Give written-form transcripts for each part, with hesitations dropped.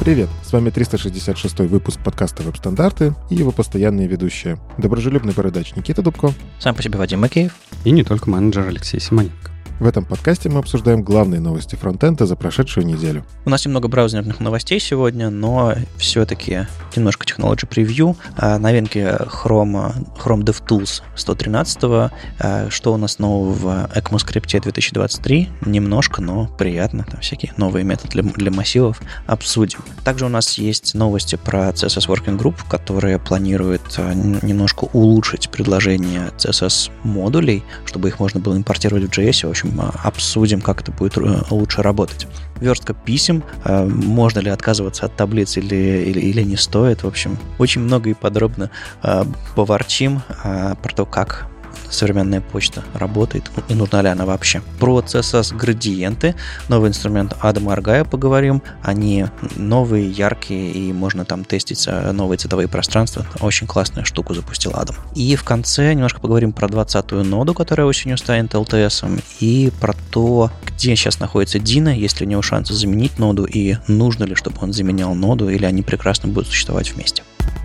Привет! С вами 366-й выпуск подкаста «Веб-стандарты» и его постоянные ведущие. Доброжелюбный бородач Никита Дубко. Сам по себе Вадим Макеев. И не только менеджер Алексей Симоненко. В этом подкасте мы обсуждаем главные новости фронтенда за прошедшую неделю. У нас немного браузерных новостей сегодня, но все-таки немножко Technology Preview. Новинки Chrome DevTools 113. Что у нас нового в ECMAScript 2023? Немножко, но приятно. Там всякие новые методы для массивов. Обсудим. Также у нас есть новости про CSS Working Group, которые планируют немножко улучшить предложение CSS-модулей, чтобы их можно было импортировать в JS. В общем, обсудим, как это будет лучше работать. Верстка писем. Можно ли отказываться от таблиц или не стоит. В общем, очень много и подробно поворчим про то, как современная почта работает и нужна ли она вообще. Про CSS-градиенты, новый инструмент Адама Аргая поговорим. Они новые, яркие, и можно там тестить новые цветовые пространства. Очень классную штуку запустил Адам. И в конце немножко поговорим про 20-ю ноду, которая осенью станет LTS, и про то, где сейчас находится Дина, есть ли у него шансы заменить ноду, и нужно ли, чтобы он заменял ноду, или они прекрасно будут существовать вместе.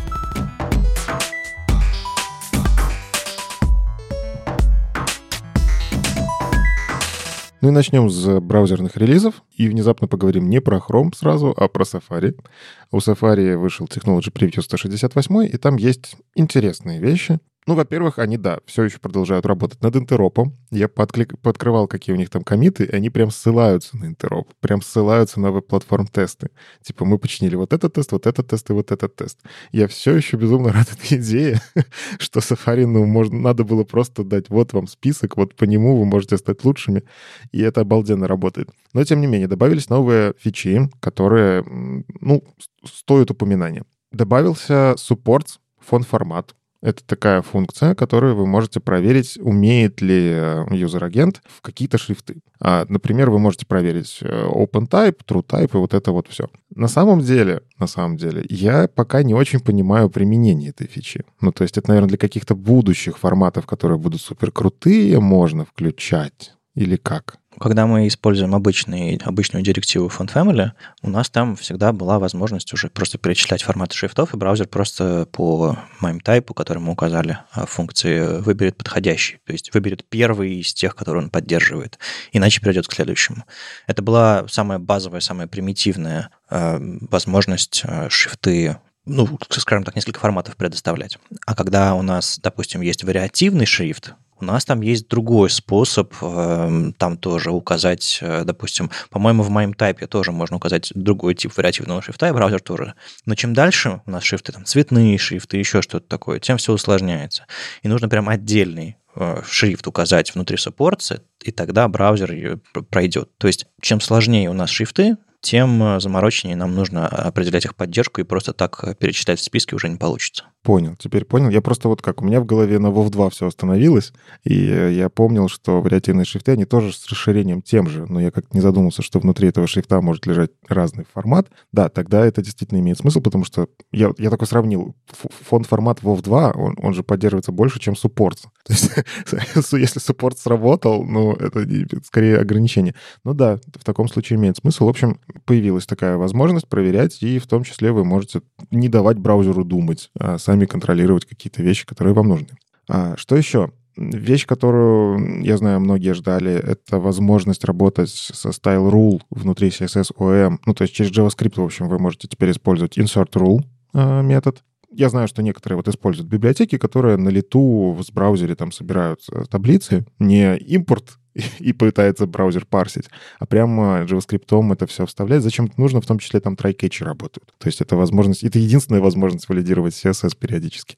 Ну и начнем с браузерных релизов. И внезапно поговорим не про Chrome сразу, а про Safari. У Safari вышел Technology Preview 168, и там есть интересные вещи. Ну, во-первых, они, все еще продолжают работать над интеропом. Я пооткрывал, какие у них там коммиты, и они прям ссылаются на интероп, прям ссылаются на веб-платформ-тесты. Типа, мы починили вот этот тест и вот этот тест. Я все еще безумно рад этой идее, что Safari, надо было просто дать вот вам список, вот по нему вы можете стать лучшими, и это обалденно работает. Но, тем не менее, добавились новые фичи, которые, стоят упоминания. Добавился supports фон-формат. Это такая функция, которую вы можете проверить, умеет ли юзер-агент в какие-то шрифты. Например, вы можете проверить OpenType, TrueType и вот это вот все. На самом деле, я пока не очень понимаю применение этой фичи. То есть это, наверное, для каких-то будущих форматов, которые будут суперкрутые, можно включать. Или как? Когда мы используем обычную директиву FontFamily, у нас там всегда была возможность уже просто перечислять форматы шрифтов, и браузер просто по MIME-type, который мы указали, функции выберет подходящий. То есть выберет первый из тех, которые он поддерживает, иначе перейдет к следующему. Это была самая базовая, самая примитивная возможность шрифты, скажем так, несколько форматов предоставлять. А когда у нас, допустим, есть вариативный шрифт, у нас там есть другой способ, там тоже указать, допустим, по-моему, в MIME-type тоже можно указать другой тип вариативного шрифта, и браузер тоже. Но чем дальше у нас шрифты, там, цветные шрифты, еще что-то такое, тем все усложняется. И нужно прям отдельный шрифт указать внутри supports, и тогда браузер ее пройдет. То есть, чем сложнее у нас шрифты, тем замороченнее нам нужно определять их поддержку, и просто так перечислять в списке уже не получится. Теперь понял. Я просто у меня в голове на WoW 2 все остановилось, и я помнил, что вариативные шрифты, они тоже с расширением тем же, но я как-то не задумался, что внутри этого шрифта может лежать разный формат. Да, тогда это действительно имеет смысл, потому что я такой сравнил. Фонд-формат WoW 2, он же поддерживается больше, чем supports. То есть если supports сработал, это скорее ограничение. Да, в таком случае имеет смысл. В общем, появилась такая возможность проверять, и в том числе вы можете не давать браузеру думать, а сами контролировать какие-то вещи, которые вам нужны. Что еще? Вещь, которую, я знаю, многие ждали, это возможность работать со Style Rule внутри CSS OM. То есть через JavaScript, в общем, вы можете теперь использовать insert rule метод. Я знаю, что некоторые используют библиотеки, которые на лету в браузере там собирают таблицы, не импорт и пытается браузер парсить, а прямо JavaScript это все вставлять. Зачем это нужно? В том числе там try-catchy работают. То есть это единственная возможность валидировать CSS периодически.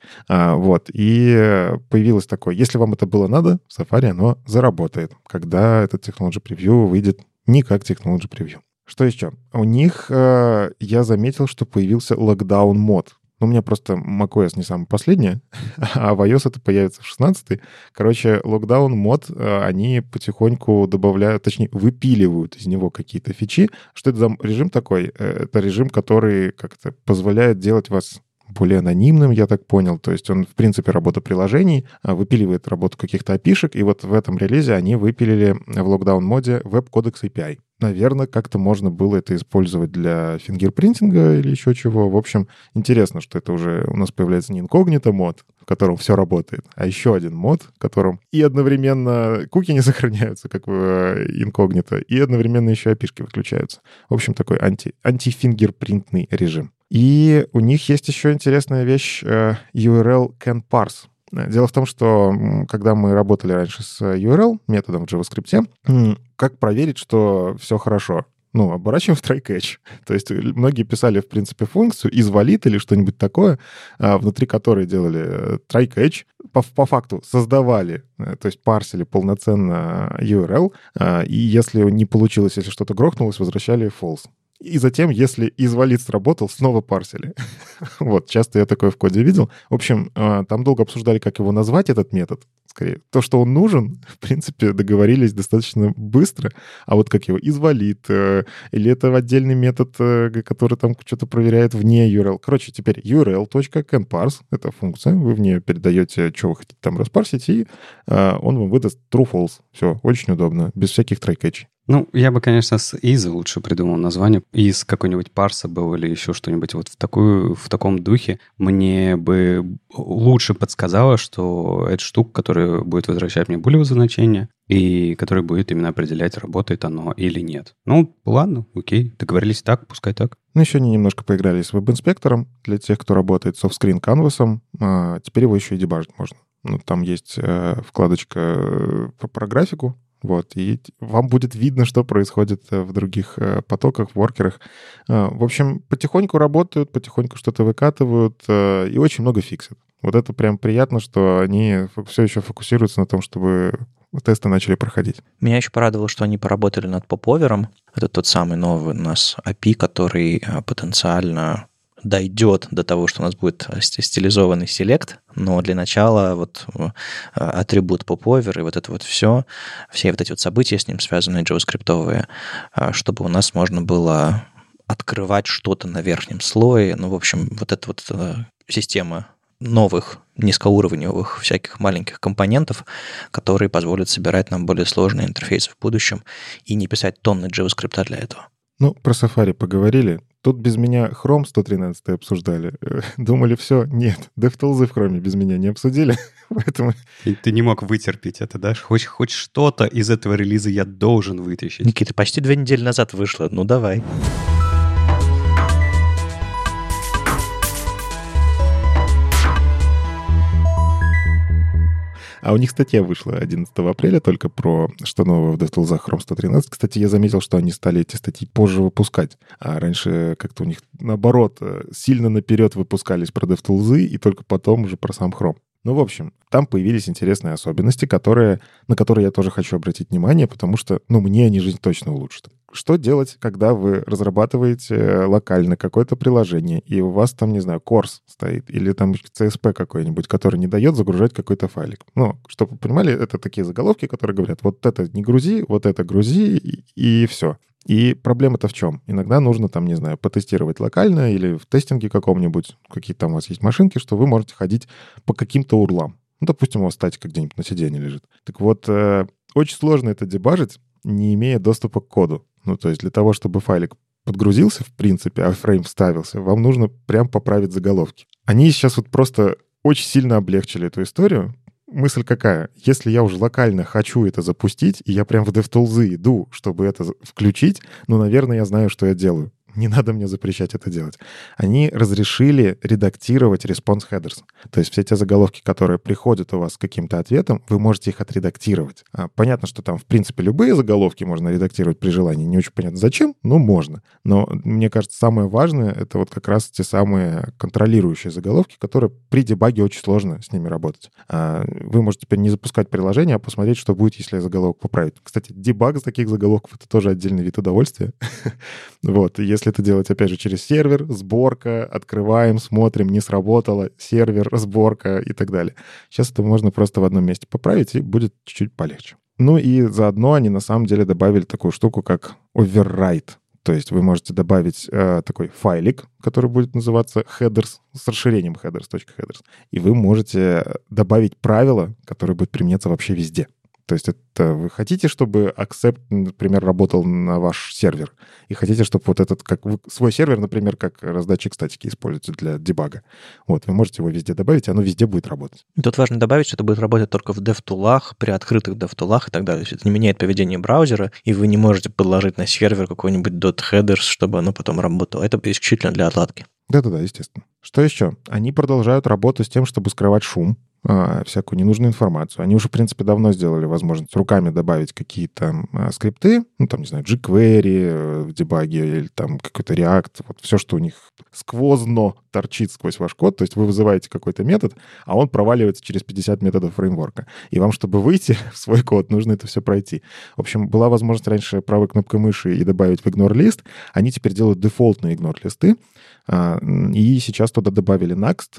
И появилось такое. Если вам это было надо, в Safari оно заработает, когда этот Technology Preview выйдет не как Technology Preview. Что еще? У них я заметил, что появился lockdown мод. У меня просто macOS не самое последнее, а в iOS это появится в 16-й. Lockdown мод, они потихоньку добавляют, точнее, выпиливают из него какие-то фичи. Что это за режим такой? Это режим, который как-то позволяет делать вас более анонимным, я так понял. То есть он, в принципе, работа приложений, выпиливает работу каких-то API-шек, и вот в этом релизе они выпилили в Lockdown моде Web Codecs API. наверное, как-то можно было это использовать для фингерпринтинга или еще чего. В общем, интересно, что это уже у нас появляется не инкогнито мод, в котором все работает, а еще один мод, в котором и одновременно куки не сохраняются, как в инкогнито, и одновременно еще API-шки выключаются. В общем, такой антифингерпринтный режим. И у них есть еще интересная вещь URL can parse. Дело в том, что когда мы работали раньше с URL методом в JavaScript, как проверить, что все хорошо? Оборачиваем в try-catch. То есть многие писали, в принципе, функцию isValid или что-нибудь такое, внутри которой делали try-catch, по факту создавали, то есть парсили полноценно URL, и если не получилось, если что-то грохнулось, возвращали false. И затем, если isValid сработал, снова парсили. Вот, часто я такое в коде видел. В общем, там долго обсуждали, как его назвать, этот метод. Скорее, то, что он нужен, в принципе, договорились достаточно быстро. А вот как его isValid, или это отдельный метод, который там что-то проверяет вне URL. Короче, теперь url.canparse — это функция. Вы в нее передаете, что вы хотите там распарсить, и он вам выдаст true-false. Все, очень удобно, без всяких try-catch. Я бы, конечно, с is лучше придумал название. Из какой-нибудь Parsable или еще что-нибудь вот в таком духе. Мне бы лучше подсказало, что это штука, которая будет возвращать мне булевое значение и которая будет именно определять, работает оно или нет. Ладно, окей, договорились так, пускай так. Еще они немножко поиграли с веб-инспектором для тех, кто работает с оффскрин канвасом. Теперь его еще и дебажить можно. Там есть вкладочка про графику. Вот, и вам будет видно, что происходит в других потоках, в воркерах. В общем, потихоньку работают, потихоньку что-то выкатывают, и очень много фиксят. Вот это прям приятно, что они все еще фокусируются на том, чтобы тесты начали проходить. Меня еще порадовало, что они поработали над поповером. Это тот самый новый у нас API, который потенциально дойдет до того, что у нас будет стилизованный селект, но для начала вот атрибут popover и вот это вот все вот эти вот события с ним связанные, JavaScript-овые, чтобы у нас можно было открывать что-то на верхнем слое. В общем, вот эта вот система новых низкоуровневых всяких маленьких компонентов, которые позволят собирать нам более сложные интерфейсы в будущем и не писать тонны JavaScript для этого. Про Safari поговорили. Тут без меня Chrome 113 обсуждали. Думали, все, нет, DevTools в Chrome без меня не обсудили, поэтому... И ты не мог вытерпеть это, да? Хоть что-то из этого релиза я должен вытащить. Никита, почти 2 недели назад вышло, давай. А у них статья вышла 11 апреля только про что нового в DevTools Chrome 113. Кстати, я заметил, что они стали эти статьи позже выпускать. А раньше как-то у них, наоборот, сильно наперед выпускались про DevTools и только потом уже про сам Chrome. В общем, там появились интересные особенности, на которые я тоже хочу обратить внимание, потому что, мне они жизнь точно улучшат. Что делать, когда вы разрабатываете локально какое-то приложение, и у вас там, не знаю, Корс стоит, или там CSP какой-нибудь, который не дает загружать какой-то файлик? Чтобы вы понимали, это такие заголовки, которые говорят, вот это не грузи, вот это грузи, и все. И проблема-то в чем? Иногда нужно, там, не знаю, потестировать локально или в тестинге каком-нибудь, какие там у вас есть машинки, что вы можете ходить по каким-то урлам. Допустим, у вас статика где-нибудь на сиденье лежит. Так вот, очень сложно это дебажить, не имея доступа к коду. То есть для того, чтобы файлик подгрузился, в принципе, а фрейм вставился, вам нужно прям поправить заголовки. Они сейчас вот просто очень сильно облегчили эту историю. Мысль какая? Если я уже локально хочу это запустить, и я прям в DevTools иду, чтобы это включить, наверное, я знаю, что я делаю. Не надо мне запрещать это делать. Они разрешили редактировать response headers. То есть все те заголовки, которые приходят у вас с каким-то ответом, вы можете их отредактировать. Понятно, что там, в принципе, любые заголовки можно редактировать при желании. Не очень понятно, зачем, но можно. Но мне кажется, самое важное — это вот как раз те самые контролирующие заголовки, которые при дебаге очень сложно с ними работать. Вы можете теперь не запускать приложение, а посмотреть, что будет, если заголовок поправить. Кстати, дебаг с таких заголовков — это тоже отдельный вид удовольствия. Вот, если это делать, опять же, через сервер, сборка, открываем, смотрим, не сработало, сервер, сборка и так далее. Сейчас это можно просто в одном месте поправить, и будет чуть-чуть полегче. И заодно они на самом деле добавили такую штуку, как override. То есть вы можете добавить такой файлик, который будет называться headers, с расширением headers.headers. И вы можете добавить правило, которое будет применяться вообще везде. То есть это вы хотите, чтобы accept, например, работал на ваш сервер, и хотите, чтобы вот этот, как вы свой сервер, например, как раздатчик статики используете для дебага. Вот, вы можете его везде добавить, и оно везде будет работать. Тут важно добавить, что это будет работать только в DevTool'ах, при открытых DevTool'ах и так далее. То есть это не меняет поведение браузера, и вы не можете подложить на сервер какой-нибудь .headers, чтобы оно потом работало. Это исключительно для отладки. Да-да-да, естественно. Что еще? Они продолжают работу с тем, чтобы скрывать шум, всякую ненужную информацию. Они уже, в принципе, давно сделали возможность руками добавить какие-то скрипты, ну, там, не знаю, jQuery в дебаге или там какой-то React, вот все, что у них сквозно торчит сквозь ваш код. То есть вы вызываете какой-то метод, а он проваливается через 50 методов фреймворка. И вам, чтобы выйти в свой код, нужно это все пройти. В общем, была возможность раньше правой кнопкой мыши и добавить в ignore list. Они теперь делают дефолтные ignore листы. И сейчас туда добавили next,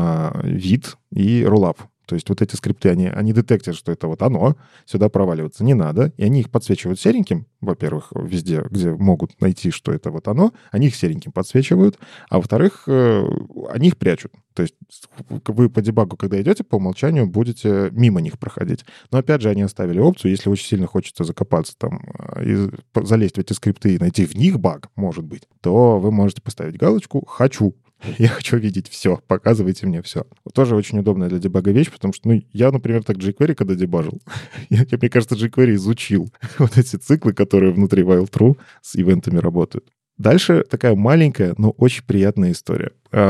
вид и rollup. То есть вот эти скрипты, они детектят, что это вот оно, сюда проваливаться не надо, и они их подсвечивают сереньким, во-первых, везде, где могут найти, что это вот оно, они их сереньким подсвечивают, а во-вторых, они их прячут. То есть вы по дебагу, когда идете, по умолчанию будете мимо них проходить. Но опять же, они оставили опцию, если очень сильно хочется закопаться там и залезть в эти скрипты и найти в них баг, может быть, то вы можете поставить галочку «Хочу». Я хочу видеть все, показывайте мне все. Тоже очень удобная для дебага вещь, потому что, я, например, так jQuery, когда дебажил, мне кажется, jQuery изучил вот эти циклы, которые внутри while true с ивентами работают. Дальше такая маленькая, но очень приятная история.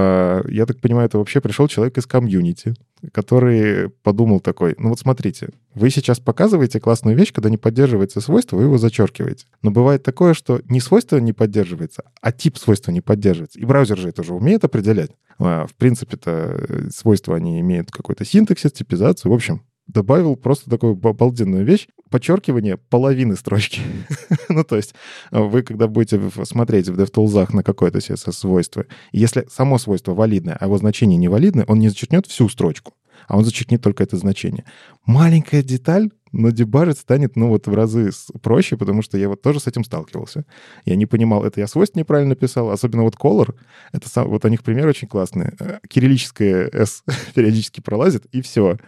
Я так понимаю, это вообще пришел человек из комьюнити, который подумал такой, вот смотрите, вы сейчас показываете классную вещь, когда не поддерживается свойство, вы его зачеркиваете. Но бывает такое, что не свойство не поддерживается, а тип свойства не поддерживается. И браузер же это уже умеет определять. В принципе-то свойства, они имеют какой-то синтаксис, типизацию. В общем, добавил просто такую обалденную вещь. Подчеркивание половины строчки. То есть вы, когда будете смотреть в DevTools на какое-то CSS-свойство, если само свойство валидное, а его значение невалидное, он не зачеркнет всю строчку, а он зачеркнет только это значение. Маленькая деталь, но дебажить станет, в разы проще, потому что я тоже с этим сталкивался. Я не понимал, это я свойство неправильно написал, особенно color, у них пример очень классный. Кириллическое S периодически пролазит, и все.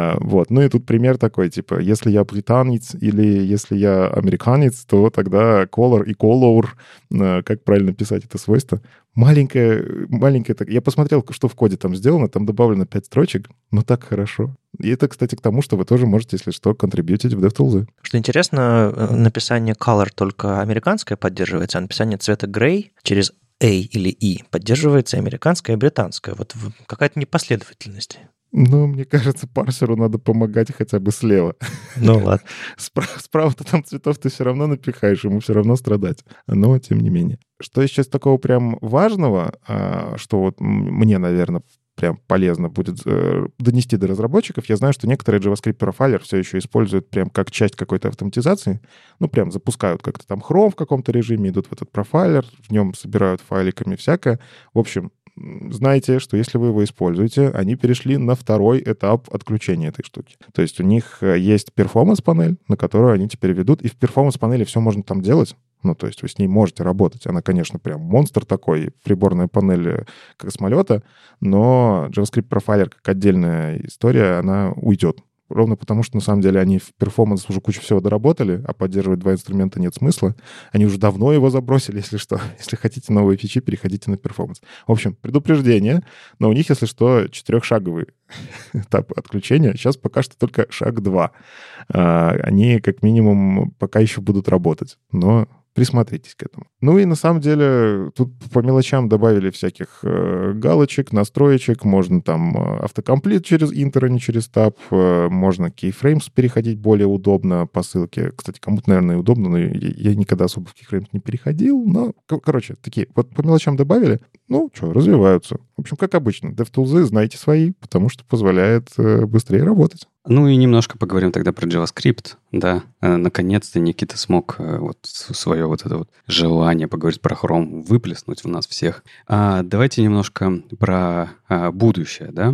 И тут пример такой, типа, если я британец или если я американец, то тогда color и color, как правильно писать это свойство. Маленькое, я посмотрел, что в коде там сделано, там добавлено 5 строчек, но так хорошо. И это, кстати, к тому, что вы тоже можете, если что, контрибьютить в DevTools. Что интересно, написание color только американское поддерживается, а написание цвета gray через A или E поддерживается американское и британское. Вот какая-то непоследовательность. Мне кажется, парсеру надо помогать хотя бы слева. Ладно. Справа-то там цветов ты все равно напихаешь, ему все равно страдать. Но тем не менее. Что еще из такого прям важного, что мне, наверное, прям полезно будет донести до разработчиков. Я знаю, что некоторые JavaScript профайлер все еще используют прям как часть какой-то автоматизации. Прям запускают как-то там Chrome в каком-то режиме, идут в этот профайлер, в нем собирают файликами всякое. В общем, знайте, что если вы его используете, они перешли на второй этап отключения этой штуки. То есть у них есть перформанс-панель, на которую они теперь ведут, и в перформанс-панели все можно там делать. То есть вы с ней можете работать. Она, конечно, прям монстр такой, приборная панель космолета, но JavaScript профайлер как отдельная история, она уйдет. Ровно потому, что на самом деле они в перформанс уже кучу всего доработали, а поддерживать два инструмента нет смысла. Они уже давно его забросили, если что. Если хотите новые фичи, переходите на перформанс. В общем, предупреждение, но у них, если что, 4-шаговый этап отключения. Сейчас пока что только шаг 2. Они как минимум пока еще будут работать, но присмотритесь к этому. И на самом деле тут по мелочам добавили всяких галочек, настроечек. Можно там автокомплит через Enter, а не через Tab. Можно keyframes переходить более удобно по ссылке. Кстати, кому-то, наверное, удобно, но я никогда особо в keyframes не переходил. Но, такие вот по мелочам добавили. Развиваются. В общем, как обычно, DevTools знайте свои, потому что позволяет быстрее работать. И немножко поговорим тогда про JavaScript. Да, наконец-то Никита смог свое это желание поговорить про Chrome выплеснуть в нас всех. Давайте немножко про будущее, да?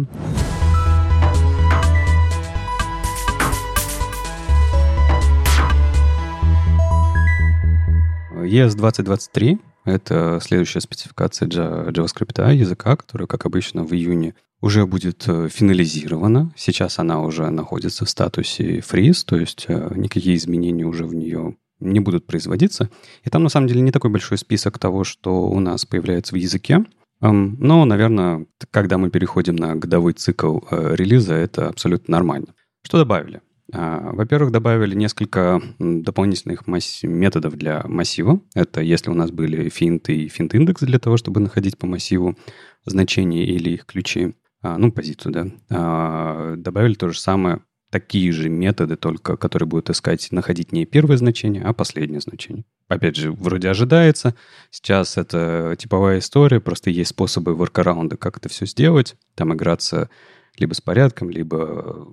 ES 2023 — это следующая спецификация JavaScript языка, который, как обычно, в июне уже будет финализирована. Сейчас она уже находится в статусе freeze, то есть никакие изменения уже в нее не будут производиться. И там, на самом деле, не такой большой список того, что у нас появляется в языке. Но, наверное, когда мы переходим на годовой цикл релиза, это абсолютно нормально. Что добавили? Во-первых, добавили несколько дополнительных методов для массива. Это если у нас были финт и финт-индекс для того, чтобы находить по массиву значения или их ключи, позицию, да. Добавили то же самое, такие же методы, только которые будут находить не первое значение, а последнее значение. Опять же, вроде ожидается. Сейчас это типовая история, просто есть способы воркараунда, как это все сделать. Там играться либо с порядком, либо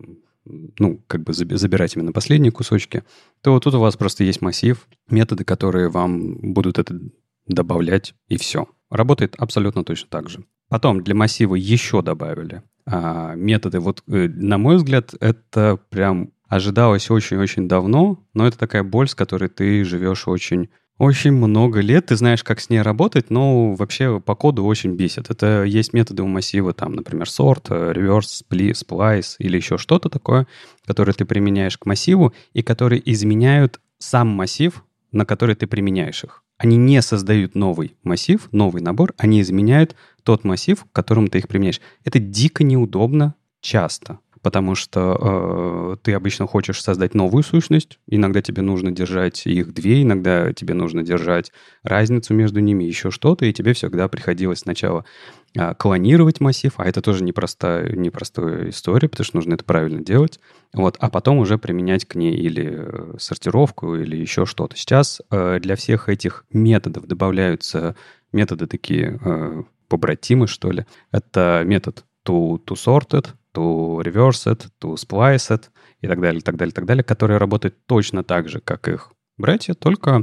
забирать именно последние кусочки. То тут у вас просто есть массив, методы, которые вам будут это добавлять, и все. Работает абсолютно точно так же. Потом для массива еще добавили методы. Вот, на мой взгляд, это прям ожидалось очень-очень давно, но это такая боль, с которой ты живешь очень много лет. Ты знаешь, как с ней работать, но вообще по коду очень бесит. Это есть методы у массива, там, например, sort, reverse, splice или еще что-то такое, которое ты применяешь к массиву и которые изменяют сам массив, на который ты применяешь их. Они не создают новый массив, новый набор, они изменяют тот массив, к которому ты их применяешь. Это дико неудобно часто, потому что ты обычно хочешь создать новую сущность, иногда тебе нужно держать их две, иногда тебе нужно держать разницу между ними, еще что-то, и тебе всегда приходилось сначала клонировать массив, а это тоже непростая история, потому что нужно это правильно делать, а потом уже применять к ней или сортировку, или еще что-то. Сейчас для всех этих методов добавляются методы такие побратимы, что ли. Это метод to sorted, to reversed, to spliced и так далее, которые работают точно так же, как их братья, только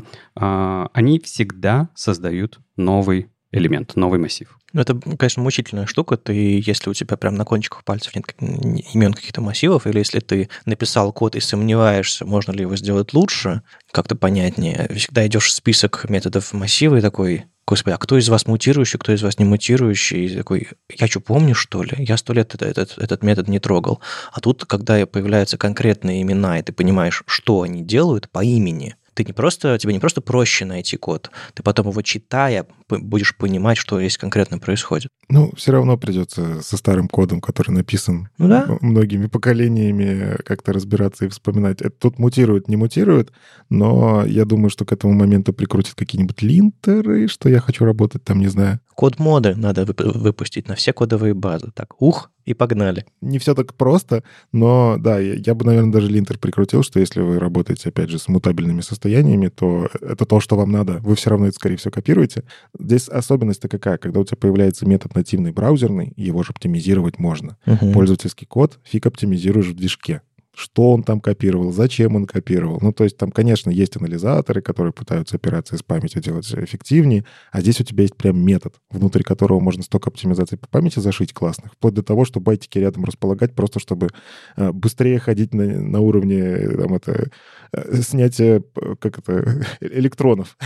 они всегда создают новый элемент, новый массив. Это, конечно, мучительная штука. Если у тебя прям на кончиках пальцев нет имен каких-то массивов, или если ты написал код и сомневаешься, можно ли его сделать лучше, как-то понятнее, всегда идешь в список методов массива и такой: господи, а кто из вас мутирующий, кто из вас не мутирующий? И такой: я что, помню, что ли? Я 100 лет этот метод не трогал. А тут, когда появляются конкретные имена, и ты понимаешь, что они делают по имени, тебе не просто проще найти код, ты потом его читая будешь понимать, что здесь конкретно происходит. Все равно придется со старым кодом, который написан многими поколениями, как-то разбираться и вспоминать. Это тут мутирует, не мутирует, но я думаю, что к этому моменту прикрутят какие-нибудь линтеры, что я хочу работать там, не знаю. Код-моды надо выпустить на все кодовые базы. Так, и погнали. Не все так просто, но да, я бы, наверное, даже линтер прикрутил, что если вы работаете, опять же, с мутабельными состояниями, то это то, что вам надо. Вы все равно это, скорее всего, копируете. Здесь особенность-то какая? Когда у тебя появляется метод нативный браузерный, его же оптимизировать можно. Пользовательский код фиг оптимизируешь в движке. Что он там копировал, зачем он копировал. То есть там, конечно, есть анализаторы, которые пытаются операции с памятью делать эффективнее, а здесь у тебя есть прям метод, внутри которого можно столько оптимизаций по памяти зашить классных, вплоть до того, что байтики рядом располагать, просто чтобы быстрее ходить на уровне снятия электронов.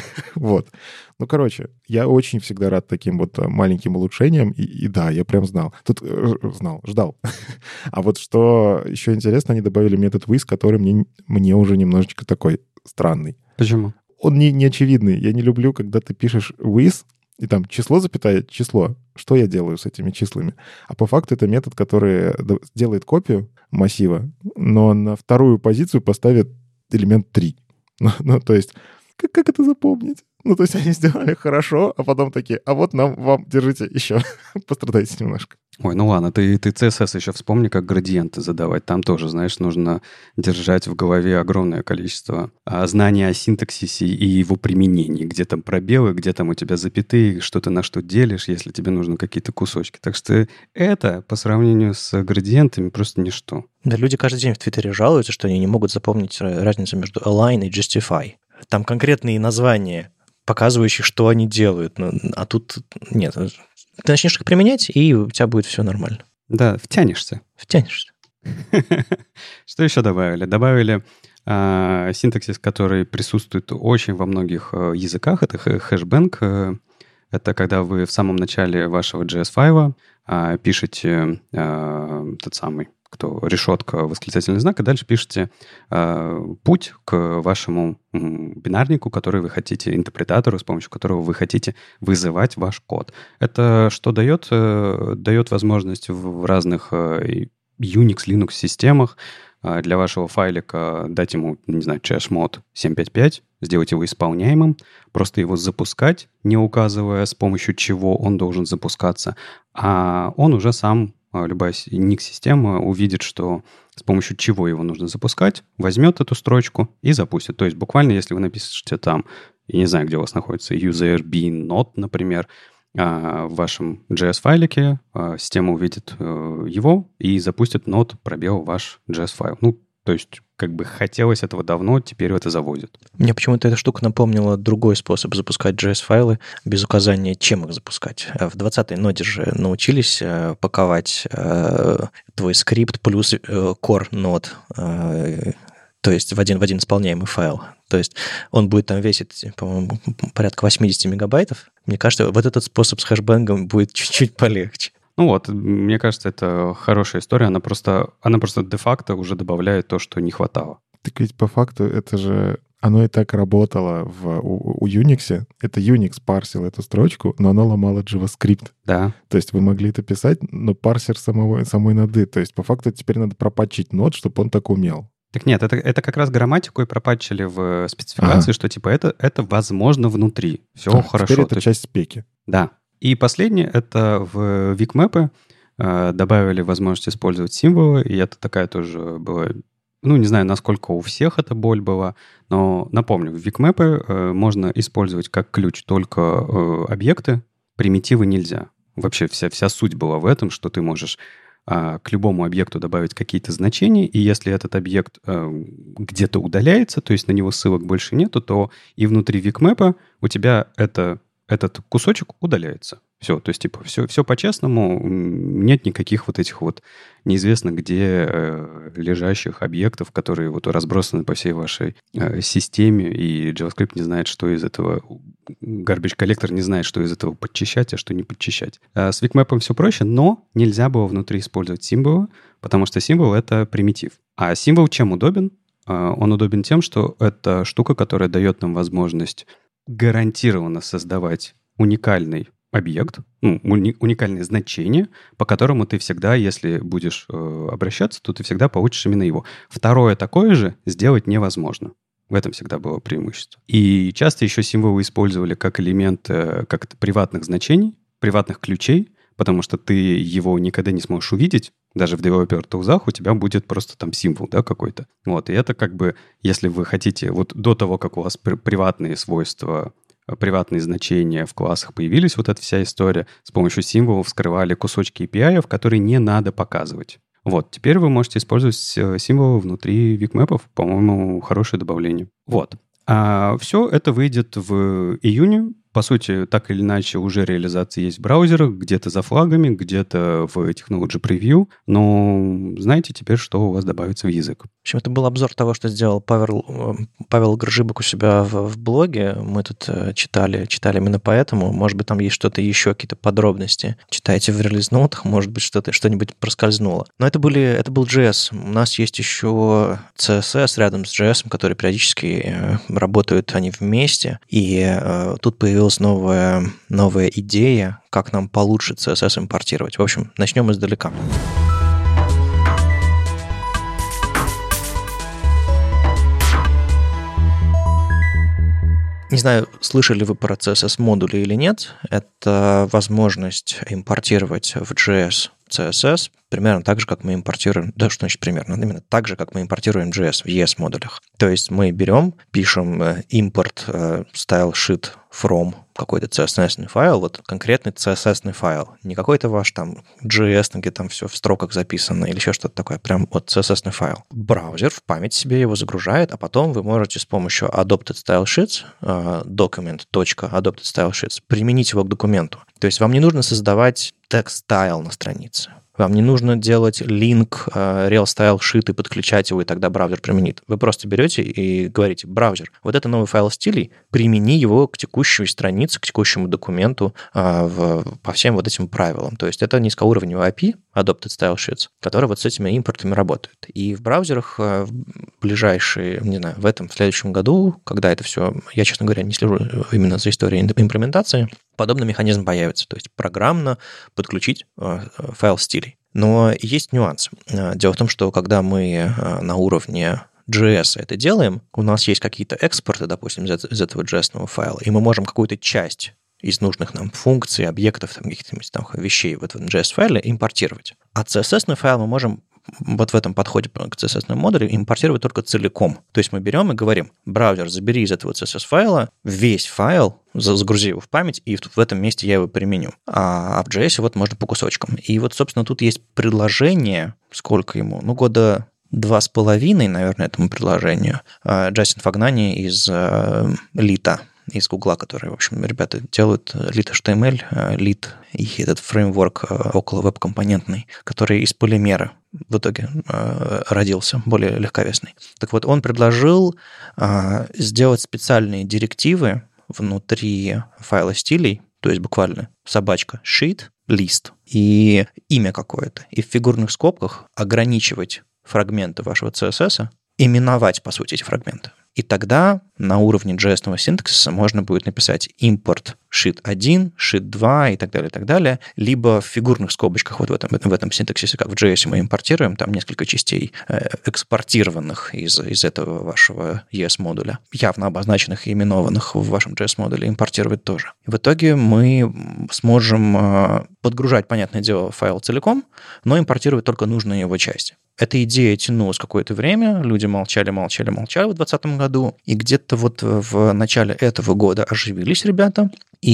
Я очень всегда рад таким маленьким улучшениям, и да, я прям ждал. А вот что еще интересно, они добавили метод with, который мне уже немножечко такой странный. Почему? Он не очевидный. Я не люблю, когда ты пишешь with, и там число, запятая, число. Что я делаю с этими числами? А по факту это метод, который делает копию массива, но на вторую позицию поставит элемент 3. То есть, как это запомнить? То есть они сделали хорошо, а потом такие: а вот вам, держите еще, пострадайте немножко. Ой, ладно, ты CSS еще вспомни, как градиенты задавать. Там тоже, знаешь, нужно держать в голове огромное количество знаний о синтаксисе и его применении. Где там пробелы, где там у тебя запятые, что ты на что делишь, если тебе нужны какие-то кусочки. Так что это по сравнению с градиентами просто ничто. Да, люди каждый день в Твиттере жалуются, что они не могут запомнить разницу между align и justify. Там конкретные названия, показывающие, что они делают. А тут нет. Ты начнешь их применять, и у тебя будет все нормально. Да, втянешься. Что еще добавили? Добавили синтаксис, который присутствует очень во многих языках. Это хэшбэнк. Это когда вы в самом начале вашего JS-файла пишете тот самый, решетка, восклицательный знак, и дальше пишете путь к вашему бинарнику, который вы хотите, интерпретатору, с помощью которого вы хотите вызывать ваш код. Это что дает? Дает возможность в разных Unix, Linux системах для вашего файлика дать ему, не знаю, chmod 755, сделать его исполняемым, просто его запускать, не указывая, с помощью чего он должен запускаться, а он уже сам, любая Unix-система увидит, что с помощью чего его нужно запускать, возьмет эту строчку и запустит. То есть буквально, если вы напишете там, я не знаю, где у вас находится usb-not, например, в вашем JS-файлике, система увидит его и запустит not пробел ваш JS-файл. То есть как бы хотелось этого давно, теперь это заводит. Мне почему-то эта штука напомнила другой способ запускать JS-файлы без указания, чем их запускать. В 20-й ноде же научились паковать твой скрипт плюс core node, то есть в один исполняемый файл. То есть он будет там весить, по-моему, порядка 80 мегабайтов. Мне кажется, вот этот способ с хэшбэнгом будет чуть-чуть полегче. Мне кажется, это хорошая история. Она просто де-факто уже добавляет то, что не хватало. Так ведь по факту это же... Оно и так работало у Unix. Это Unix парсил эту строчку, но оно ломало JavaScript. Да. То есть вы могли это писать, но парсер самой ноды. То есть по факту теперь надо пропатчить нод, чтобы он так умел. Так нет, это как раз грамматику и пропатчили в спецификации, что типа это возможно внутри. Все хорошо. Теперь это часть спеки. Да. И последнее, это в Wikmap добавили возможность использовать символы, и это такая тоже была... не знаю, насколько у всех эта боль была, но напомню, в Wikmap можно использовать как ключ только объекты, примитивы нельзя. Вообще вся суть была в этом, что ты можешь к любому объекту добавить какие-то значения, и если этот объект где-то удаляется, то есть на него ссылок больше нету, то и внутри Wikmap у тебя этот кусочек удаляется. Все, то есть, типа, все по-честному, нет никаких вот этих вот неизвестно где лежащих объектов, которые вот разбросаны по всей вашей системе, и JavaScript не знает, что из этого, garbage collector не знает, что из этого подчищать, а что не подчищать. С Wikmap все проще, но нельзя было внутри использовать символы, потому что символ — это примитив. А символ чем удобен? Он удобен тем, что это штука, которая дает нам возможность гарантированно создавать уникальный объект, уникальное значение, по которому ты всегда, если будешь обращаться, то ты всегда получишь именно его. Второе такое же сделать невозможно. В этом всегда было преимущество. И часто еще символы использовали как элемент как-то приватных значений, приватных ключей, потому что ты его никогда не сможешь увидеть. Даже в Developer Tools у тебя будет просто там символ, да, какой-то. И это как бы, если вы хотите, вот до того, как у вас приватные свойства, приватные значения в классах появились, вот эта вся история, с помощью символов вскрывали кусочки API, которые не надо показывать. Теперь вы можете использовать символы внутри Wikmap, по-моему, хорошее добавление. А все это выйдет в июне. По сути, так или иначе, уже реализация есть в браузерах, где-то за флагами, где-то в Technology Preview. Но знаете теперь, что у вас добавится в язык. В общем, это был обзор того, что сделал Павел Гржибок у себя в блоге. Мы тут читали именно поэтому. Может быть, там есть что-то еще, какие-то подробности. Читайте в релиз-нотах, может быть, что-нибудь проскользнуло. Но это был JS. У нас есть еще CSS рядом с JS, которые периодически работают они вместе. И тут появилась новая идея, как нам получше CSS импортировать. В общем, начнем издалека. Не знаю, слышали вы про CSS-модули или нет. Это возможность импортировать в JS CSS примерно так же, как мы импортируем... Да, что значит примерно? Именно так же, как мы импортируем JS в ES-модулях. То есть мы пишем import stylesheet from какой-то CSS-ный файл, вот конкретный CSS-ный файл. Не какой-то ваш там JS, где там все в строках записано или еще что-то такое. Прям вот CSS-ный файл. Браузер в память себе его загружает, а потом вы можете с помощью adopted stylesheets, document.adopted stylesheets, применить его к документу. То есть вам не нужно создавать text-style на странице. Вам не нужно делать линк real-style шит и подключать его, и тогда браузер применит. Вы просто берете и говорите: браузер, вот это новый файл стилей, примени его к текущей странице, к текущему документу по всем вот этим правилам. То есть это низкоуровневый API, Adopted Style Sheets, который вот с этими импортами работает. И в браузерах в ближайшие, не знаю, в следующем году, когда это все, я, честно говоря, не слежу именно за историей имплементации, подобный механизм появится. То есть программно подключить файл стилей. Но есть нюанс. Дело в том, что когда мы на уровне JS это делаем, у нас есть какие-то экспорты, допустим, из этого JS-ного файла, и мы можем какую-то часть из нужных нам функций, объектов, каких-то там вещей в этом JS-файле импортировать. А CSS-ный файл мы можем вот в этом подходе к CSS модулю импортировать только целиком. То есть мы берем и говорим: браузер, забери из этого CSS-файла весь файл, загрузи его в память, и в этом месте я его применю. А в JS вот можно по кусочкам. И вот, собственно, тут есть предложение, сколько ему? года 2,5, наверное, этому предложению. Джастин Фагнани из Лита, из Гугла, которые, в общем, ребята делают Lit HTML, Lit и этот фреймворк около веб-компонентный, который из полимера в итоге родился, более легковесный. Так вот, он предложил сделать специальные директивы внутри файла стилей, то есть буквально собачка sheet, list и имя какое-то. И в фигурных скобках ограничивать фрагменты вашего CSS, именовать, по сути, эти фрагменты. И тогда на уровне JS-ного синтаксиса можно будет написать импорт sheet 1, sheet 2 и так далее, либо в фигурных скобочках вот в этом синтаксисе, как в JS мы импортируем, там несколько частей экспортированных из этого вашего ES-модуля, явно обозначенных и именованных в вашем JS-модуле, импортировать тоже. В итоге мы сможем подгружать, понятное дело, файл целиком, но импортировать только нужные его части. Эта идея тянулась какое-то время, люди молчали в 2020 году, и где-то вот в начале этого года оживились ребята,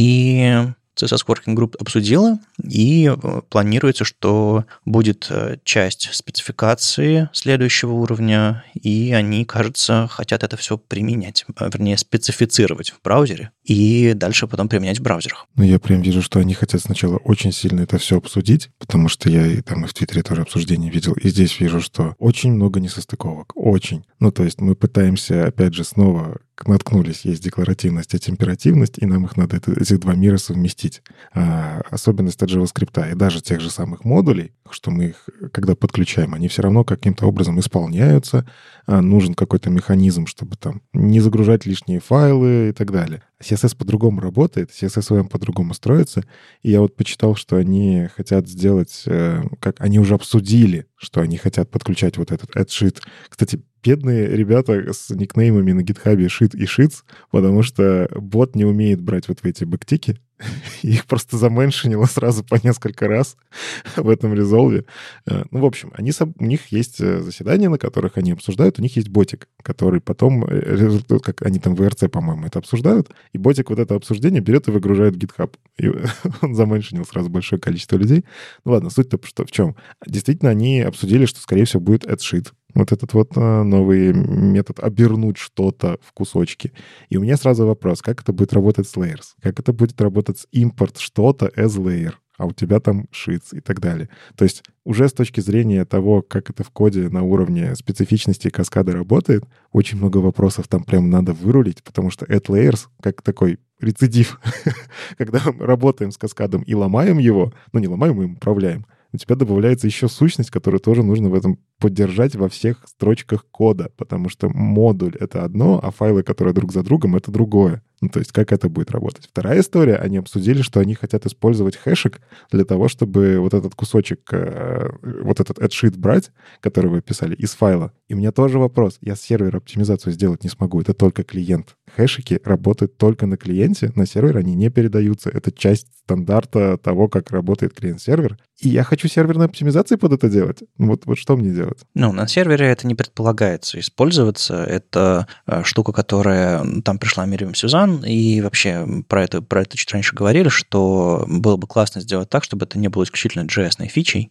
и CSS Working Group обсудила, и планируется, что будет часть спецификации следующего уровня, и они, кажется, хотят это все применять, вернее, специфицировать в браузере, и дальше потом применять в браузерах. Ну, я прям вижу, что они хотят сначала очень сильно это все обсудить, потому что я и в Твиттере тоже обсуждение видел, и здесь вижу, что очень много несостыковок, очень. Ну, то есть мы пытаемся, опять же, снова наткнулись, есть декларативность и температивность, и нам их надо, этих два мира совместить. Особенность от JavaScript и даже тех же самых модулей, что мы их, когда подключаем, они все равно каким-то образом исполняются, нужен какой-то механизм, чтобы там не загружать лишние файлы и так далее. CSS по-другому работает, CSS-VM по-другому строится, и я вот почитал, что они хотят сделать, как они уже обсудили, что они хотят подключать вот этот add-sheet. Кстати, бедные ребята с никнеймами на гитхабе shit и shits, потому что бот не умеет брать вот эти бэктики, их просто заменшинило сразу по несколько раз в этом резолве. Ну, в общем, у них есть заседания, на которых они обсуждают, у них есть ботик, который потом, как они там в VRC, по-моему, это обсуждают, и ботик вот это обсуждение берет и выгружает в GitHub. И он заменшинил сразу большое количество людей. Ну ладно, суть-то в чем? Действительно, они обсудили, что, скорее всего, будет add-sheet. Вот этот вот новый метод обернуть что-то в кусочки. И у меня сразу вопрос, как это будет работать с layers? Как это будет работать с импорт что-то as layer? А у тебя там sheets и так далее. То есть уже с точки зрения того, как это в коде на уровне специфичности каскада работает, очень много вопросов там прям надо вырулить, потому что add layers, как такой рецидив, когда мы работаем с каскадом и ломаем его, ну не ломаем, мы им управляем, у тебя добавляется еще сущность, которую тоже нужно в этом поддержать во всех строчках кода, потому что модуль — это одно, а файлы, которые друг за другом, — это другое. Ну, то есть как это будет работать. Вторая история, они обсудили, что они хотят использовать хэшик для того, чтобы вот этот кусочек, вот этот add-sheet брать, который вы писали, из файла. И у меня тоже вопрос. Я с сервера оптимизацию сделать не смогу. Это только клиент. Хэшики работают только на клиенте, на сервер они не передаются. Это часть стандарта того, как работает клиент-сервер. И я хочу серверной оптимизации под это делать. Вот что мне делать? Ну, на сервере это не предполагается использоваться. Это штука, которая... Там пришла Мириам Сюзан, и вообще про это чуть раньше говорили, что было бы классно сделать так, чтобы это не было исключительно JS-ной фичей.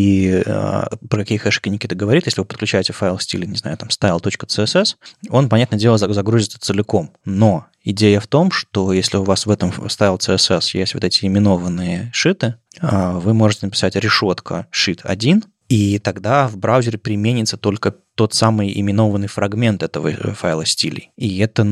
И про какие хэшики Никита говорит, если вы подключаете файл в стиле, не знаю, там style.css, он, понятное дело, загрузится целиком. Но идея в том, что если у вас в этом style.css есть вот эти именованные шиты, вы можете написать решетка sheet1, и тогда в браузере применится только тот самый именованный фрагмент этого файла стилей. И это,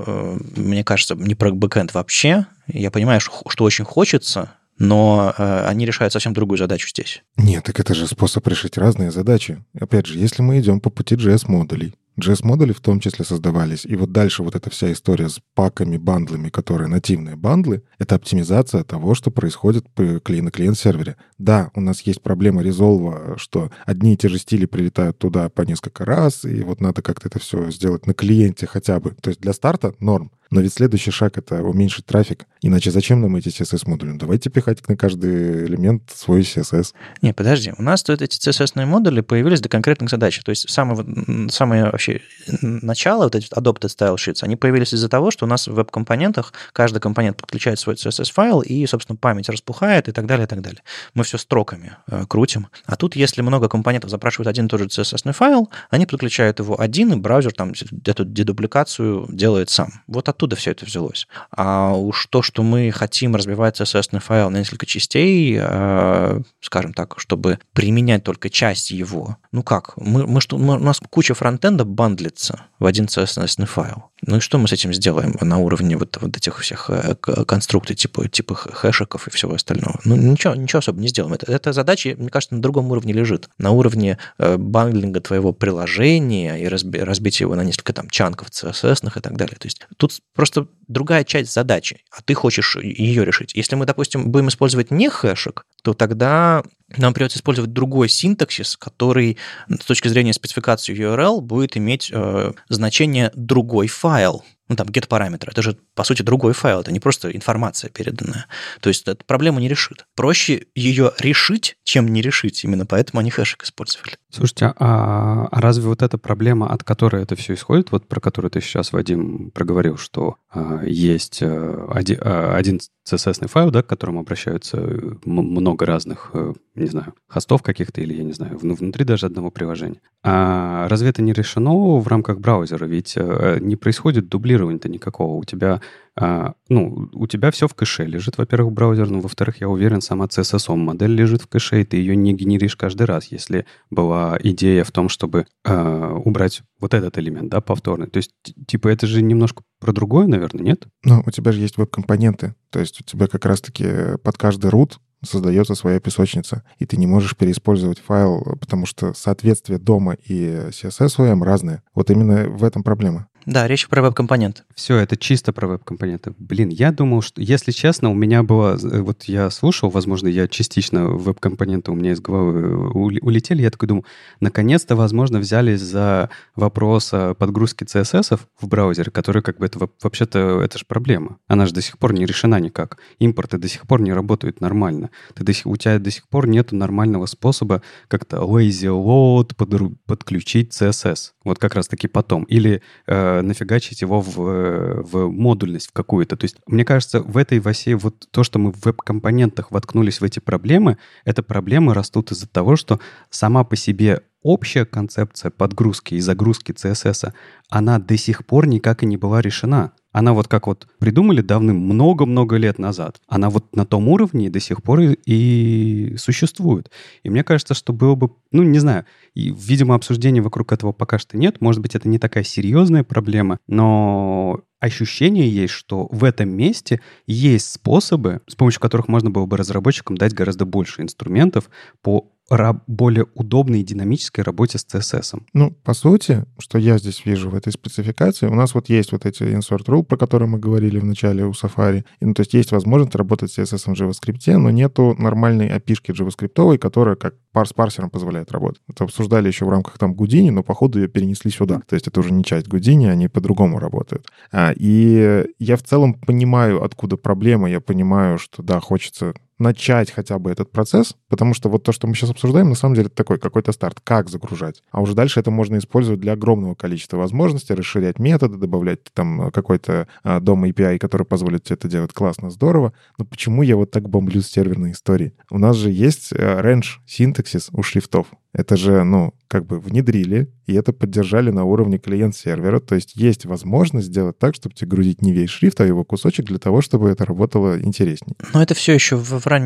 мне кажется, не про бэкэнд вообще. Я понимаю, что очень хочется, но они решают совсем другую задачу здесь. Нет, так это же способ решить разные задачи. Опять же, если мы идем по пути JS-модулей, JS-модули в том числе создавались, и вот дальше вот эта вся история с паками, бандлами, которые нативные бандлы, это оптимизация того, что происходит по клиент-на-клиент сервере. Да, у нас есть проблема резолва, что одни и те же стили прилетают туда по несколько раз, и вот надо как-то это все сделать на клиенте хотя бы. То есть для старта норм. Но ведь следующий шаг — это уменьшить трафик. Иначе зачем нам эти CSS-модули? Давайте пихать на каждый элемент свой CSS. Не, подожди. У нас тут эти CSS-ные модули появились для конкретных задач. То есть самое вообще начало, вот эти adopted style sheets, они появились из-за того, что у нас в веб-компонентах каждый компонент подключает свой CSS-файл и, собственно, память распухает и так далее, и так далее. Мы все строками крутим. А тут, если много компонентов запрашивают один и тот же CSS-ный файл, они подключают его один, и браузер там эту дедубликацию делает сам. Вот оттуда все это взялось. А уж то, что мы хотим разбивать CSS-ный файл на несколько частей, скажем так, чтобы применять только часть его, как? У нас куча фронтенда бандлится в один CSS-ный файл. И что мы с этим сделаем на уровне вот этих всех конструкций типа хэшиков и всего остального? Ничего особо не сделаем. Эта задача, мне кажется, на другом уровне лежит. На уровне бандлинга твоего приложения и разбить его на несколько чанков CSS-ных и так далее. То есть тут просто другая часть задачи, а ты хочешь ее решить. Если мы, допустим, будем использовать не хэшик, то тогда нам придется использовать другой синтаксис, который с точки зрения спецификации URL будет иметь значение другой файл. Get-параметр. Это же, по сути, другой файл. Это не просто информация переданная. То есть эту проблему не решит. Проще ее решить, чем не решить. Именно поэтому они хэшик использовали. Слушайте, а разве вот эта проблема, от которой это все исходит, вот про которую ты сейчас, Вадим, проговорил, что есть один CSS-ный файл, да, к которому обращаются много разных, не знаю, хостов каких-то или, я не знаю, внутри даже одного приложения. А разве это не решено в рамках браузера? Ведь не происходит дублирования-то никакого. У тебя все в кэше лежит, во-первых, браузер, но, во-вторых, я уверен, сама CSS-модель лежит в кэше, и ты ее не генеришь каждый раз, если была идея в том, чтобы убрать вот этот элемент, да, повторный. То есть, это же немножко про другое, наверное, нет? У тебя же есть веб-компоненты, то есть у тебя как раз-таки под каждый root создается своя песочница, и ты не можешь переиспользовать файл, потому что соответствие дома и CSS-VM разные. Вот именно в этом проблема. Да, речь про веб-компоненты. Все, это чисто про веб-компоненты. Я думал, что, если честно, у меня было... Вот я слушал, возможно, я частично веб-компоненты у меня из головы улетели. Я такой думаю, наконец-то, возможно, взялись за вопрос подгрузки CSS в браузере, который вообще-то это же проблема. Она же до сих пор не решена никак. Импорты до сих пор не работают нормально. У тебя до сих пор нету нормального способа как-то lazy load подключить CSS. Вот как раз-таки потом. Или нафигачить его в модульность в какую-то. То есть, мне кажется, в этой оси вот то, что мы в веб-компонентах воткнулись в эти проблемы, это проблемы растут из-за того, что сама по себе общая концепция подгрузки и загрузки CSS, она до сих пор никак и не была решена. Она придумали много-много лет назад. Она на том уровне до сих пор и существует. И мне кажется, что было бы, не знаю, и, видимо, обсуждения вокруг этого пока что нет. Может быть, это не такая серьезная проблема, но ощущение есть, что в этом месте есть способы, с помощью которых можно было бы разработчикам дать гораздо больше инструментов по более удобной и динамической работе с CSS. По сути, что я здесь вижу в этой спецификации, у нас есть эти insert rule, про которые мы говорили в начале у Safari. То есть есть возможность работать с CSS в JavaScript, но нету нормальной API-шки JavaScript, которая как с парсером позволяет работать. Это обсуждали еще в рамках Houdini, но, походу, ее перенесли сюда. То есть это уже не часть Houdini, они по-другому работают. И я в целом понимаю, откуда проблема. Я понимаю, что, да, хочется начать хотя бы этот процесс, потому что вот то, что мы сейчас обсуждаем, на самом деле это такой какой-то старт, как загружать. А уже дальше это можно использовать для огромного количества возможностей, расширять методы, добавлять какой-то дом API, который позволит тебе это делать классно, здорово. Но почему я так бомблю с серверной историей? У нас же есть range синтаксис, синтаксис у шрифтов. Это же, внедрили, и это поддержали на уровне клиент-сервера. То есть возможность сделать так, чтобы тебе грузить не весь шрифт, а его кусочек для того, чтобы это работало интереснее. Но это все еще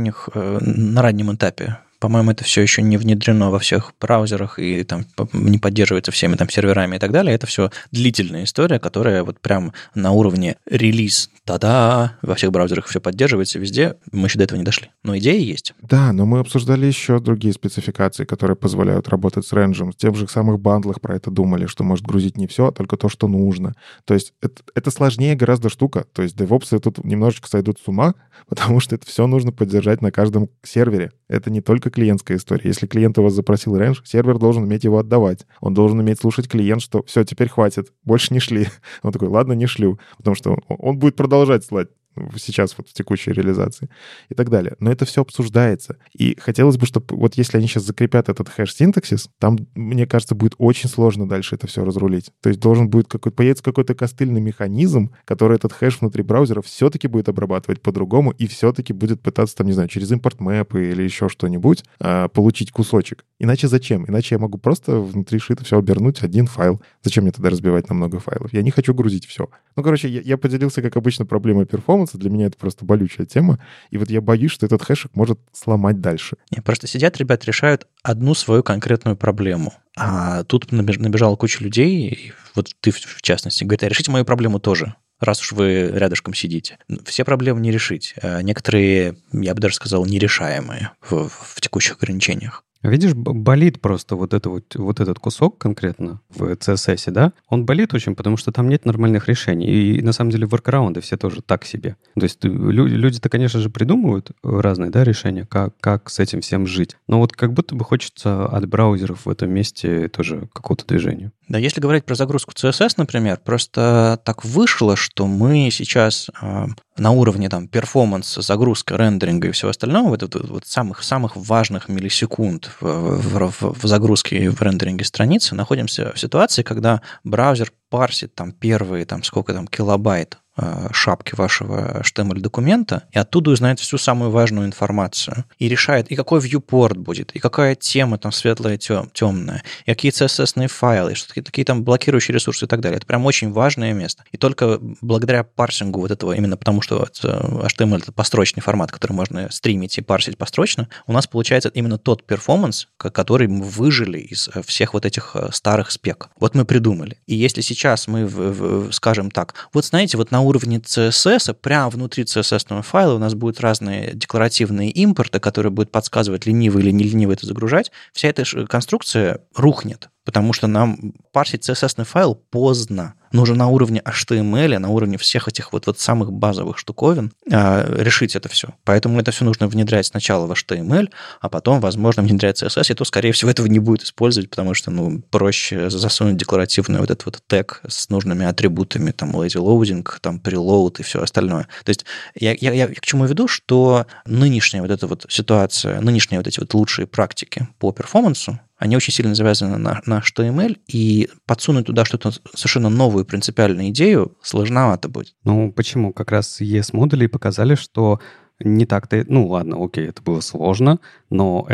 на раннем этапе. По-моему, это все еще не внедрено во всех браузерах и там не поддерживается всеми там серверами и так далее. Это все длительная история, которая вот прям на уровне релиз. Та-да! Во всех браузерах все поддерживается везде. Мы еще до этого не дошли. Но идея есть. Да, но мы обсуждали еще другие спецификации, которые позволяют работать с рейнджем. В тех же самых бандлах про это думали, что может грузить не все, а только то, что нужно. То есть это сложнее гораздо штука. То есть девопсы тут немножечко сойдут с ума, потому что это все нужно поддержать на каждом сервере. Это не только клиентская история. Если клиент у вас запросил рейндж, сервер должен уметь его отдавать. Он должен уметь слушать клиент, что все, теперь хватит, больше не шли. Он такой, ладно, не шлю, потому что он будет продолжать слать сейчас вот в текущей реализации и так далее. Но это все обсуждается. И хотелось бы, чтобы вот если они сейчас закрепят этот хэш-синтаксис, там, мне кажется, будет очень сложно дальше это все разрулить. То есть появится какой-то костыльный механизм, который этот хэш внутри браузера все-таки будет обрабатывать по-другому и все-таки будет пытаться, там, не знаю, через импорт-мэпы или еще что-нибудь получить кусочек. Иначе зачем? Иначе я могу просто внутри шита все обернуть один файл. Зачем мне тогда разбивать на много файлов? Я не хочу грузить все. Я поделился, как обычно, проблемой перформанса. Для меня это просто болючая тема. И вот я боюсь, что этот хэшик может сломать дальше. Просто сидят ребята, решают одну свою конкретную проблему. А тут набежала куча людей, и вот ты в частности, говорит, решите мою проблему тоже, раз уж вы рядышком сидите. Все проблемы не решить. Некоторые, я бы даже сказал, нерешаемые в текущих ограничениях. Видишь, болит просто вот этот кусок конкретно в CSS, да? Он болит очень, потому что там нет нормальных решений. И на самом деле воркараунды все тоже так себе. То есть люди-то, конечно же, придумывают разные, да, решения, как с этим всем жить. Но вот как будто бы хочется от браузеров в этом месте тоже какого-то движения. Да, если говорить про загрузку CSS, например, просто так вышло, что мы сейчас на уровне там перформанса, загрузка, рендеринга и всего остального, вот самых важных миллисекунд в загрузке и в рендеринге страницы находимся в ситуации, когда браузер парсит там первые килобайт шапки вашего HTML-документа и оттуда узнает всю самую важную информацию и решает, и какой viewport будет, и какая тема там светлая, темная, и какие CSS-ные файлы, и какие там блокирующие ресурсы и так далее. Это прям очень важное место. И только благодаря парсингу вот этого, именно потому что HTML — это построчный формат, который можно стримить и парсить построчно, у нас получается именно тот перформанс, который мы выжили из всех вот этих старых спек. Вот мы придумали. И если сейчас мы скажем так, вот знаете, вот на уровне CSS, прямо внутри CSS-ного файла у нас будут разные декларативные импорты, которые будут подсказывать, ленивый или не ленивый это загружать, вся эта конструкция рухнет, потому что нам парсить CSS-ный файл поздно. Нужно на уровне HTML, на уровне всех этих вот самых базовых штуковин решить это все. Поэтому это все нужно внедрять сначала в HTML, а потом, возможно, внедрять CSS, и то, скорее всего, этого не будет использовать, потому что, проще засунуть декларативный вот этот вот тег с нужными атрибутами, там, lazy loading, там, preload и все остальное. То есть я к чему веду, что нынешняя вот эта вот ситуация, нынешние вот эти вот лучшие практики по перформансу, они очень сильно завязаны на HTML, и подсунуть туда что-то совершенно новую принципиальную идею сложновато будет. Почему? Как раз ES-модули показали, что не так-то... Ладно, окей, это было сложно, но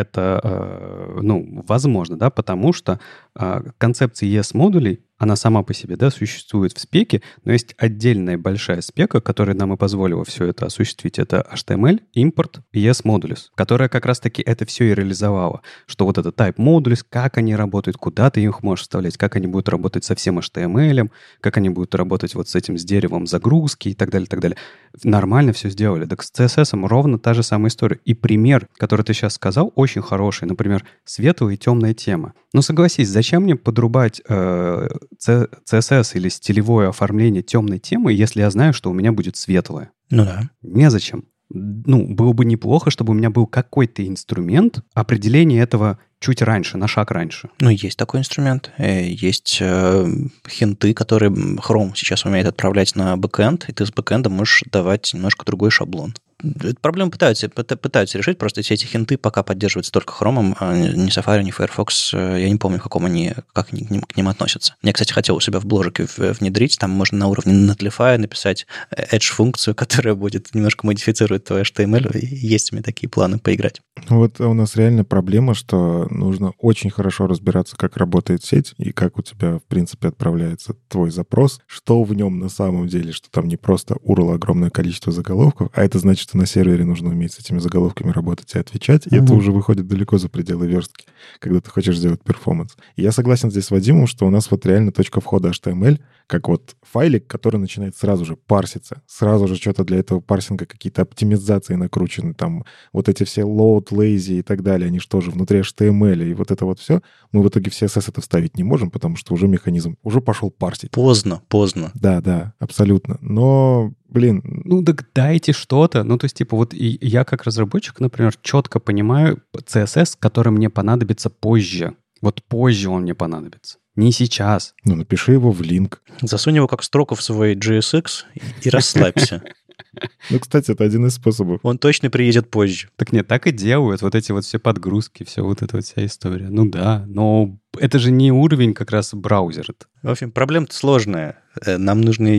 это, возможно, да, потому что концепция ES-модулей, она сама по себе, да, существует в спеке, но есть отдельная большая спека, которая нам и позволила все это осуществить. Это HTML, импорт, ES-modules, которая как раз-таки это все и реализовала. Что вот это type modules, как они работают, куда ты их можешь вставлять, как они будут работать со всем HTML, как они будут работать вот с этим, с деревом загрузки и так далее, так далее. Нормально все сделали. Так с CSS ровно та же самая история. И пример, который ты сейчас сказал, очень хороший. Например, светлая и темная тема. Но согласись, зачем мне подрубать CSS или стилевое оформление темной темы, если я знаю, что у меня будет светлое? Да. Незачем. Было бы неплохо, чтобы у меня был какой-то инструмент определения этого чуть раньше, на шаг раньше. Есть такой инструмент. Есть хинты, которые Chrome сейчас умеет отправлять на бэкэнд, и ты с бэкэнда можешь давать немножко другой шаблон. Эту проблему пытаются решить, просто все эти хинты пока поддерживаются только Chrome, а ни Safari, ни Firefox, я не помню, как они к ним относятся. Я, кстати, хотел у себя в бложике внедрить, там можно на уровне Netlify написать Edge-функцию, которая будет немножко модифицировать твой HTML, есть у меня такие планы поиграть. Вот у нас реально проблема, что нужно очень хорошо разбираться, как работает сеть и как у тебя, в принципе, отправляется твой запрос, что в нем на самом деле, что там не просто URL огромное количество заголовков, а это значит, что на сервере нужно уметь с этими заголовками работать и отвечать, и это уже выходит далеко за пределы верстки, когда ты хочешь сделать перформанс. И я согласен здесь с Вадимом, что у нас вот реально точка входа HTML, как вот файлик, который начинает сразу же парситься, сразу же что-то для этого парсинга, какие-то оптимизации накручены, там вот эти все load, lazy и так далее, они что же внутри HTML, и вот это вот все, мы в итоге в CSS это вставить не можем, потому что уже механизм уже пошел парсить. Поздно. Да, абсолютно. Но, блин... Ну, так дайте что-то. Ну, то есть, типа, вот я как разработчик, например, четко понимаю CSS, который мне понадобится позже. Вот позже он мне понадобится. Не сейчас. Ну, напиши его в линк. Засунь его как строку в свой JSX и расслабься. Ну, кстати, это один из способов. Он точно приедет позже. Так нет, так и делают. Вот эти вот все подгрузки, все вот эта вот вся история. Ну да, но это же не уровень как раз браузера-то. В общем, проблема-то сложная. Нам нужно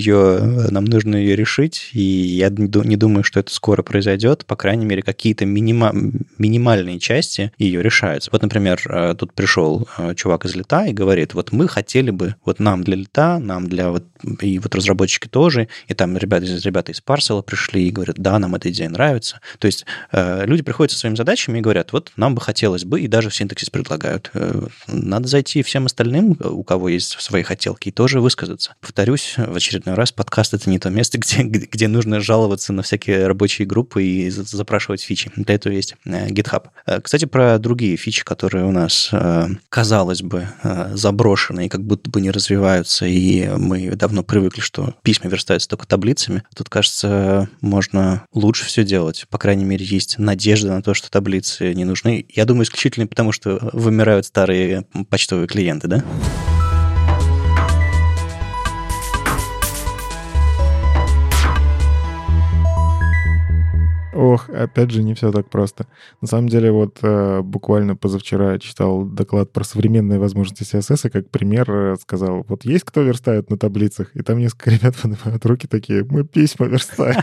ее решить, и я не думаю, что это скоро произойдет. По крайней мере, какие-то минимальные части ее решаются. Вот, например, тут пришел чувак из Лита и говорит, вот мы хотели бы, вот нам для Лита, нам для вот, и вот разработчики тоже, и там ребята из Parcel пришли и говорят, да, нам эта идея нравится. То есть люди приходят со своими задачами и говорят, вот нам бы хотелось бы, и даже в синтаксис предлагают. Надо зайти всем остальным, у кого есть свои хотелки, и тоже высказаться. Повторюсь в очередной раз, подкаст — это не то место, где нужно жаловаться на всякие рабочие группы и запрашивать фичи. Для этого есть GitHub. Кстати, про другие фичи, которые у нас, казалось бы, заброшены и как будто бы не развиваются, и мы давно привыкли, что письма верстаются только таблицами. Тут, кажется, можно лучше все делать. По крайней мере, есть надежда на то, что таблицы не нужны. Я думаю, исключительно потому, что вымирают старые почтовые клиенты, да? Ох, опять же, не все так просто. На самом деле, вот буквально позавчера читал доклад про современные возможности CSS, и как пример сказал, вот есть кто верстает на таблицах? И там несколько ребят поднимают руки такие, мы письма верстаем.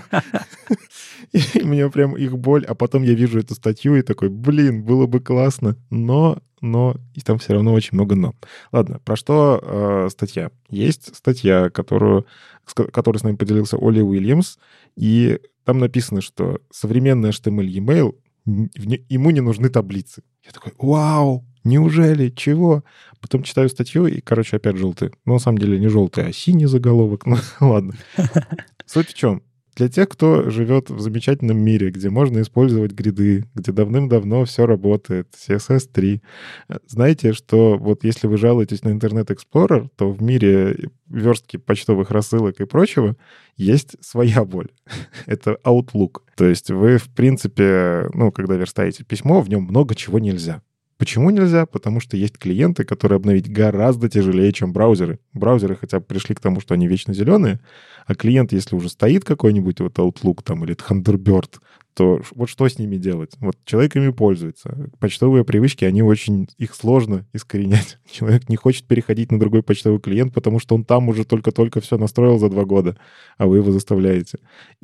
И мне прям их боль, а потом я вижу эту статью и такой, блин, было бы классно, но и там все равно очень много но. Ладно, про что статья? Есть статья, которой с нами поделился Оли Уильямс, и там написано, что современный HTML e-mail, ему не нужны таблицы. Я такой, вау, неужели? Чего? Потом читаю статью, и, короче, опять желтый. Ну, на самом деле, не желтый, а синий заголовок. Ну, ладно. Суть в чем? Для тех, кто живет в замечательном мире, где можно использовать гриды, где давным-давно все работает, CSS 3, знаете, что вот если вы жалуетесь на Internet Explorer, то в мире верстки почтовых рассылок и прочего есть своя боль. Это Outlook. То есть вы, в принципе, когда верстаете письмо, в нем много чего нельзя. Почему нельзя? Потому что есть клиенты, которые обновить гораздо тяжелее, чем браузеры. Браузеры хотя бы пришли к тому, что они вечно зеленые, а клиент, если уже стоит какой-нибудь вот Outlook там, или Thunderbird, то вот что с ними делать? Вот человек ими пользуется. Почтовые привычки, их сложно искоренять. Человек не хочет переходить на другой почтовый клиент, потому что он там уже только-только все настроил за 2 года, а вы его заставляете.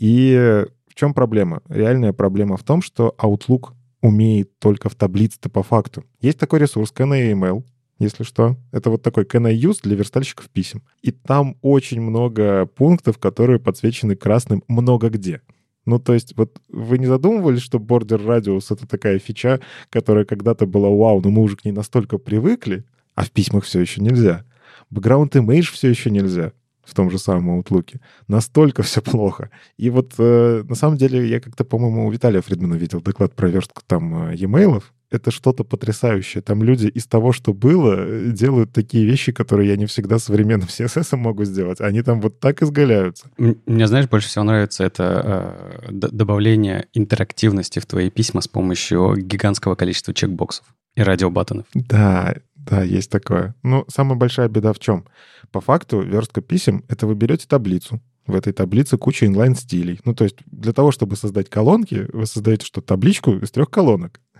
И в чем проблема? Реальная проблема в том, что Outlook умеет только в таблице-то по факту. Есть такой ресурс Can I Email, если что. Это вот такой Can I Use для верстальщиков писем. И там очень много пунктов, которые подсвечены красным много где. Ну, то есть, вот вы не задумывались, что Border Radius — это такая фича, которая когда-то была вау, но мы уже к ней настолько привыкли, а в письмах все еще нельзя. Background Image все еще нельзя. В том же самом Outlook. Настолько все плохо. И вот на самом деле я как-то, по-моему, у Виталия Фридмана видел доклад про верстку там e-mail'ов. Это что-то потрясающее. Там люди из того, что было, делают такие вещи, которые я не всегда современным CSS могу сделать. Они там вот так изгаляются. Мне, знаешь, больше всего нравится это добавление интерактивности в твои письма с помощью гигантского количества чекбоксов и радиобаттонов. Да, есть такое. Но самая большая беда в чем? По факту верстка писем — это вы берете таблицу. В этой таблице куча инлайн-стилей. Ну, то есть для того, чтобы создать колонки, вы создаете что? Табличку из 3 колонок.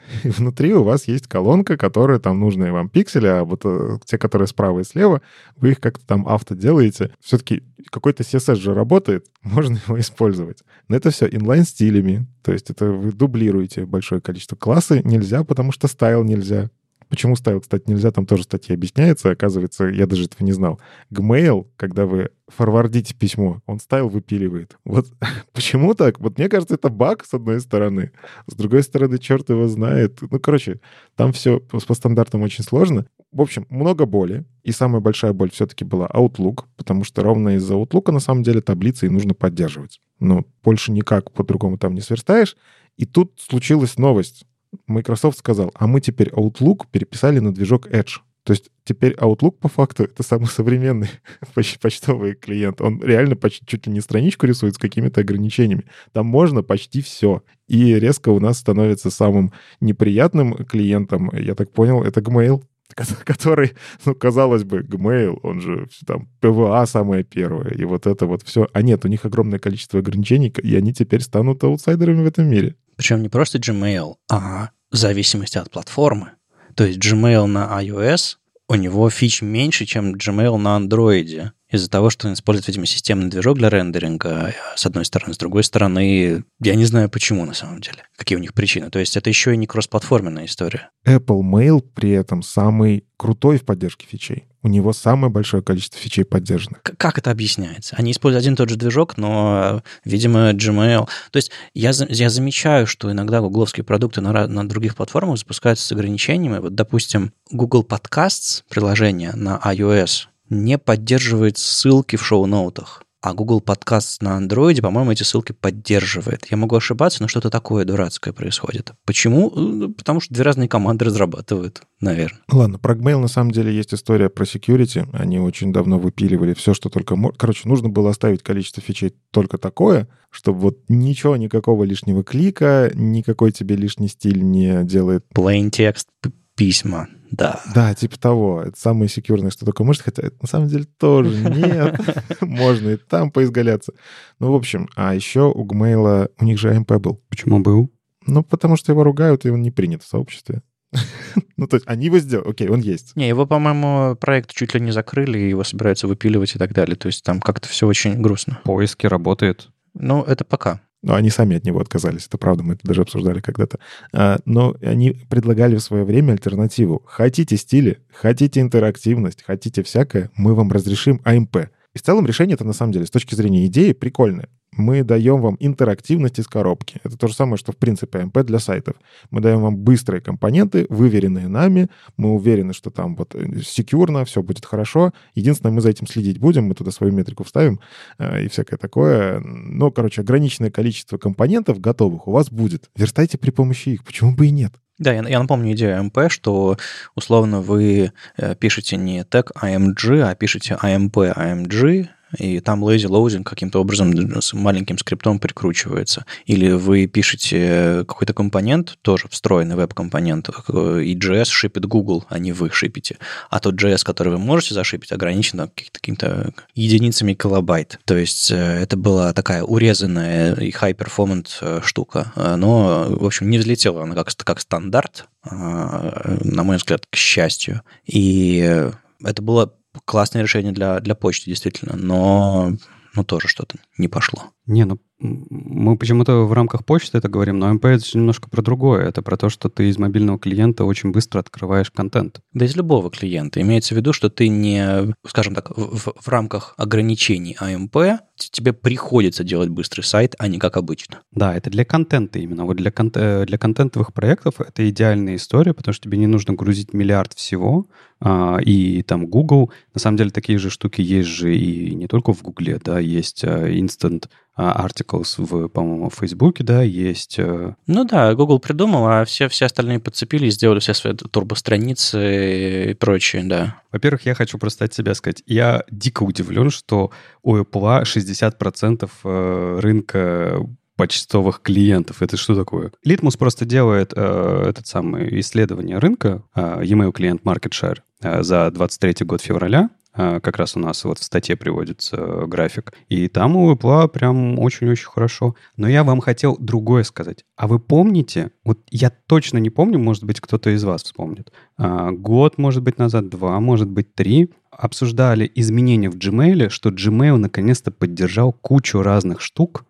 и внутри у вас есть колонка, которая там нужные вам пиксели, а вот те, которые справа и слева, вы их как-то там авто делаете. Все-таки какой-то CSS же работает, можно его использовать. Но это все инлайн-стилями, то есть это вы дублируете большое количество. Классы нельзя, потому что стайл нельзя. Почему стайл, кстати, нельзя, там тоже статья объясняется. Оказывается, я даже этого не знал. Gmail, когда вы форвардите письмо, он стайл выпиливает. Вот почему так? Вот мне кажется, это баг, с одной стороны. С другой стороны, черт его знает. Ну, короче, там все по стандартам очень сложно. В общем, много боли. И самая большая боль все-таки была Outlook, потому что ровно из-за Outlook, на самом деле, таблицы и нужно поддерживать. Но больше никак по-другому там не сверстаешь. И тут случилась новость. Microsoft сказал, а мы теперь Outlook переписали на движок Edge. То есть теперь Outlook, по факту, это самый современный почтовый клиент. Он реально почти чуть ли не страничку рисует с какими-то ограничениями. Там можно почти все. И резко у нас становится самым неприятным клиентом, я так понял, это Gmail, который, ну, казалось бы, Gmail, он же там ПВА самое первое, и вот это вот все. А нет, у них огромное количество ограничений, и они теперь станут аутсайдерами в этом мире. Причем не просто Gmail, а в зависимости от платформы. То есть Gmail на iOS, у него фич меньше, чем Gmail на Android. Из-за того, что он использует, видимо, системный движок для рендеринга, с одной стороны. С другой стороны, я не знаю, почему на самом деле. Какие у них причины. То есть это еще и не кроссплатформенная история. Apple Mail при этом самый крутой в поддержке фичей. У него самое большое количество фичей поддержанных. Как это объясняется? Они используют один и тот же движок, но, видимо, Gmail... То есть я замечаю, что иногда гугловские продукты на других платформах запускаются с ограничениями. Вот, допустим, Google Podcasts, приложение на iOS, не поддерживает ссылки в шоу-ноутах. А Google Podcasts на Android, по-моему, эти ссылки поддерживает. Я могу ошибаться, но что-то такое дурацкое происходит. Почему? Потому что две разные команды разрабатывают, наверное. Ладно, про Gmail на самом деле есть история про security. Они очень давно выпиливали все, что только можно. Короче, нужно было оставить количество фичей только такое, чтобы вот ничего, никакого лишнего клика, никакой тебе лишний стиль не делает. Plain text письма. Да. Да, типа того. Это самое секьюрное, что только может, хотя это на самом деле тоже нет. Можно и там поизгаляться. Ну, в общем, а еще у Gmail, у них же AMP был. Почему был? Ну, потому что его ругают, и он не принят в сообществе. Ну, то есть они его сделали, окей, он есть. Не, его, по-моему, проект чуть ли не закрыли, и его собираются выпиливать и так далее. То есть там как-то все очень грустно. Поиски работает. Ну, это пока. Но они сами от него отказались, это правда, мы это даже обсуждали когда-то. Но они предлагали в свое время альтернативу. Хотите стили, хотите интерактивность, хотите всякое, мы вам разрешим AMP. И в целом решение это на самом деле с точки зрения идеи прикольное. Мы даем вам интерактивность из коробки. Это то же самое, что в принципе AMP для сайтов. Мы даем вам быстрые компоненты, выверенные нами. Мы уверены, что там вот секьюрно, все будет хорошо. Единственное, мы за этим следить будем, мы туда свою метрику вставим и всякое такое. Но, короче, ограниченное количество компонентов готовых у вас будет. Верстайте при помощи их. Почему бы и нет? Да, я напомню идею AMP, что условно вы пишете не тег AMG, а пишете AMP AMG, и там lazy loading каким-то образом с маленьким скриптом прикручивается. Или вы пишете какой-то компонент, тоже встроенный веб-компонент, и JS шипит Google, а не вы шипите. А тот JS, который вы можете зашипить, ограничен какими-то единицами килобайт. То есть это была такая урезанная и high-performance штука. Но, в общем, не взлетела она как стандарт, на мой взгляд, к счастью. И это было классное решение для почты, действительно, но тоже что-то не пошло. Не, ну мы почему-то в рамках почты это говорим, но AMP это немножко про другое. Это про то, что ты из мобильного клиента очень быстро открываешь контент. Да из любого клиента. Имеется в виду, что ты не, скажем так, в рамках ограничений AMP тебе приходится делать быстрый сайт, а не как обычно. Да, это для контента именно. Вот для контентовых проектов это идеальная история, потому что тебе не нужно грузить миллиард всего. И там Google, на самом деле такие же штуки есть же и не только в Гугле, да, есть Instant Articles, по-моему, в Фейсбуке, да, есть... Ну да, Google придумал, а все остальные подцепили и сделали все свои турбостраницы и прочее, да. Во-первых, я хочу просто от себя сказать, я дико удивлен, что у Apple 60% рынка почтовых клиентов. Это что такое? Litmus просто делает этот самый исследование рынка, e-mail клиент Market Share за 23 год февраля. как раз у нас вот в статье приводится график, и там у Apple прям очень-очень хорошо. Но я вам хотел другое сказать. А вы помните, вот я точно не помню, может быть, кто-то из вас вспомнит, год, может быть, назад, 2, может быть, 3, обсуждали изменения в Gmail, что Gmail наконец-то поддержал кучу разных штук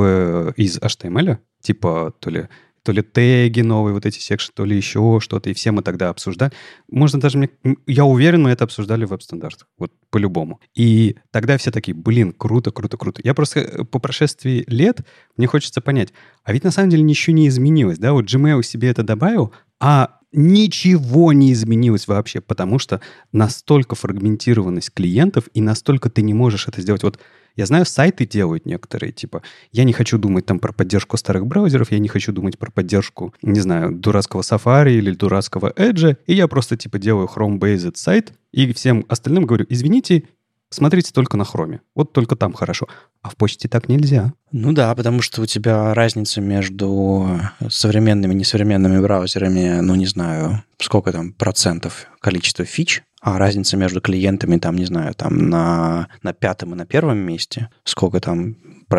из HTML, типа то ли теги новые, вот эти секшн, то ли еще что-то, и все мы тогда обсуждали. Можно даже, я уверен, мы это обсуждали в веб-стандартах, вот по-любому. И тогда все такие, блин, круто, круто, круто. Я просто по прошествии лет, мне хочется понять, а ведь на самом деле ничего не изменилось, да? Вот Gmail себе это добавил, а ничего не изменилось вообще, потому что настолько фрагментированность клиентов, и настолько ты не можешь это сделать. Вот я знаю, сайты делают некоторые, типа, я не хочу думать там про поддержку старых браузеров, я не хочу думать про поддержку, не знаю, дурацкого Safari или дурацкого Edge, и я просто, типа, делаю Chrome-based сайт, и всем остальным говорю, извините, смотрите только на Chrome. Вот только там хорошо. А в почте так нельзя. Ну да, потому что у тебя разница между современными и несовременными браузерами, ну не знаю, сколько там процентов количества фич, а разница между клиентами, там, не знаю, там на 5-м и на 1-м месте, сколько там,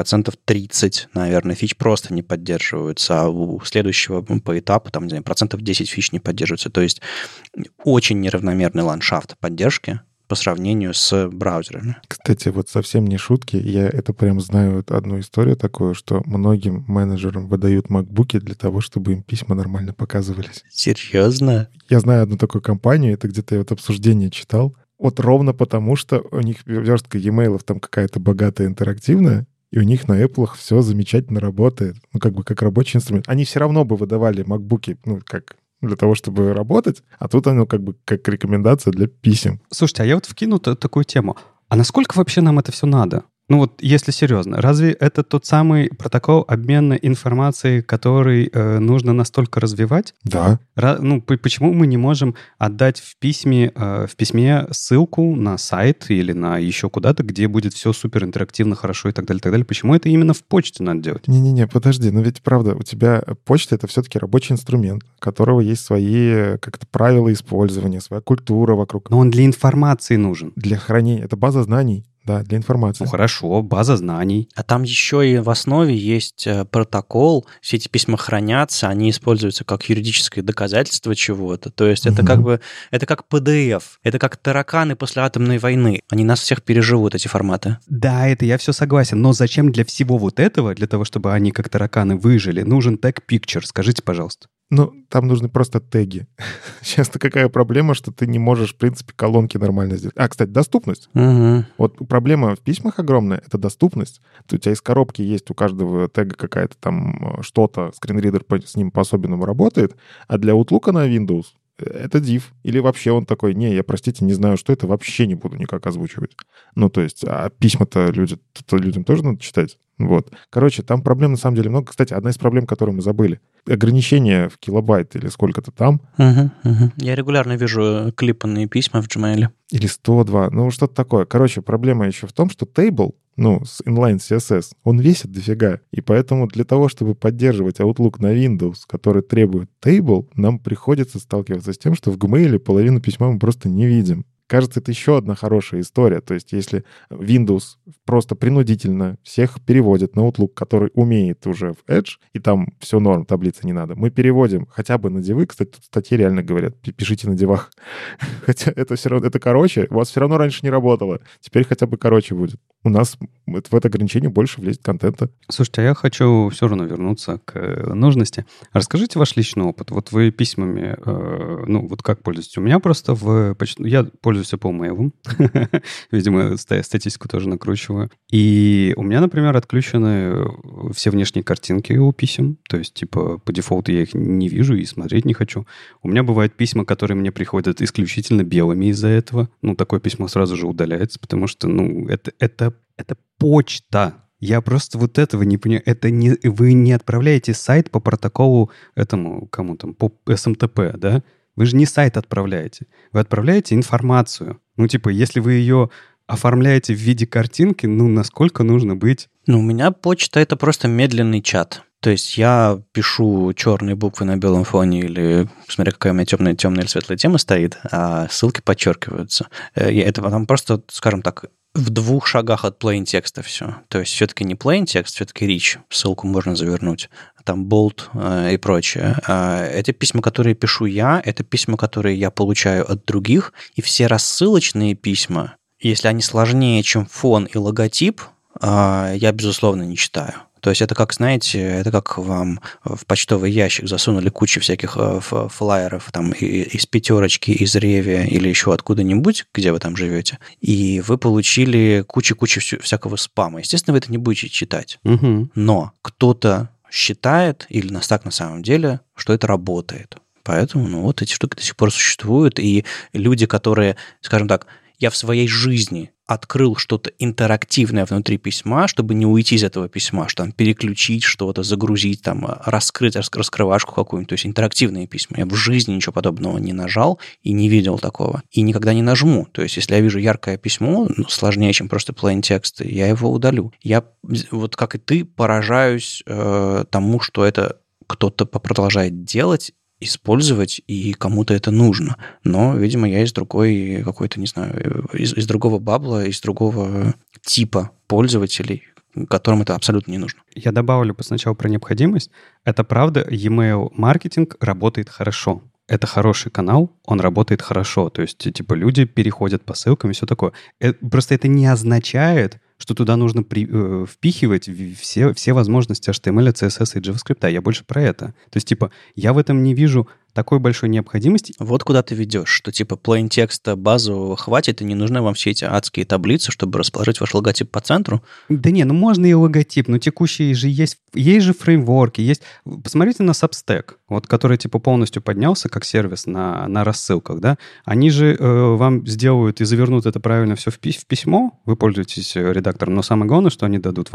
30%, наверное, фич просто не поддерживаются, а у следующего по этапу, там, не знаю, 10% фич не поддерживаются. То есть очень неравномерный ландшафт поддержки по сравнению с браузерами. Кстати, вот совсем не шутки, я это прям знаю одну историю такую, что многим менеджерам выдают макбуки для того, чтобы им письма нормально показывались. Серьезно? Я знаю одну такую компанию, это где-то я вот обсуждение читал, вот ровно потому, что у них верстка e-mail'ов там какая-то богатая, интерактивная, и у них на Apple все замечательно работает, ну, как бы как рабочий инструмент. Они все равно бы выдавали макбуки, ну, как для того, чтобы работать, а тут оно как бы как рекомендация для писем. Слушайте, а я вот вкину такую тему. А насколько вообще нам это все надо? Ну вот, если серьезно, разве это тот самый протокол обмена информацией, который нужно настолько развивать? Да. Почему мы не можем отдать в письме ссылку на сайт или на еще куда-то, где будет все супер интерактивно, хорошо и так далее, так далее? Почему это именно в почте надо делать? Не-не-не, подожди, но ведь правда, у тебя почта — это все-таки рабочий инструмент, у которого есть свои как-то правила использования, своя культура вокруг. Но он для информации нужен. Для хранения. Это база знаний. Да, для информации. Ну хорошо, база знаний. А там еще и в основе есть протокол, все эти письма хранятся, они используются как юридическое доказательство чего-то. То есть это как бы, это как PDF, это как тараканы после атомной войны. Они нас всех переживут, эти форматы. Да, это я все согласен, но зачем для всего вот этого, для того, чтобы они как тараканы выжили, нужен tag picture? Скажите, пожалуйста. Ну, там нужны просто теги. Сейчас-то какая проблема, что ты не можешь, в принципе, колонки нормально сделать. А, кстати, доступность. Вот проблема в письмах огромная — это доступность. У тебя из коробки есть у каждого тега какая-то там что-то, скринридер с ним по-особенному работает, а для Outlook на Windows это div. Или вообще он такой, не, я, простите, не знаю, что это, вообще не буду никак озвучивать. Ну, то есть, а письма-то людям тоже надо читать. Вот. Короче, там проблем на самом деле много. Кстати, одна из проблем, которую мы забыли. Ограничение в килобайт или сколько-то там. Я регулярно вижу клипанные письма в Gmail. Или 102. Ну, что-то такое. Короче, проблема еще в том, что Table, с inline CSS, он весит дофига. И поэтому для того, чтобы поддерживать Outlook на Windows, который требует Table, нам приходится сталкиваться с тем, что в Gmail половину письма мы просто не видим. Кажется, это еще одна хорошая история. То есть если Windows просто принудительно всех переводит на Outlook, который умеет уже в Edge, и там все норм, таблицы не надо, мы переводим хотя бы на дивы. Кстати, тут статьи реально говорят, пишите на дивах. Хотя это все равно, это короче. У вас все равно раньше не работало. Теперь хотя бы короче будет. У нас в это ограничение больше влезет контента. Слушайте, а я хочу все равно вернуться к нужности. Расскажите ваш личный опыт. Вот вы письмами, вот как пользуетесь? У меня просто я пользуюсь Apple Mail. Видимо, статистику тоже накручиваю. И у меня, например, отключены все внешние картинки у писем. То есть, типа, по дефолту я их не вижу и смотреть не хочу. У меня бывают письма, которые мне приходят исключительно белыми из-за этого. Такое письмо сразу же удаляется, потому что, это почта. Я просто вот этого не понимаю. Вы не отправляете сайт по протоколу кому там, по SMTP, да? Вы же не сайт отправляете. Вы отправляете информацию. Если вы ее оформляете в виде картинки, насколько нужно быть? У меня почта — это просто медленный чат. То есть я пишу черные буквы на белом фоне или, смотря какая у меня темная или светлая тема стоит, а ссылки подчеркиваются. Это потом просто, скажем так, в 2 шагах от plain текста все. То есть все-таки не plain текст, все-таки rich. Ссылку можно завернуть. Там bold и прочее. Это письма, которые пишу я, это письма, которые я получаю от других. И все рассылочные письма, если они сложнее, чем фон и логотип, я, безусловно, не читаю. То есть это как, знаете, это как вам в почтовый ящик засунули кучу всяких флаеров там из Пятерочки, из Ревия или еще откуда-нибудь, где вы там живете, и вы получили кучу всякого спама. Естественно, вы это не будете читать. Угу. Но кто-то считает, или нас так на самом деле, что это работает. Поэтому вот эти штуки до сих пор существуют, и люди, которые, скажем так, я в своей жизни открыл что-то интерактивное внутри письма, чтобы не уйти из этого письма, что там переключить что-то, загрузить, там, раскрыть раскрывашку какую-нибудь, то есть интерактивные письма. Я в жизни ничего подобного не нажал и не видел такого. И никогда не нажму. То есть если я вижу яркое письмо, сложнее, чем просто plain текст, я его удалю. Я, вот как и ты, поражаюсь тому, что это кто-то продолжает делать, использовать, и кому-то это нужно. Но, видимо, я из другой какой-то, не знаю, из другого бабла, из другого типа пользователей, которым это абсолютно не нужно. Я добавлю сначала про необходимость. Это правда, e-mail маркетинг работает хорошо. Это хороший канал, он работает хорошо. То есть, типа, люди переходят по ссылкам и все такое. Просто это не означает, что туда нужно впихивать все возможности HTML, CSS и JavaScript. Я больше про это. То есть, типа, я в этом не вижу такой большой необходимости. Вот куда ты ведешь, что типа plain текста базового хватит, и не нужны вам все эти адские таблицы, чтобы расположить ваш логотип по центру? Да не, можно и логотип, но текущие же есть же фреймворки, есть... Посмотрите на Substack, вот, который типа полностью поднялся как сервис на рассылках, да? Они же вам сделают и завернут это правильно все в письмо, вы пользуетесь редактором, но самое главное, что они дадут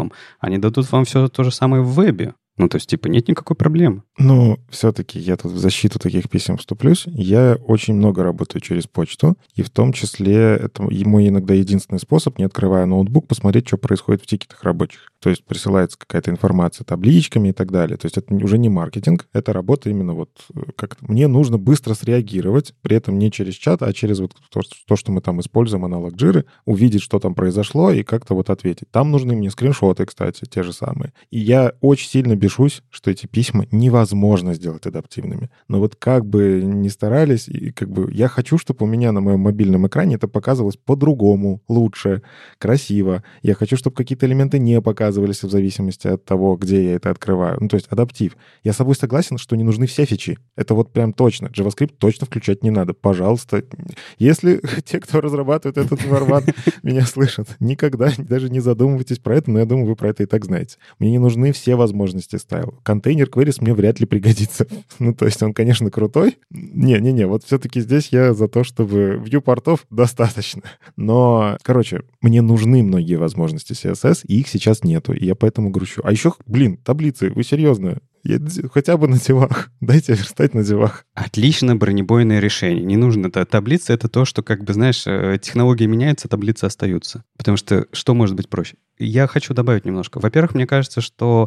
вам все то же самое в вебе. Ну, то есть, типа, нет никакой проблемы. Ну, все-таки я тут в защиту таких писем вступлюсь. Я очень много работаю через почту, и в том числе это мой иногда единственный способ, не открывая ноутбук, посмотреть, что происходит в тикетах рабочих. То есть присылается какая-то информация табличками и так далее. То есть это уже не маркетинг, это работа именно вот как-то. Мне нужно быстро среагировать, при этом не через чат, а через вот то, что мы там используем, аналог Jira, увидеть, что там произошло, и как-то вот ответить. Там нужны мне скриншоты, кстати, те же самые. И я очень сильно бешусь, что эти письма невозможно сделать адаптивными. Но вот как бы ни старались, и как бы я хочу, чтобы у меня на моем мобильном экране это показывалось по-другому, лучше, красиво. Я хочу, чтобы какие-то элементы не показывались в зависимости от того, где я это открываю. Ну, то есть адаптив. Я с собой согласен, что не нужны все фичи. Это вот прям точно. JavaScript точно включать не надо. Пожалуйста. Если те, кто разрабатывает этот формат, меня слышат, никогда даже не задумывайтесь про это, но я думаю, вы про это и так знаете. Мне не нужны все возможности стайл. Контейнер queries мне вряд ли пригодится. Ну, то есть он, конечно, крутой. Не-не-не, вот все-таки здесь я за то, чтобы view-портов достаточно. Но, короче, мне нужны многие возможности CSS, и их сейчас нету. И я поэтому грущу. А еще, таблицы, вы серьезно? Хотя бы на девах. Дайте верстать на девах. Отлично бронебойное решение. Не нужно. Таблица — это то, что, как бы, знаешь, технологии меняются, таблицы остаются. Потому что что может быть проще? Я хочу добавить немножко. Во-первых, мне кажется, что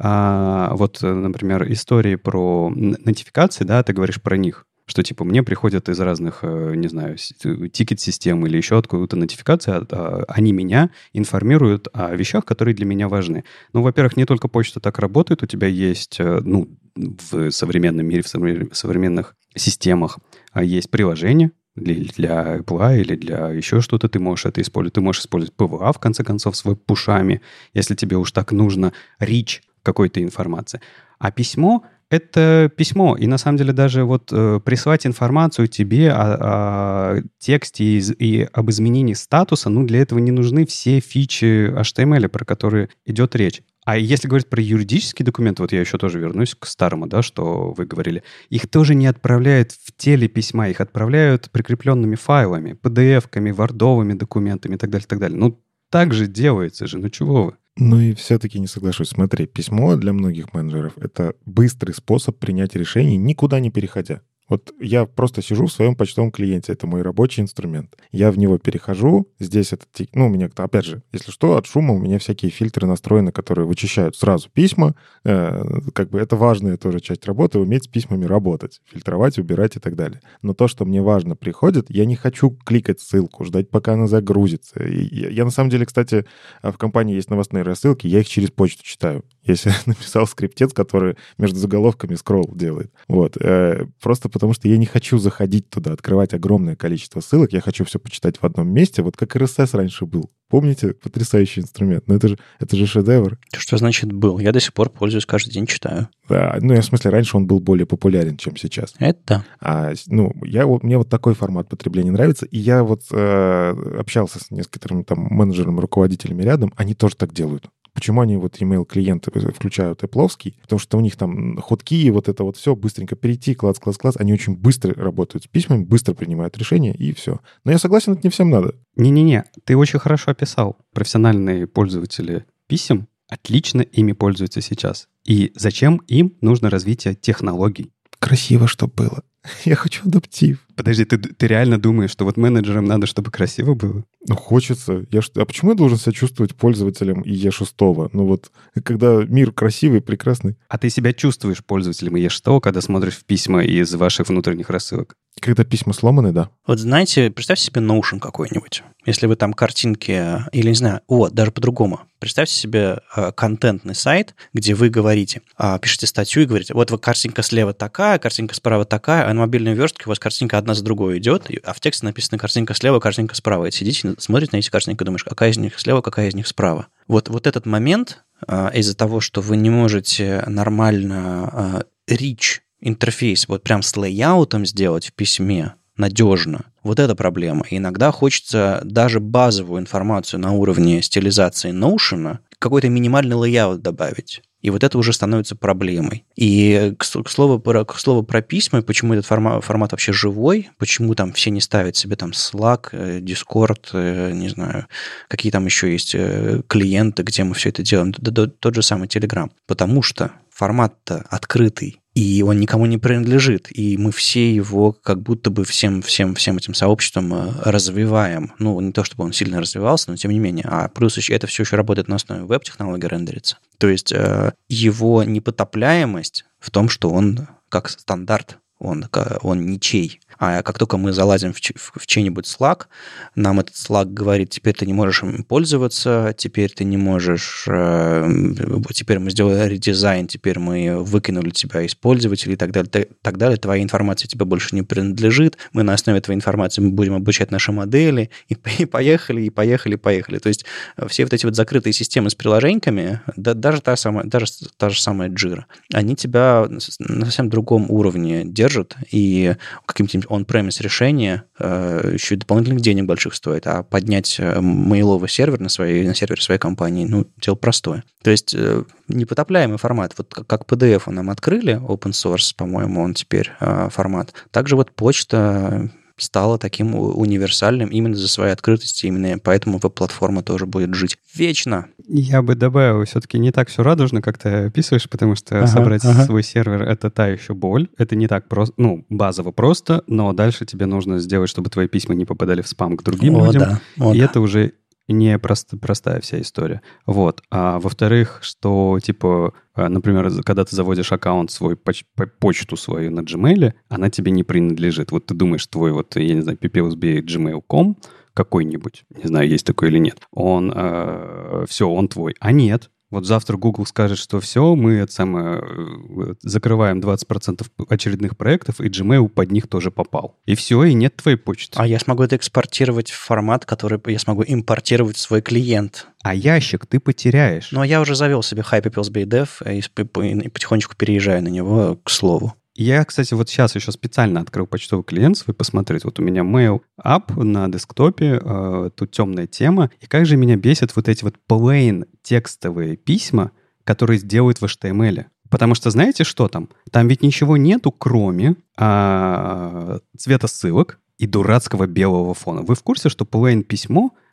вот, например, истории про нотификации, да, ты говоришь про них, что, типа, мне приходят из разных, не знаю, тикет-систем или еще откуда-то нотификации, они меня информируют о вещах, которые для меня важны. Ну, во-первых, не только почта так работает, у тебя есть, ну, в современном мире, в современных системах есть приложения для Apple или для еще что-то, ты можешь это использовать. Ты можешь использовать PWA, в конце концов, с веб-пушами, если тебе уж так нужно rich какой-то информации. А письмо — это письмо, и на самом деле даже вот присылать информацию тебе о тексте и об изменении статуса, ну, для этого не нужны все фичи HTML, про которые идет речь. А если говорить про юридические документы, вот я еще тоже вернусь к старому, да, что вы говорили, их тоже не отправляют в теле письма, их отправляют прикрепленными файлами, PDF-ками, вардовыми документами и так далее, так далее. Ну, так же делается же, ну чего вы? Ну и все-таки не соглашусь. Смотри, письмо для многих менеджеров — это быстрый способ принять решение, никуда не переходя. Вот я просто сижу в своем почтовом клиенте, это мой рабочий инструмент. Я в него перехожу, здесь это, ну, у меня, опять же, если что, от шума у меня всякие фильтры настроены, которые вычищают сразу письма. Как бы это важная тоже часть работы, уметь с письмами работать, фильтровать, убирать и так далее. Но то, что мне важно, приходит, я не хочу кликать ссылку, ждать, пока она загрузится. И я на самом деле, кстати, в компании есть новостные рассылки, я их через почту читаю. Я себе написал скриптец, который между заголовками скролл делает. Вот. Просто потому что я не хочу заходить туда, открывать огромное количество ссылок. Я хочу все почитать в одном месте, вот как RSS раньше был. Помните? Потрясающий инструмент. Но это же шедевр. Что значит был? Я до сих пор пользуюсь, каждый день читаю. Да, ну, в смысле, раньше он был более популярен, чем сейчас. Это мне вот такой формат потребления нравится, и я вот общался с несколькими там менеджерами, руководителями рядом, они тоже так делают. Почему они вот email-клиенты включают Apple-овский? Потому что у них там ходки, вот это вот все, быстренько перейти, класс. Они очень быстро работают с письмами, быстро принимают решения, и все. Но я согласен, это не всем надо. Не-не-не, ты очень хорошо описал. Профессиональные пользователи писем отлично ими пользуются сейчас. И зачем им нужно развитие технологий? Красиво, чтобы было. Я хочу адаптив. Подожди, ты реально думаешь, что вот менеджерам надо, чтобы красиво было? Ну, хочется. А почему я должен себя чувствовать пользователем Е6? Ну вот, когда мир красивый, прекрасный. А ты себя чувствуешь пользователем Е6, когда смотришь в письма из ваших внутренних рассылок? Когда письма сломаны, да. Вот знаете, представьте себе Notion какой-нибудь. Если вы там картинки, или не знаю, даже по-другому. Представьте себе контентный сайт, где вы говорите, пишете статью и говорите, вот картинка слева такая, картинка справа такая, а на мобильной верстке у вас картинка одна за другой идет, а в тексте написано картинка слева, картинка справа. И сидите, смотрите на эти картинки и думаешь, какая из них слева, какая из них справа. Вот этот момент, из-за того, что вы не можете нормально rich интерфейс вот прям с лейаутом сделать в письме надежно, вот это проблема. И иногда хочется даже базовую информацию на уровне стилизации Notion, какой-то минимальный лейаут добавить. И вот это уже становится проблемой. И к слову про письма, почему этот формат вообще живой, почему там все не ставят себе там Slack, Discord, не знаю, какие там еще есть клиенты, где мы все это делаем, тот же самый Telegram. Потому что формат-то открытый, и он никому не принадлежит, и мы все его как будто бы всем этим сообществом развиваем. Ну, не то чтобы он сильно развивался, но тем не менее. А плюс это все еще работает на основе веб-технологии, рендерится. То есть его непотопляемость в том, что он как стандарт, он ничей. А как только мы залазим в чей-нибудь Slack, нам этот Slack говорит, теперь ты не можешь им пользоваться, теперь ты не можешь... Теперь мы сделали редизайн, теперь мы выкинули тебя из пользователей и так далее. Твоя информация тебе больше не принадлежит. Мы на основе твоей информации будем обучать наши модели. И поехали. То есть все вот эти вот закрытые системы с приложениями, даже та же самая Jira, они тебя на совсем другом уровне держат, и каким-то on-premise решение еще и дополнительных денег больших стоит, а поднять мейловый сервер на сервере своей компании, дело простое. То есть непотопляемый формат, вот как PDF нам открыли, open source, по-моему, он теперь формат, также вот почта стала таким универсальным именно за своей открытости, именно поэтому веб-платформа тоже будет жить вечно. Я бы добавил, все-таки не так все радужно, как ты описываешь, потому что собрать свой сервер — это та еще боль. Это не так просто, базово просто, но дальше тебе нужно сделать, чтобы твои письма не попадали в спам к другим людям. Это уже не простая вся история. Вот. А во-вторых, что, например, когда ты заводишь аккаунт свой, почту свою на Gmail, она тебе не принадлежит. Вот ты думаешь, твой, я не знаю, ppsb.gmail.com какой-нибудь, не знаю, есть такой или нет, он твой. А нет. Вот завтра Google скажет, что все, мы закрываем 20% очередных проектов, и Gmail под них тоже попал. И все, и нет твоей почты. А я смогу это экспортировать в формат, который я смогу импортировать в свой клиент. А ящик ты потеряешь. Ну, я уже завел себе HiPeoplesBayDev и потихонечку переезжаю на него, к слову. Я, кстати, вот сейчас еще специально открыл почтовый клиент свой посмотреть. Вот у меня Mail App на десктопе, тут темная тема. И как же меня бесит вот эти вот plain текстовые письма, которые сделают в HTML. Потому что знаете, что там? Там ведь ничего нету, кроме цвета ссылок и дурацкого белого фона. Вы в курсе, что plain письмо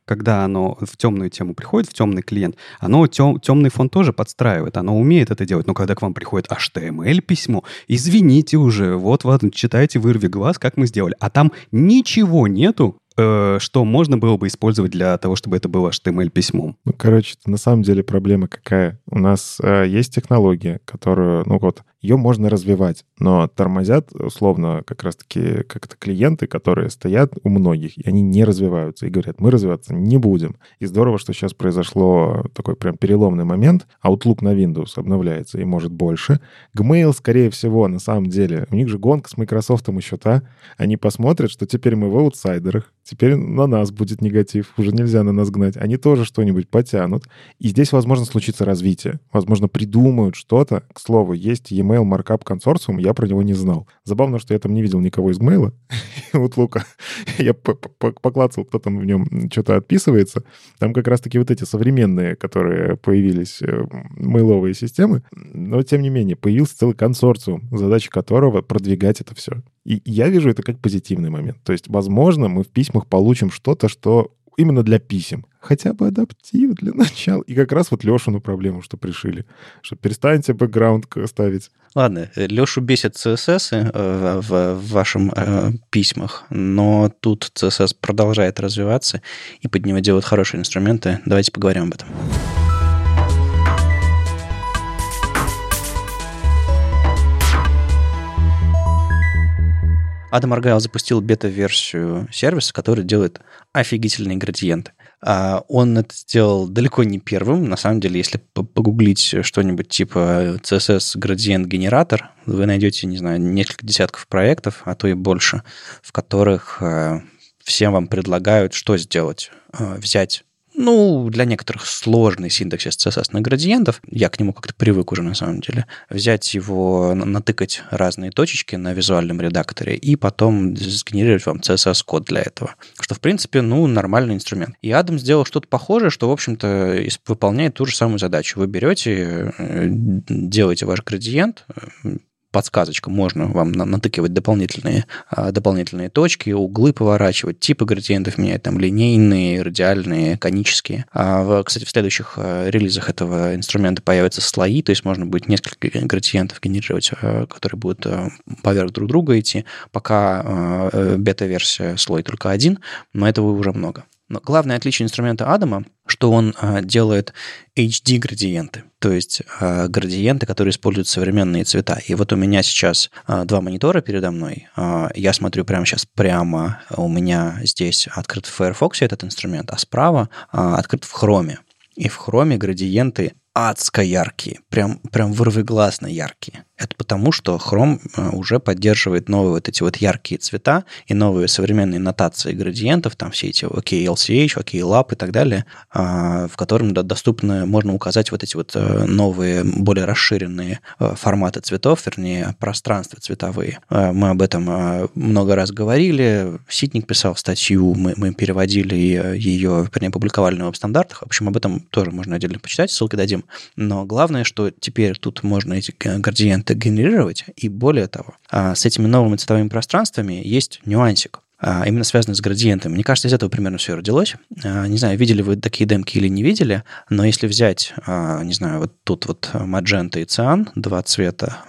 когда оно в темную тему приходит, в темный клиент, оно темный фон тоже подстраивает, оно умеет это делать. Но когда к вам приходит HTML-письмо, извините уже, вот читайте, вырви глаз, как мы сделали. А там ничего нету, что можно было бы использовать для того, чтобы это было HTML-письмом. Ну, короче, на самом деле проблема какая? У нас есть технология, которую, ее можно развивать, но тормозят, условно, как раз-таки как-то клиенты, которые стоят у многих, и они не развиваются, и говорят, мы развиваться не будем. И здорово, что сейчас произошло такой прям переломный момент. Outlook на Windows обновляется, и может больше. Gmail, скорее всего, на самом деле, у них же гонка с Microsoft еще та. Они посмотрят, что теперь мы в аутсайдерах, теперь на нас будет негатив, уже нельзя на нас гнать. Они тоже что-нибудь потянут. И здесь, возможно, случится развитие. Возможно, придумают что-то. К слову, есть e-mail Markup консорциум, я про него не знал. Забавно, что я там не видел никого из Gmail. Outlook. Я поклацал, кто там в нем что-то отписывается. Там как раз-таки вот эти современные, которые появились, мейловые системы. Но, тем не менее, появился целый консорциум, задача которого продвигать это все. И я вижу это как позитивный момент. То есть, возможно, мы в письмах получим что-то, что именно для писем. Хотя бы адаптив для начала. И как раз вот Лешину проблему, что пришили. Что перестаньте бэкграунд ставить. Ладно, Лешу бесит CSS в вашем письмах, но тут CSS продолжает развиваться, и под него делают хорошие инструменты. Давайте поговорим об этом. Адам Аргайл запустил бета-версию сервиса, который делает офигительные градиенты. Он это сделал далеко не первым. На самом деле, если погуглить что-нибудь типа CSS-градиент-генератор, вы найдете, не знаю, несколько десятков проектов, а то и больше, в которых всем вам предлагают, что сделать. Взять для некоторых сложный синтаксис CSS градиентов, я к нему как-то привык уже на самом деле, взять его, натыкать разные точечки на визуальном редакторе и потом сгенерировать вам CSS-код для этого. Что, в принципе, нормальный инструмент. И Адам сделал что-то похожее, что, в общем-то, выполняет ту же самую задачу. Вы берете, делаете ваш градиент, подсказочка, можно вам натыкивать дополнительные точки, углы поворачивать, типы градиентов менять, там линейные, радиальные, конические. Кстати, в следующих релизах этого инструмента появятся слои, то есть можно будет несколько градиентов генерировать, которые будут поверх друг друга идти. Пока бета-версия слой только один, но этого уже много. Но главное отличие инструмента Адама, что он делает HD-градиенты, то есть градиенты, которые используют современные цвета. И вот у меня сейчас два монитора передо мной. Я смотрю прямо сейчас у меня здесь открыт в Firefox этот инструмент, а справа открыт в Chrome. И в Chrome градиенты адско яркие, прям вырвиглазно яркие. Это потому, что Chrome уже поддерживает новые вот эти вот яркие цвета и новые современные нотации градиентов, там все эти OKLCH, OKLab и так далее, в котором доступно, можно указать вот эти вот новые, более расширенные форматы цветов, вернее, пространства цветовые. Мы об этом много раз говорили, Ситник писал статью, мы переводили ее, вернее, публиковали на веб-стандартах. В общем, об этом тоже можно отдельно почитать, ссылки дадим. Но главное, что теперь тут можно эти градиенты генерировать, и более того, с этими новыми цветовыми пространствами есть нюансик, именно связанный с градиентами. Мне кажется, из этого примерно все родилось. Не знаю, видели вы такие демки или не видели, но если взять, не знаю, вот тут вот маджента и циан, два цвета,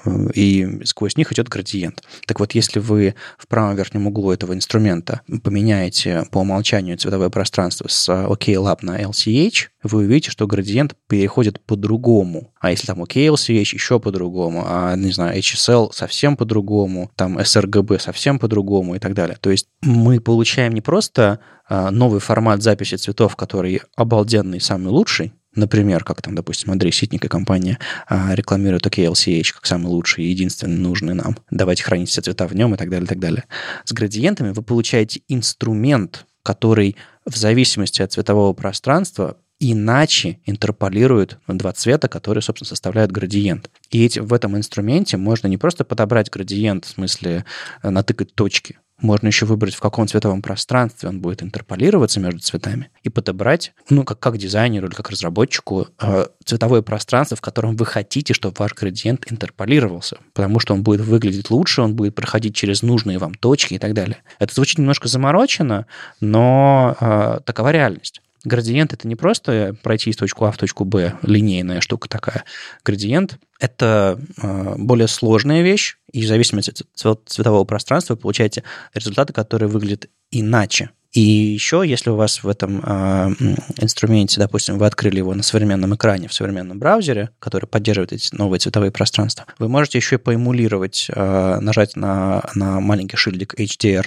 и сквозь них идет градиент. Так вот, если вы в правом верхнем углу этого инструмента поменяете по умолчанию цветовое пространство с OKLab на LCH, вы увидите, что градиент переходит по-другому. А если там OKLCH еще по-другому, а, не знаю, HSL совсем по-другому, там sRGB совсем по-другому и так далее. То есть мы получаем не просто новый формат записи цветов, который обалденный, самый лучший, например, как там, допустим, Андрей Ситник и компания рекламирует OKLCH как самый лучший и единственный нужный нам. Давайте хранить все цвета в нем и так далее, и так далее. С градиентами вы получаете инструмент, который в зависимости от цветового пространства иначе интерполирует два цвета, которые, собственно, составляют градиент. И в этом инструменте можно не просто подобрать градиент, в смысле натыкать точки, можно еще выбрать, в каком цветовом пространстве он будет интерполироваться между цветами, и подобрать, как дизайнеру или как разработчику, цветовое пространство, в котором вы хотите, чтобы ваш градиент интерполировался, потому что он будет выглядеть лучше, он будет проходить через нужные вам точки и так далее. Это звучит немножко заморочено, но такова реальность. градиент — это не просто пройти из точки А в точку Б, линейная штука такая. Градиент — это более сложная вещь, и в зависимости от цветового пространства вы получаете результаты, которые выглядят иначе. И еще, если у вас в этом инструменте, допустим, вы открыли его на современном экране, в современном браузере, который поддерживает эти новые цветовые пространства, вы можете еще и поэмулировать, нажать на маленький шильдик HDR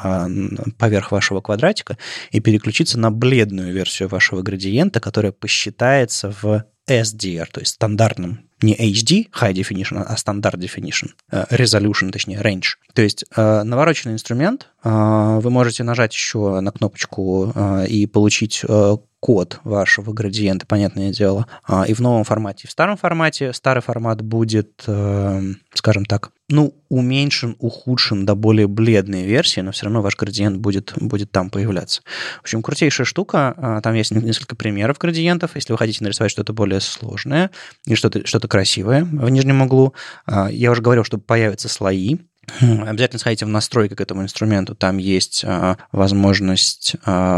поверх вашего квадратика и переключиться на бледную версию вашего градиента, которая посчитается в SDR, то есть стандартным, не HD, High Definition, а Standard Definition, Resolution, точнее, Range. То есть навороченный инструмент, вы можете нажать еще на кнопочку и получить код вашего градиента, понятное дело, и в новом формате, и в старом формате. Старый формат будет, скажем так, уменьшен, ухудшен до более бледной версии, но все равно ваш градиент будет там появляться. В общем, крутейшая штука. Там есть несколько примеров градиентов. Если вы хотите нарисовать что-то более сложное и что-то красивое в нижнем углу, я уже говорил, что появятся слои. Обязательно сходите в настройки к этому инструменту. Там есть возможность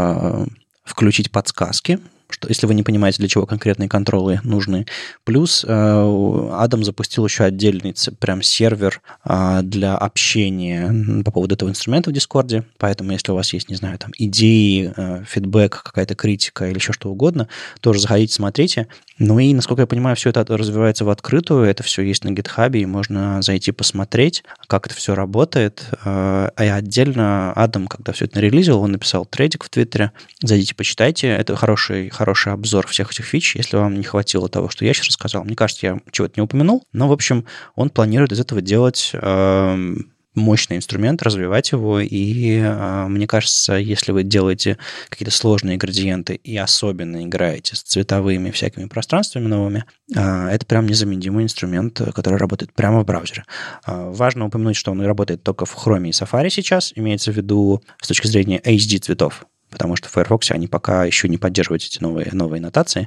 включить подсказки, что, если вы не понимаете, для чего конкретные контролы нужны. Плюс Адам запустил еще отдельный прям сервер для общения по поводу этого инструмента в Дискорде. Поэтому, если у вас есть, не знаю, там идеи, фидбэк, какая-то критика или еще что угодно, тоже заходите, смотрите. Ну и, насколько я понимаю, все это развивается в открытую. Это все есть на GitHub, и можно зайти посмотреть, как это все работает. А отдельно Адам, когда все это нарелизил, он написал трейдик в Твиттере. Зайдите, почитайте. Это хороший обзор всех этих фич, если вам не хватило того, что я сейчас рассказал. Мне кажется, я чего-то не упомянул, но, в общем, он планирует из этого делать мощный инструмент, развивать его, и мне кажется, если вы делаете какие-то сложные градиенты и особенно играете с цветовыми всякими пространствами новыми, это прям незаменимый инструмент, который работает прямо в браузере. Важно упомянуть, что он работает только в Chrome и Safari сейчас, имеется в виду с точки зрения HD цветов, потому что в Firefox они пока еще не поддерживают эти новые нотации,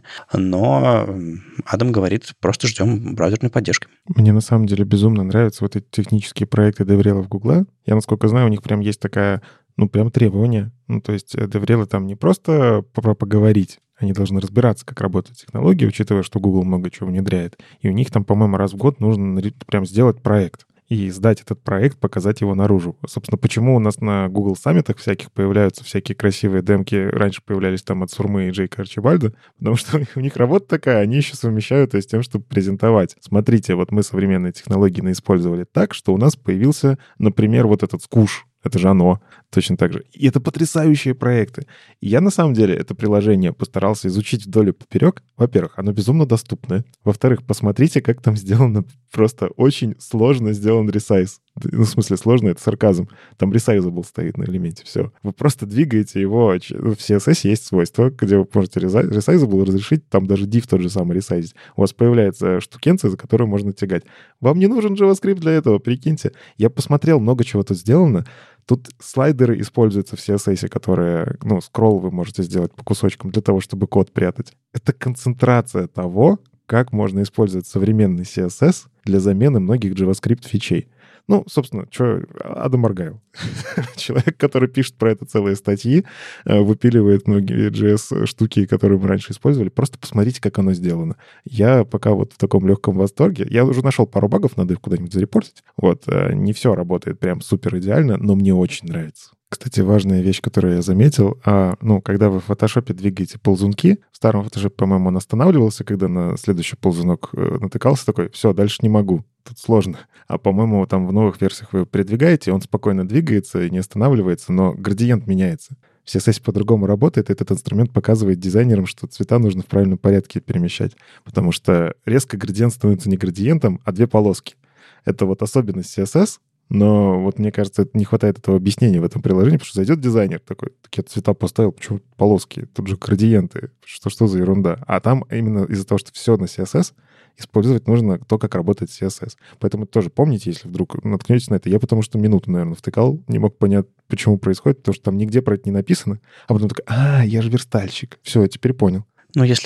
но Адам говорит, просто ждем браузерной поддержки. Мне на самом деле безумно нравятся вот эти технические проекты DevRel в Гугла. Я, насколько знаю, у них прям есть такая, прям требование. То есть DevRel там не просто поговорить, они должны разбираться, как работают технологии, учитывая, что Google много чего внедряет. И у них там, по-моему, раз в год нужно прям сделать проект и сдать этот проект, показать его наружу. Собственно, почему у нас на Google саммитах всяких появляются всякие красивые демки, раньше появлялись там от Сурмы и Джейка Арчибальда, потому что у них работа такая, они еще совмещают это с тем, чтобы презентовать. Смотрите, вот мы современные технологии использовали так, что у нас появился, например, вот этот скуш. Это же оно, точно так же. И это потрясающие проекты. И я, на самом деле, это приложение постарался изучить вдоль и поперек. Во-первых, оно безумно доступное. Во-вторых, посмотрите, как там сделано, просто очень сложно сделан ресайз. В смысле, сложно, это сарказм. Там resizable стоит на элементе, все. Вы просто двигаете его. В CSS есть свойство, где вы можете resizable разрешить, там даже div тот же самый ресайзить. У вас появляется штукенция, за которую можно тягать. Вам не нужен JavaScript для этого, прикиньте. Я посмотрел, много чего тут сделано. Тут слайдеры используются в CSS, которые, скролл вы можете сделать по кусочкам для того, чтобы код прятать. Это концентрация того, как можно использовать современный CSS для замены многих JavaScript фичей. Собственно, Адам Аргайл. Человек, который пишет про это целые статьи, выпиливает многие JS-штуки, которые мы раньше использовали. Просто посмотрите, как оно сделано. Я пока вот в таком легком восторге. Я уже нашел пару багов, надо их куда-нибудь зарепортить. Не все работает прям супер идеально, но мне очень нравится. Кстати, важная вещь, которую я заметил, когда вы в фотошопе двигаете ползунки, в старом фотошопе, по-моему, он останавливался, когда на следующий ползунок натыкался, такой, все, дальше не могу, тут сложно. А, по-моему, там в новых версиях вы придвигаете, он спокойно двигается и не останавливается, но градиент меняется. В CSS по-другому работает, и этот инструмент показывает дизайнерам, что цвета нужно в правильном порядке перемещать, потому что резко градиент становится не градиентом, а две полоски. Это вот особенность CSS. Но мне кажется, не хватает этого объяснения в этом приложении, потому что зайдет дизайнер такой, такие цвета поставил, почему полоски, тут же градиенты, что за ерунда. А там именно из-за того, что все на CSS, использовать нужно то, как работает CSS. Поэтому тоже помните, если вдруг наткнетесь на это. Я потому что минуту, наверное, втыкал, не мог понять, почему происходит, потому что там нигде про это не написано. А потом такой, я же верстальщик. Все, я теперь понял. Если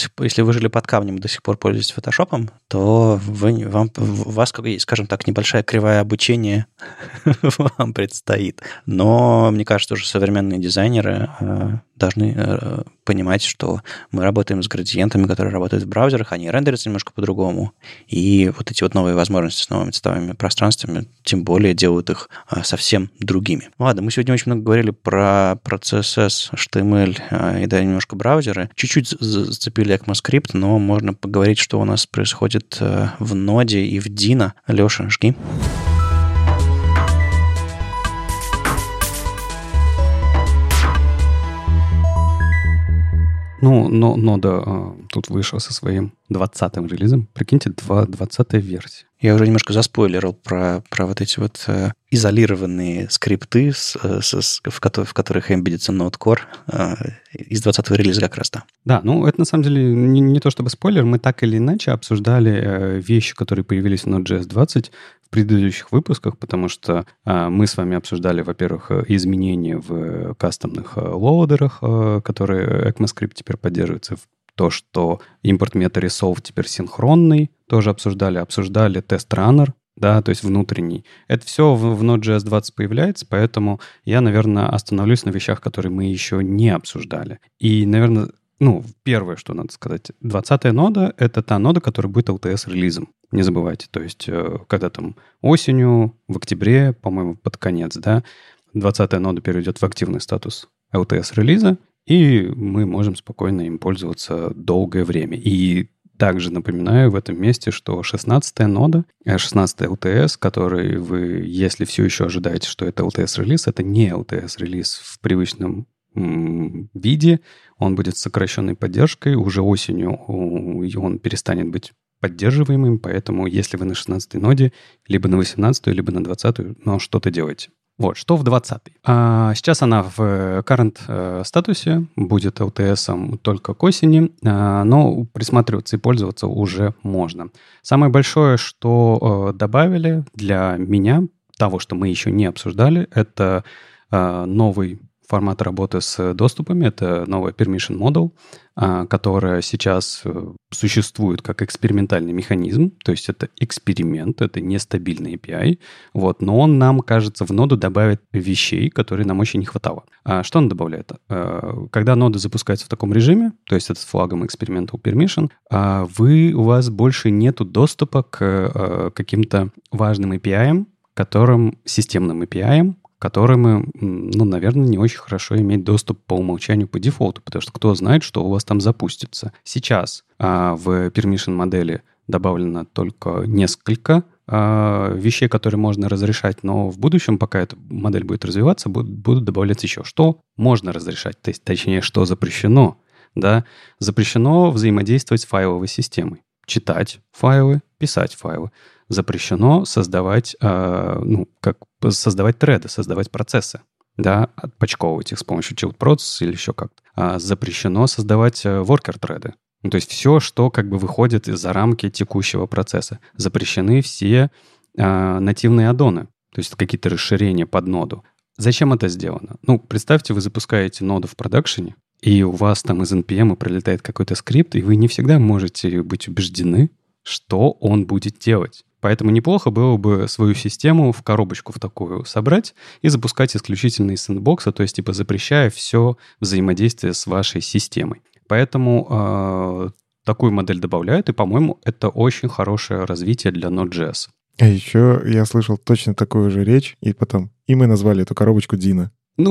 вы жили под камнем и до сих пор пользуетесь фотошопом, то у вас, скажем так, небольшая кривая обучения вам предстоит. Но мне кажется, уже современные дизайнеры должны понимать, что мы работаем с градиентами, которые работают в браузерах, они рендерятся немножко по-другому. И вот эти вот новые возможности с новыми цветовыми пространствами, тем более делают их совсем другими. Ладно, мы сегодня очень много говорили про CSS, HTML и да, немножко браузеры. Чуть-чуть зацепили ECMAScript, но можно поговорить, что у нас происходит в ноде и в Dino. Леша, жги. Ну, нода тут вышла со своим 20-м релизом. Прикиньте, 20-я версия. Я уже немножко заспойлерил про вот эти вот изолированные скрипты, в которых эмбедится Node Core из 20-го релиза как раз, да. Да, ну это на самом деле не то чтобы спойлер, мы так или иначе обсуждали вещи, которые появились в Node.js 20 в предыдущих выпусках, потому что мы с вами обсуждали, во-первых, изменения в кастомных лоудерах, которые ECMAScript теперь поддерживается, то, что импорт meta-resolve теперь синхронный, тоже обсуждали тест-раннер, да, то есть внутренний. Это все в Node.js 20 появляется, поэтому я, наверное, остановлюсь на вещах, которые мы еще не обсуждали. И, наверное, первое, что надо сказать, 20-я нода — это та нода, которая будет LTS-релизом. Не забывайте, то есть когда там осенью, в октябре, по-моему, под конец, да, 20-я нода перейдет в активный статус LTS-релиза, и мы можем спокойно им пользоваться долгое время. И также напоминаю в этом месте, что 16-я нода, 16-я LTS, который вы, если все еще ожидаете, что это LTS-релиз, это не LTS-релиз в привычном виде. Он будет с сокращенной поддержкой. Уже осенью он перестанет быть поддерживаемым, поэтому если вы на 16-й ноде, либо на 18-й, либо на 20-ю, но что-то делаете. Вот, что в 20-й. Сейчас она в current статусе, будет LTS только к осени, но присматриваться и пользоваться уже можно. Самое большое, что добавили для меня, того, что мы еще не обсуждали, это новый формат работы с доступами, это новая Permission Model, которая сейчас существует как экспериментальный механизм, то есть это эксперимент, это нестабильный API, вот, но он нам, кажется, в ноду добавит вещей, которые нам очень не хватало. Что он добавляет? Когда нода запускается в таком режиме, то есть это с флагом Experimental Permission, у вас больше нету доступа к каким-то важным API, системным API, которым, наверное, не очень хорошо иметь доступ по умолчанию по дефолту, потому что кто знает, что у вас там запустится. Сейчас в permission модели добавлено только несколько вещей, которые можно разрешать, но в будущем, пока эта модель будет развиваться, будут добавляться еще. Что можно разрешать, точнее, что запрещено. Да? Запрещено взаимодействовать с файловой системой. Читать файлы, писать файлы. Запрещено создавать, создавать треды, создавать процессы, да, отпочковывать их с помощью child process или еще как-то. Запрещено создавать worker-треды. То есть все, что как бы выходит из-за рамки текущего процесса. Запрещены все нативные аддоны, то есть какие-то расширения под ноду. Зачем это сделано? Представьте, вы запускаете ноду в продакшене, и у вас там из NPM пролетает какой-то скрипт, и вы не всегда можете быть убеждены, что он будет делать. Поэтому неплохо было бы свою систему в коробочку в такую собрать и запускать исключительно из сэндбокса, то есть запрещая все взаимодействие с вашей системой. Поэтому такую модель добавляют, и, по-моему, это очень хорошее развитие для Node.js. А еще я слышал точно такую же речь, и мы назвали эту коробочку Dino.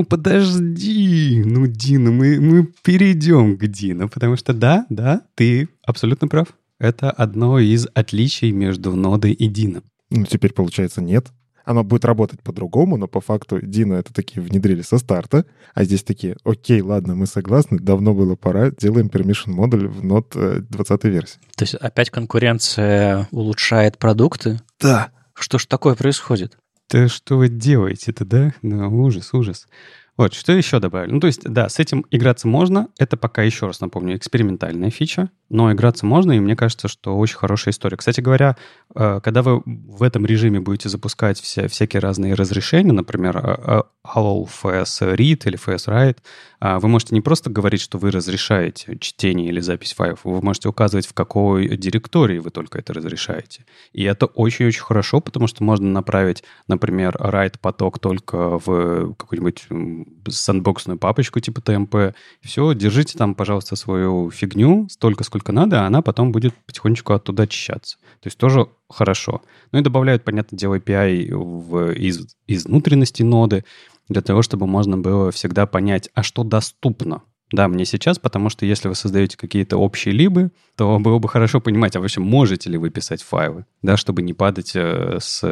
Подожди, Dino, мы перейдем к Dino, потому что да, ты абсолютно прав. Это одно из отличий между нодой и Dino. Теперь, получается, нет. Оно будет работать по-другому, но по факту Dino это такие внедрили со старта, а здесь такие, окей, ладно, мы согласны, давно было пора, делаем permission модуль в Node 20 версии. То есть опять конкуренция улучшает продукты? Да. Что ж такое происходит? Да что вы делаете-то, да? Ужас. Вот, что еще добавили? То есть, да, с этим играться можно. Это пока, еще раз напомню, экспериментальная фича, но играться можно, и мне кажется, что очень хорошая история. Кстати говоря, когда вы в этом режиме будете запускать всякие разные разрешения, например, Allow FS Read или FS Write, вы можете не просто говорить, что вы разрешаете чтение или запись файлов, вы можете указывать, в какой директории вы только это разрешаете. И это очень-очень хорошо, потому что можно направить, например, write-поток только в какой-нибудь там сэндбоксную папочку типа TMP. Все, держите там, пожалуйста, свою фигню столько, сколько надо, а она потом будет потихонечку оттуда очищаться. То есть тоже хорошо. Ну и добавляют, понятное дело, API из внутренности ноды для того, чтобы можно было всегда понять, а что доступно. Да, мне сейчас, потому что если вы создаете какие-то общие либы, то было бы хорошо понимать, а вообще можете ли вы писать файлы, да, чтобы не падать с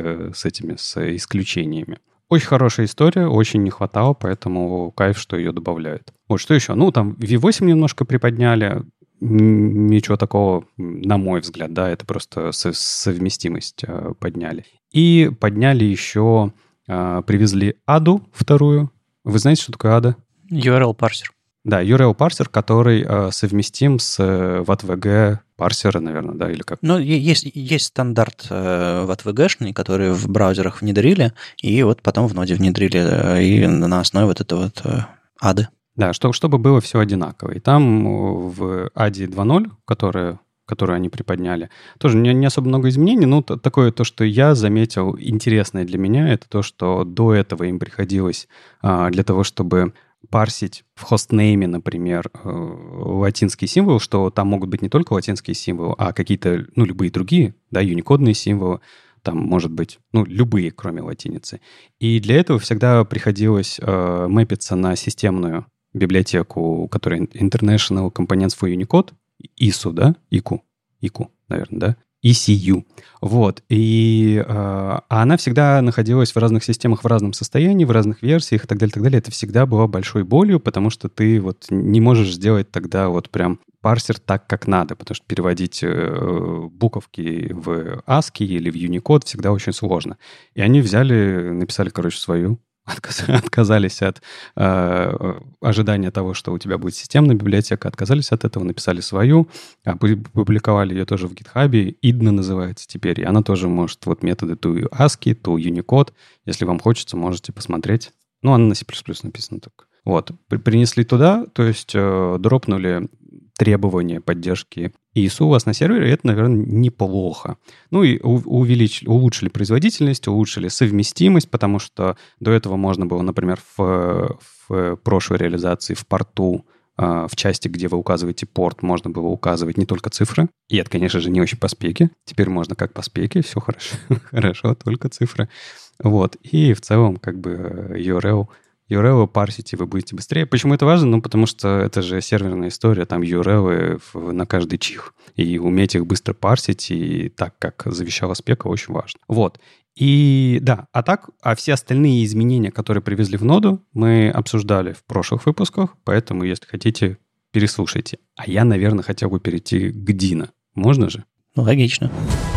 исключениями. Очень хорошая история, очень не хватало, поэтому кайф, что ее добавляют. Вот что еще? Ну, там V8 немножко приподняли, ничего такого, на мой взгляд, да, это просто совместимость подняли. И подняли еще, привезли ADA вторую. Вы знаете, что такое ADA? URL-парсер. Да, URL-парсер, который совместим с WAT-VG парсера, наверное, да, или как? Ну, есть стандарт WAT-VG-шный, который в браузерах внедрили, и вот потом в ноде внедрили, и на основе вот этого вот ADA. Да, чтобы было все одинаково. И там в ADA 2.0, которую они приподняли, тоже не особо много изменений, но такое то, что я заметил интересное для меня, это то, что до этого им приходилось для того, чтобы парсить в хостнейме, например, латинский символ, что там могут быть не только латинские символы, а какие-то, ну, любые другие, да, юникодные символы, там, может быть, ну, любые, кроме латиницы. И для этого всегда приходилось мэпиться на системную библиотеку, которая International Components for Unicode, ISU, да? IQ, наверное, да? ECU. Вот. И она всегда находилась в разных системах в разном состоянии, в разных версиях и так далее, так далее. Это всегда было большой болью, потому что ты вот не можешь сделать тогда вот прям парсер так, как надо, потому что переводить буковки в ASCII или в Unicode всегда очень сложно. И они написали, короче, свою, отказались от ожидания того, что у тебя будет системная библиотека, отказались от этого, написали свою, публиковали ее тоже в GitHub, IDNA называется теперь, и она тоже может вот методы to ASCII, to Unicode, если вам хочется, можете посмотреть. Ну, она на C++ написана так. Вот, принесли туда, то есть дропнули требования поддержки ISU у вас на сервере, и это, наверное, неплохо. Ну и улучшили производительность, улучшили совместимость, потому что до этого можно было, например, в прошлой реализации в порту, в части, где вы указываете порт, можно было указывать не только цифры. И это, конечно же, не очень по спеке. Теперь можно как по спеке, все хорошо, хорошо, только цифры. Вот, и в целом как бы URL парсите, вы будете быстрее. Почему это важно? Ну, потому что это же серверная история, там URL на каждый чих. И уметь их быстро парсить, и так, как завещала спека, очень важно. Вот. И да, а все остальные изменения, которые привезли в ноду, мы обсуждали в прошлых выпусках, поэтому, если хотите, переслушайте. А я, наверное, хотел бы перейти к Dino. Можно же? Ну, логично.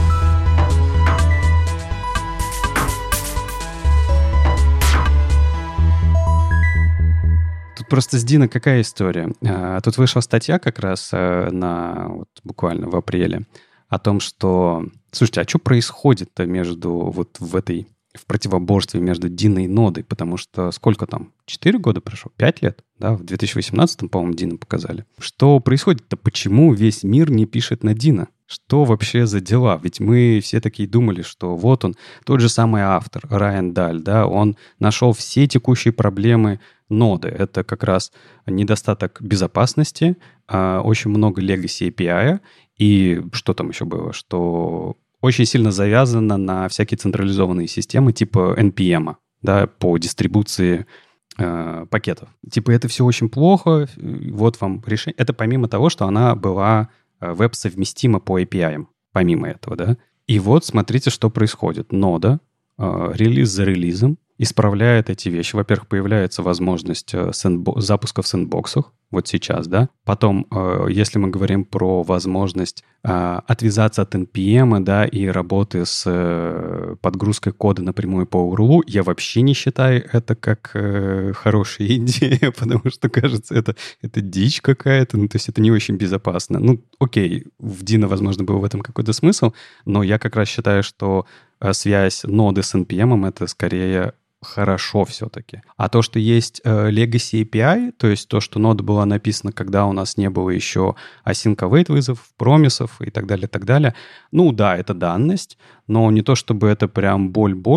Просто с Dino какая история? Тут вышла статья как раз буквально в апреле о том, что... Слушайте, а что происходит-то в противоборстве между Dino и нодой? Потому что сколько там? 4 года прошло? 5 лет? Да, в 2018, по-моему, Dino показали. Что происходит-то? Почему весь мир не пишет на Dino? Что вообще за дела? Ведь мы все такие думали, что вот он, тот же самый автор, Райан Даль, да, он нашел все текущие проблемы ноды. Это как раз недостаток безопасности, очень много legacy API, и что там еще было? Что очень сильно завязано на всякие централизованные системы типа NPM, да, по дистрибуции пакетов. Типа это все очень плохо, вот вам решение. Это помимо того, что она была веб-совместима по API, помимо этого, да. И вот смотрите, что происходит. Нода релиз за релизом исправляет эти вещи. Во-первых, появляется возможность запуска в сэндбоксах, вот сейчас, да. Потом, если мы говорим про возможность отвязаться от NPM, да, и работы с подгрузкой кода напрямую по URL, я вообще не считаю это как хорошая идея, потому что, кажется, это дичь какая-то, ну, то есть это не очень безопасно. Ну, окей, в Dino, возможно, был в этом какой-то смысл, но я как раз считаю, что связь ноды с NPM — это скорее хорошо все-таки. А то, что есть legacy API, то есть то, что нода была написана, когда у нас не было еще async-await вызовов, промисов и так далее, ну да, это данность, но не то, чтобы это прям боль-боль.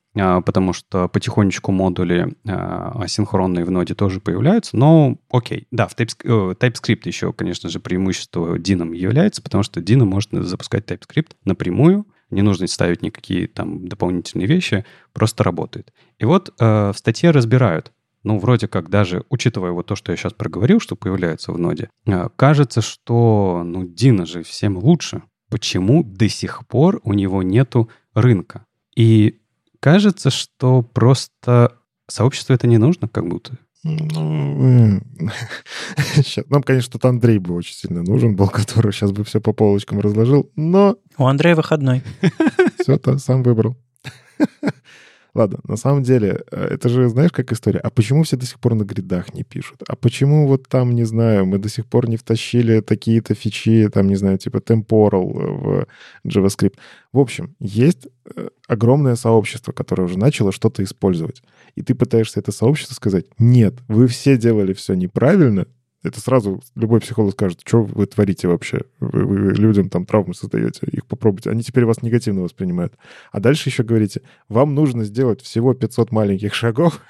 потому что потихонечку модули асинхронные в ноде тоже появляются, но окей. Да, в TypeScript еще, конечно же, преимущество Dino является, потому что Dino может запускать TypeScript напрямую, не нужно ставить никакие там дополнительные вещи, просто работает. И вот в статье разбирают, ну, вроде как даже, учитывая вот то, что я сейчас проговорил, что появляется в ноде, кажется, что, ну, Dino же всем лучше. Почему до сих пор у него нету рынка? И кажется, что просто сообществу это не нужно, как будто. Ну, нам, конечно, тут Андрей бы очень сильно нужен был, который сейчас бы все по полочкам разложил, но... У Андрея выходной. Все-то сам выбрал. Ладно, на самом деле, это же, знаешь, как история? А почему все до сих пор на гридах не пишут? А почему вот там, не знаю, мы до сих пор не втащили такие-то фичи, там, не знаю, типа temporal в JavaScript? В общем, есть огромное сообщество, которое уже начало что-то использовать. И ты пытаешься это сообщество сказать: нет, вы все делали все неправильно. Это сразу любой психолог скажет: что вы творите вообще? Вы людям там травмы создаете, их попробуйте. Они теперь вас негативно воспринимают. А дальше еще говорите: вам нужно сделать всего 500 маленьких шагов,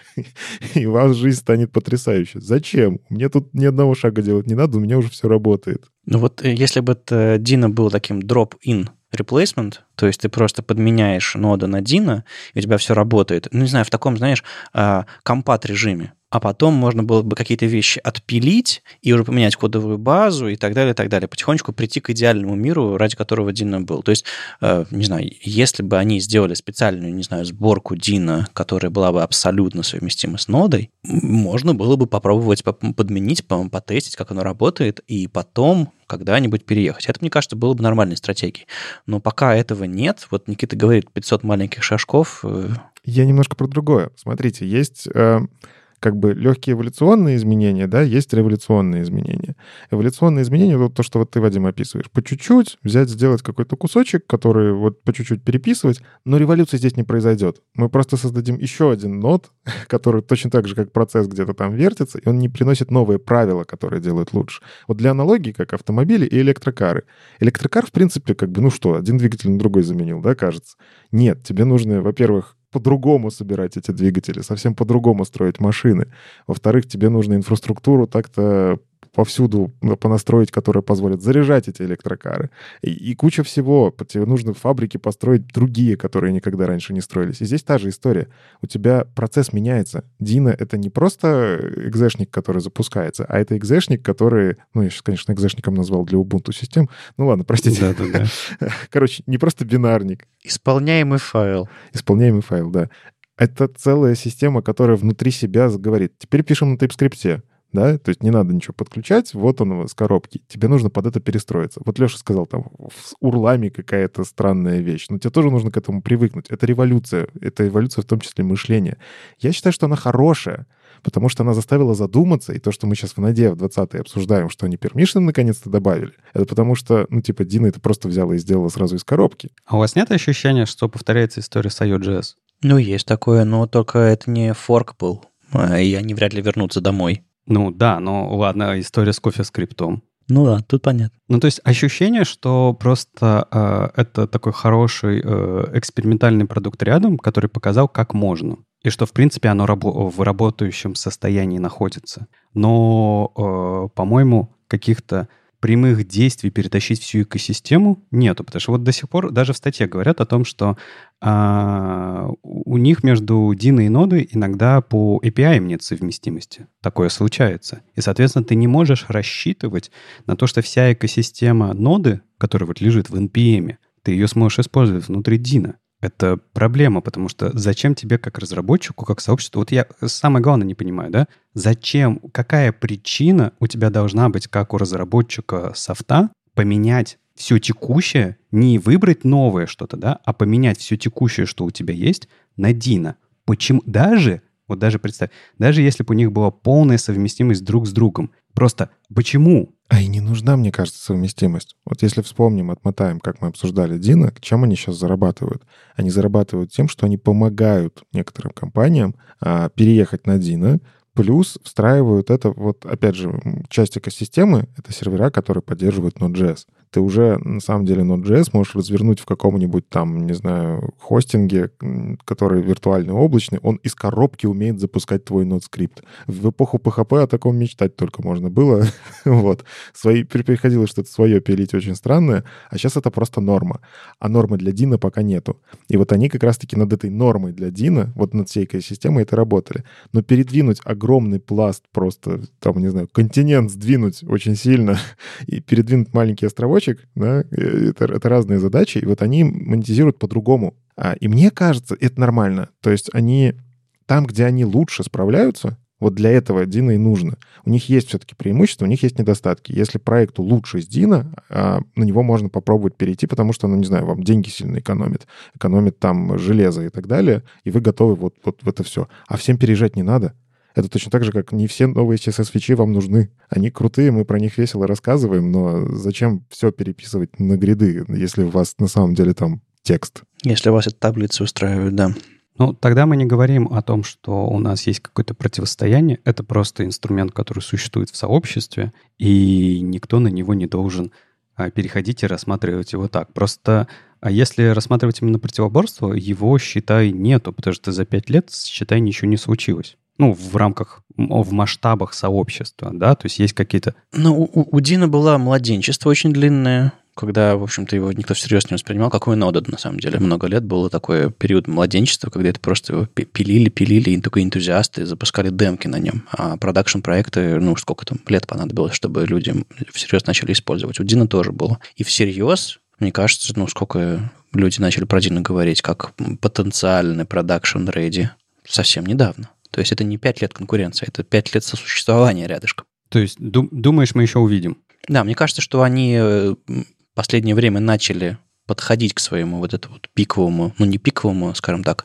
и у вас жизнь станет потрясающей. Зачем? Мне тут ни одного шага делать не надо, у меня уже все работает. Ну вот если бы это Dino был таким drop-in replacement, то есть ты просто подменяешь ноду на Dino, и у тебя все работает. Ну, не знаю, в таком, знаешь, компат-режиме. А потом можно было бы какие-то вещи отпилить и уже поменять кодовую базу и так далее, и так далее. Потихонечку прийти к идеальному миру, ради которого Dino был. То есть, не знаю, если бы они сделали специальную, не знаю, сборку Dino, которая была бы абсолютно совместима с нодой, можно было бы попробовать подменить, потестить, как оно работает, и потом когда-нибудь переехать. Это, мне кажется, было бы нормальной стратегией. Но пока этого нет, вот Никита говорит, 500 маленьких шажков. Я немножко про другое. Смотрите, есть... как бы легкие эволюционные изменения, да, есть революционные изменения. Эволюционные изменения — это то, что вот ты, Вадим, описываешь. По чуть-чуть взять, сделать какой-то кусочек, который вот по чуть-чуть переписывать, но революция здесь не произойдет. Мы просто создадим еще один нод, который точно так же, как процесс где-то там вертится, и он не приносит новые правила, которые делают лучше. Вот для аналогии, как автомобили и электрокары. Электрокар, в принципе, как бы, ну что, один двигатель на другой заменил, да, кажется? Нет, тебе нужно, во-первых, по-другому собирать эти двигатели, совсем по-другому строить машины. Во-вторых, тебе нужно инфраструктуру так-то повсюду понастроить, которая позволит заряжать эти электрокары. И куча всего. Тебе нужно фабрики построить другие, которые никогда раньше не строились. И здесь та же история. У тебя процесс меняется. Dino — это не просто экзешник, который запускается, а это экзешник, который... Ну, я сейчас, конечно, экзешником назвал для Ubuntu систем. Ну ладно, простите. Да. Короче, не просто бинарник. Исполняемый файл. Исполняемый файл, да. Это целая система, которая внутри себя говорит: теперь пишем на TypeScript. Да, то есть не надо ничего подключать, вот он с коробки. Тебе нужно под это перестроиться. Вот Леша сказал, там с урлами какая-то странная вещь. Но тебе тоже нужно к этому привыкнуть. Это революция. Это эволюция в том числе мышления. Я считаю, что она хорошая, потому что она заставила задуматься. И то, что мы сейчас в ноде в 20-й обсуждаем, что они пермишн наконец-то добавили, это потому что, ну, типа, Dino это просто взяла и сделала сразу из коробки. А у вас нет ощущения, что повторяется история с IO.js? Ну, есть такое, но только это не форк был. И они вряд ли вернутся домой. Ну да, но ладно, история с кофе-скриптом. Ну да, тут понятно. Ну то есть ощущение, что просто это такой хороший экспериментальный продукт рядом, который показал, как можно. И что, в принципе, оно в работающем состоянии находится. Но, по-моему, каких-то прямых действий перетащить всю экосистему нету, потому что вот до сих пор даже в статье говорят о том, что у них между Dino и нодой иногда по API нет совместимости. Такое случается. И, соответственно, ты не можешь рассчитывать на то, что вся экосистема ноды, которая вот лежит в NPM, ты ее сможешь использовать внутри Dino. Это проблема, потому что зачем тебе как разработчику, как сообществу, вот я самое главное не понимаю, да, зачем, какая причина у тебя должна быть, как у разработчика софта, поменять все текущее, не выбрать новое что-то, да, а поменять все текущее, что у тебя есть, на Dino. Почему? Даже представь, даже если бы у них была полная совместимость друг с другом, просто почему? А и не нужна, мне кажется, совместимость. Вот если вспомним, отмотаем, как мы обсуждали Dino, чем они сейчас зарабатывают? Они зарабатывают тем, что они помогают некоторым компаниям переехать на Dino, плюс встраивают это, вот опять же, часть экосистемы — это сервера, которые поддерживают Node.js. ты уже, на самом деле, Node.js можешь развернуть в каком-нибудь там, не знаю, хостинге, который виртуальный, облачный, он из коробки умеет запускать твой Node-скрипт. В эпоху PHP о таком мечтать только можно было. Вот. Приходилось что-то свое пилить очень странное, а сейчас это просто норма. А нормы для Дина пока нету. И вот они как раз-таки над этой нормой для Дина, вот над всей экосистемой это работали. Но передвинуть огромный пласт просто, там, не знаю, континент сдвинуть очень сильно и передвинуть маленький островочек, да, это разные задачи, и вот они монетизируют по-другому. И мне кажется, это нормально. То есть они там, где они лучше справляются, вот для этого Дина и нужно. У них есть все-таки преимущества, у них есть недостатки. Если проекту лучше с Дина, на него можно попробовать перейти, потому что, ну, не знаю, вам деньги сильно экономит там железо и так далее, и вы готовы вот в это все. А всем переезжать не надо. Это точно так же, как не все новые CSS-фичи вам нужны. Они крутые, мы про них весело рассказываем, но зачем все переписывать на гриды, если у вас на самом деле там текст? Если вас эта таблица устраивает, да. Ну, тогда мы не говорим о том, что у нас есть какое-то противостояние. Это просто инструмент, который существует в сообществе, и никто на него не должен переходить и рассматривать его так. Просто если рассматривать именно противоборство, его, считай, нету, потому что за 5 лет, считай, ничего не случилось. Ну, в масштабах сообщества, да, то есть есть какие-то... Ну, у Дина было младенчество очень длинное, когда, в общем-то, его никто всерьез не воспринимал, какой нода, на самом деле. Много лет было такой период младенчества, когда это просто его пилили, и только энтузиасты запускали демки на нем. А продакшн-проекты, ну, сколько там лет понадобилось, чтобы люди всерьез начали использовать. У Дина тоже было. И всерьез, мне кажется, ну, сколько люди начали про Дина говорить, как потенциальный продакшн-рейди совсем недавно. То есть это не 5 лет конкуренции, это 5 лет сосуществования рядышком. То есть думаешь, мы еще увидим? Да, мне кажется, что они в последнее время начали подходить к своему вот этому вот пиковому, ну не пиковому, скажем так,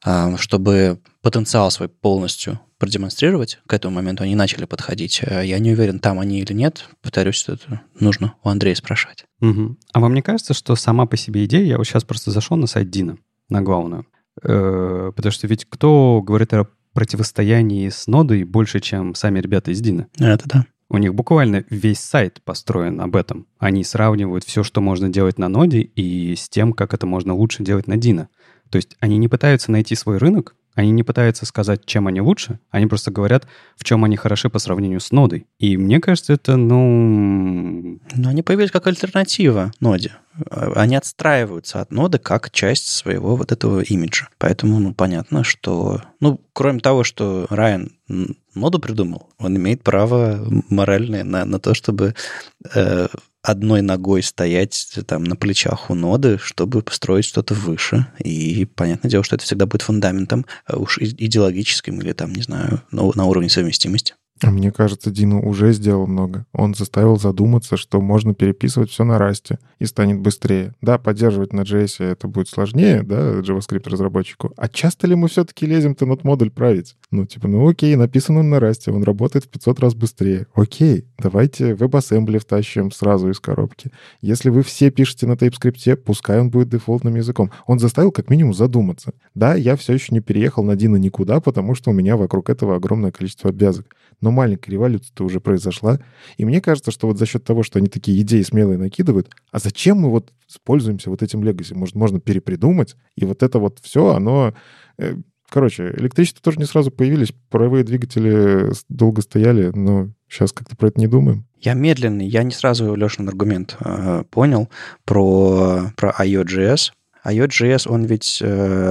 чтобы потенциал свой полностью продемонстрировать. К этому моменту они начали подходить. Я не уверен, там они или нет. Повторюсь, это нужно у Андрея спрашивать. Угу. А вам не кажется, что сама по себе идея... Я вот сейчас просто зашел на сайт Дина, на главную. Потому что ведь кто говорит о противостоянии с нодой больше, чем сами ребята из Дина? Это да. У них буквально весь сайт построен об этом. Они сравнивают все, что можно делать на ноде, и с тем, как это можно лучше делать на Дина. То есть они не пытаются найти свой рынок, они не пытаются сказать, чем они лучше, они просто говорят, в чем они хороши по сравнению с нодой. И мне кажется, это, Но они появились как альтернатива ноде. Они отстраиваются от ноды как часть своего вот этого имиджа. Поэтому, понятно, что... кроме того, что Райан ноду придумал, он имеет право моральное на то, чтобы одной ногой стоять там на плечах у ноды, чтобы построить что-то выше. И понятное дело, что это всегда будет фундаментом, уж идеологическим или там, не знаю, на уровне совместимости. А мне кажется, Дина уже сделал много. Он заставил задуматься, что можно переписывать все на Rust и станет быстрее. Да, поддерживать на JS это будет сложнее, да, JavaScript-разработчику. А часто ли мы все-таки лезем-то нод-модуль править? Окей, написан он на Rust, он работает в 500 раз быстрее. Окей, давайте WebAssembly втащим сразу из коробки. Если вы все пишете на TypeScript, пускай он будет дефолтным языком. Он заставил как минимум задуматься. Да, я все еще не переехал на Дина никуда, потому что у меня вокруг этого огромное количество обвязок. Но маленькая революция-то уже произошла. И мне кажется, что вот за счет того, что они такие идеи смелые накидывают, а зачем мы вот пользуемся вот этим legacy? Может, можно перепридумать? И вот это вот все, оно... электричество тоже не сразу появились. Паровые двигатели долго стояли, но сейчас как-то про это не думаем. Я медленный, я не сразу Лешин аргумент понял про IO.js. IO.js, он ведь,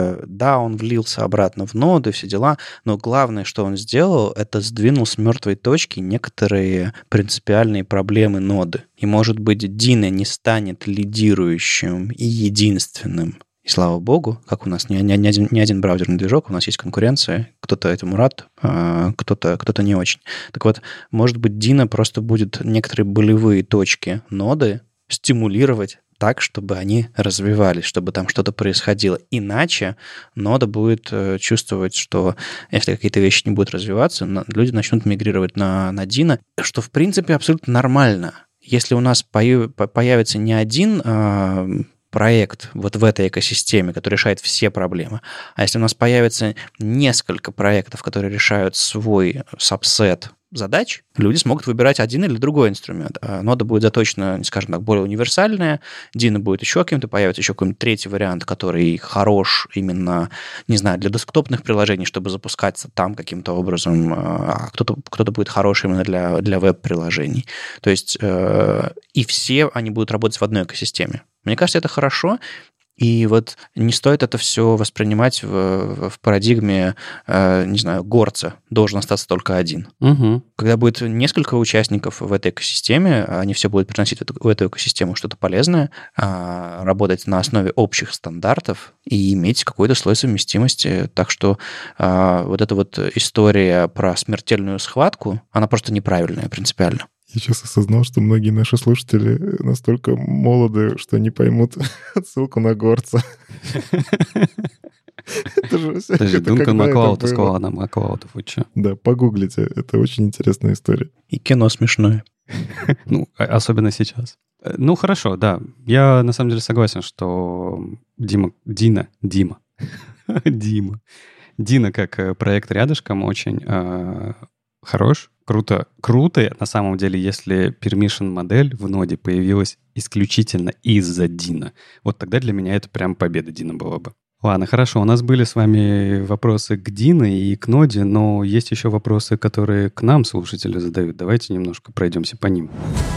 он влился обратно в ноду, все дела, но главное, что он сделал, это сдвинул с мертвой точки некоторые принципиальные проблемы ноды. И, может быть, Dino не станет лидирующим и единственным. И слава богу, как у нас не один браузерный движок, у нас есть конкуренция, кто-то этому рад, кто-то не очень. Так вот, может быть, Dino просто будет некоторые болевые точки ноды стимулировать так, чтобы они развивались, чтобы там что-то происходило. Иначе нода будет чувствовать, что если какие-то вещи не будут развиваться, люди начнут мигрировать на Dino, что, в принципе, абсолютно нормально. Если у нас появится не один проект вот в этой экосистеме, который решает все проблемы, а если у нас появится несколько проектов, которые решают свой сабсет задач люди смогут выбирать один или другой инструмент. Нода будет заточена, скажем так, более универсальная, Dino будет еще каким-то, появится еще какой-нибудь третий вариант, который хорош именно, не знаю, для десктопных приложений, чтобы запускаться там каким-то образом, а кто-то будет хорош именно для веб-приложений. То есть и все они будут работать в одной экосистеме. Мне кажется, это хорошо. И вот не стоит это все воспринимать в парадигме, не знаю, горца. Должен остаться только один. Угу. Когда будет несколько участников в этой экосистеме, они все будут приносить в эту экосистему что-то полезное, работать на основе общих стандартов и иметь какой-то слой совместимости. Так что вот эта вот история про смертельную схватку, она просто неправильная принципиально. Я сейчас осознал, что многие наши слушатели настолько молоды, что не поймут отсылку на горца. Подожди, Дункан Маклауд сказал на Маклаудов, вы что? Да, погуглите, это очень интересная история. И кино смешное. Ну, особенно сейчас. Ну, хорошо, да. Я на самом деле согласен, что Дина как проект рядышком очень хорош. Круто, на самом деле, если permission модель в ноде появилась исключительно из-за Дина. Вот тогда для меня это прям победа Дина была бы. Ладно, хорошо, у нас были с вами вопросы к Дине и к ноде, но есть еще вопросы, которые к нам слушатели задают. Давайте немножко пройдемся по ним.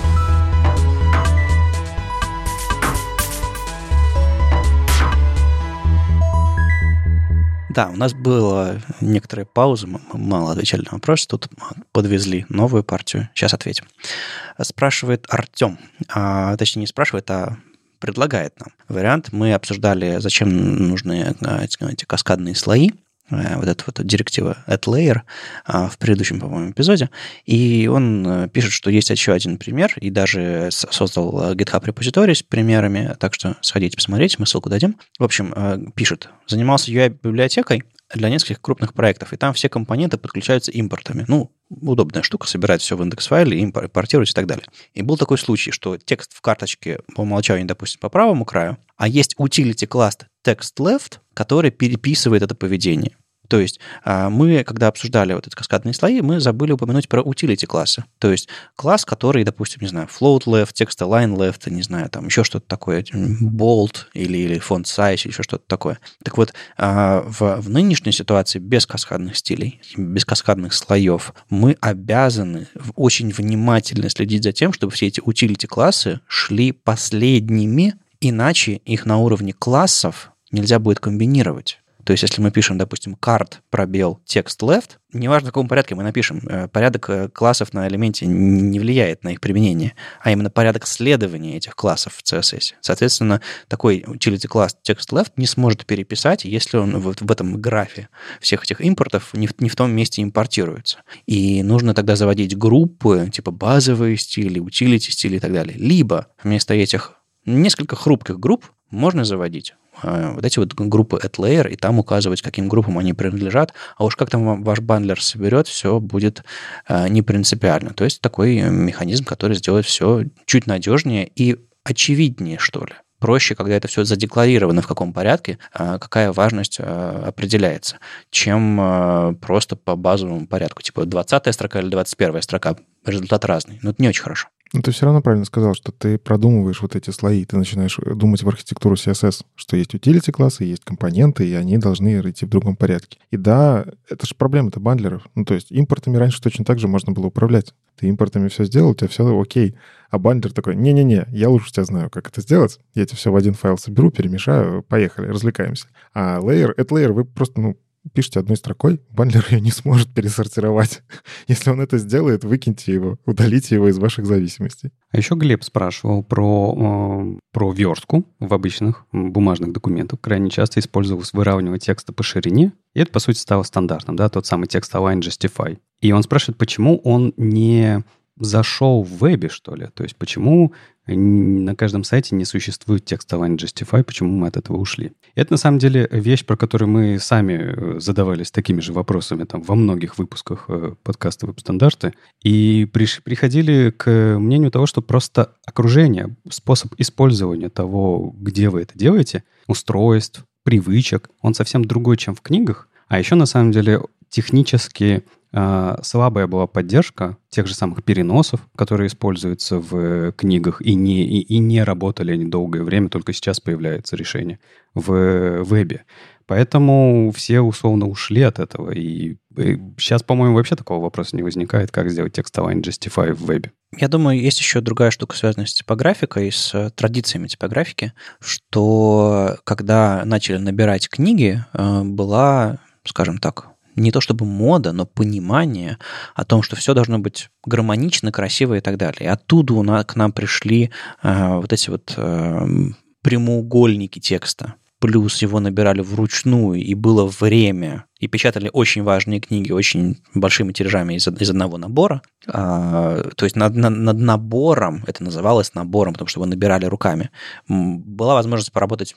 Да, у нас была некоторая пауза, мы мало отвечали на вопросы, тут подвезли новую партию. Сейчас ответим. Спрашивает Артем, точнее не спрашивает, а предлагает нам вариант. Мы обсуждали, зачем нужны эти каскадные слои, вот эта вот директива add-layer в предыдущем, по-моему, эпизоде. И он пишет, что есть еще один пример, и даже создал GitHub репозиторий с примерами, так что сходите посмотрите, мы ссылку дадим. В общем, пишет, занимался UI-библиотекой для нескольких крупных проектов, и там все компоненты подключаются импортами. Ну, удобная штука, собирать все в индекс-файле, импортировать и так далее. И был такой случай, что текст в карточке по умолчанию, допустим, по правому краю, а есть utility класс TextLeft, который переписывает это поведение. То есть мы, когда обсуждали вот эти каскадные слои, мы забыли упомянуть про utility классы. То есть класс, который, допустим, не знаю, float left, text align left, не знаю, там еще что-то такое, bold или font size, или еще что-то такое. Так вот, в нынешней ситуации без каскадных стилей, без каскадных слоев, мы обязаны очень внимательно следить за тем, чтобы все эти utility классы шли последними, иначе их на уровне классов нельзя будет комбинировать. То есть, если мы пишем, допустим, card, пробел, text left, неважно, в каком порядке мы напишем, порядок классов на элементе не влияет на их применение, а именно порядок следования этих классов в CSS. Соответственно, такой utility класс text left не сможет переписать, если он в этом графе всех этих импортов не в том месте импортируется. И нужно тогда заводить группы, типа базовые стили, utility стили и так далее. Либо вместо этих несколько хрупких групп можно заводить вот эти вот группы add-layer и там указывать, каким группам они принадлежат, а уж как там ваш бандлер соберет, все будет не принципиально. То есть такой механизм, который сделает все чуть надежнее и очевиднее, что ли. Проще, когда это все задекларировано в каком порядке, какая важность определяется, чем просто по базовому порядку. Типа 20-я строка или 21-я строка. Результат разный. Но это не очень хорошо. Но ты все равно правильно сказал, что ты продумываешь вот эти слои, ты начинаешь думать в архитектуру CSS, что есть utility классы, есть компоненты, и они должны идти в другом порядке. И да, это же проблема-то бандлеров. Ну, то есть импортами раньше точно так же можно было управлять. Ты импортами все сделал, у тебя все окей. А бандлер такой, не-не-не, я лучше тебя знаю, как это сделать. Я тебе все в один файл соберу, перемешаю, поехали, развлекаемся. А add-layer вы просто, пишите одной строкой, бандлер ее не сможет пересортировать. Если он это сделает, выкиньте его, удалите его из ваших зависимостей. А еще Глеб спрашивал про верстку в обычных бумажных документах. Крайне часто использовалось выравнивание текста по ширине. И это, по сути, стало стандартным, да, тот самый text align justify. И он спрашивает, почему он не зашел в вебе, что ли? То есть почему на каждом сайте не существует text align justify, почему мы от этого ушли? Это, на самом деле, вещь, про которую мы сами задавались такими же вопросами там, во многих выпусках подкаста «Веб-стандарты», и приходили к мнению того, что просто окружение, способ использования того, где вы это делаете, устройств, привычек, он совсем другой, чем в книгах. А еще, на самом деле, технически Слабая была поддержка тех же самых переносов, которые используются в книгах, и не работали они долгое время, только сейчас появляется решение в вебе. Поэтому все условно ушли от этого. И сейчас, по-моему, вообще такого вопроса не возникает, как сделать text-align Justify в вебе. Я думаю, есть еще другая штука, связанная с типографикой, с традициями типографики, что когда начали набирать книги, была, скажем так, не то чтобы мода, но понимание о том, что все должно быть гармонично, красиво и так далее. И оттуда к нам пришли вот эти вот прямоугольники текста. Плюс его набирали вручную, и было время, и печатали очень важные книги очень большими тиражами из одного набора. То есть над набором, это называлось набором, потому что его набирали руками, была возможность поработать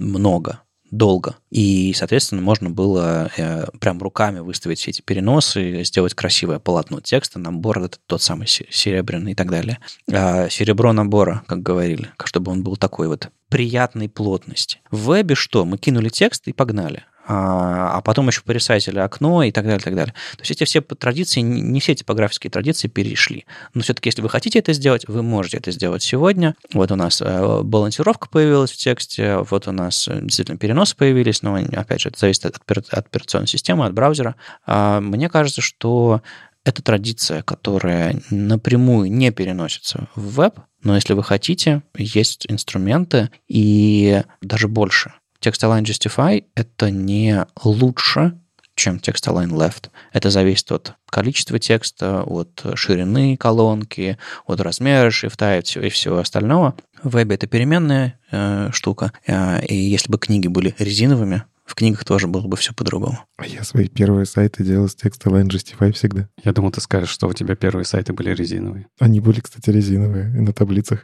долго. И, соответственно, можно было прям руками выставить все эти переносы, сделать красивое полотно текста, набор этот тот самый серебряный и так далее. Серебро набора, как говорили, чтобы он был такой вот приятной плотности. В вебе что? Мы кинули текст и погнали. А потом еще поресайзили окно и так далее, и так далее. То есть эти все традиции, не все типографические традиции перешли. Но все-таки, если вы хотите это сделать, вы можете это сделать сегодня. Вот у нас балансировка появилась в тексте, вот у нас действительно переносы появились, но, опять же, это зависит от операционной системы, от браузера. Мне кажется, что это традиция, которая напрямую не переносится в веб, но если вы хотите, есть инструменты и даже больше. Text-align Justify — это не лучше, чем text-align left. Это зависит от количества текста, от ширины колонки, от размера шрифта и всего остального. В вебе это переменная штука, и если бы книги были резиновыми, в книгах тоже было бы все по-другому. А я свои первые сайты делал с text-align Justify всегда. Я думал, ты скажешь, что у тебя первые сайты были резиновые. Они были, кстати, резиновые и на таблицах.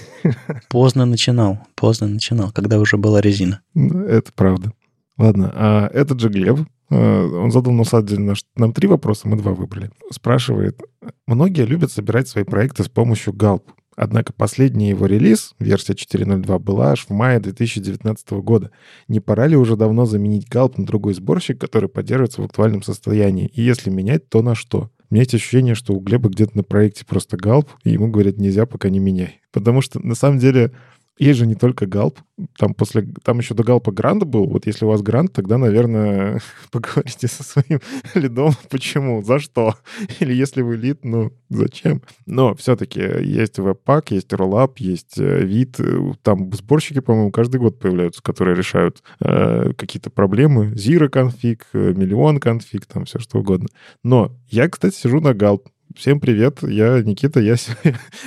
Поздно начинал, когда уже была резина. Это правда. Ладно, а этот же Глеб, он задал на самом деле нам 3 вопроса, мы 2 выбрали. Спрашивает, многие любят собирать свои проекты с помощью Gulp. Однако последний его релиз, версия 4.0.2, была аж в мае 2019 года. Не пора ли уже давно заменить Gulp на другой сборщик, который поддерживается в актуальном состоянии? И если менять, то на что? У меня есть ощущение, что у Глеба где-то на проекте просто Gulp, и ему говорят, нельзя, пока не меняй. Потому что, на самом деле, есть же не только Gulp. Там еще до Gulp Grand был. Вот если у вас Grand, тогда, наверное, поговорите со своим лидом, почему, за что. Или если вы лид, зачем. Но все-таки есть Webpack, есть Rollup, есть вид. Там сборщики, по-моему, каждый год появляются, которые решают какие-то проблемы. Zero конфиг, миллион конфиг, там все что угодно. Но я, кстати, сижу на Gulp. Всем привет, я Никита, я в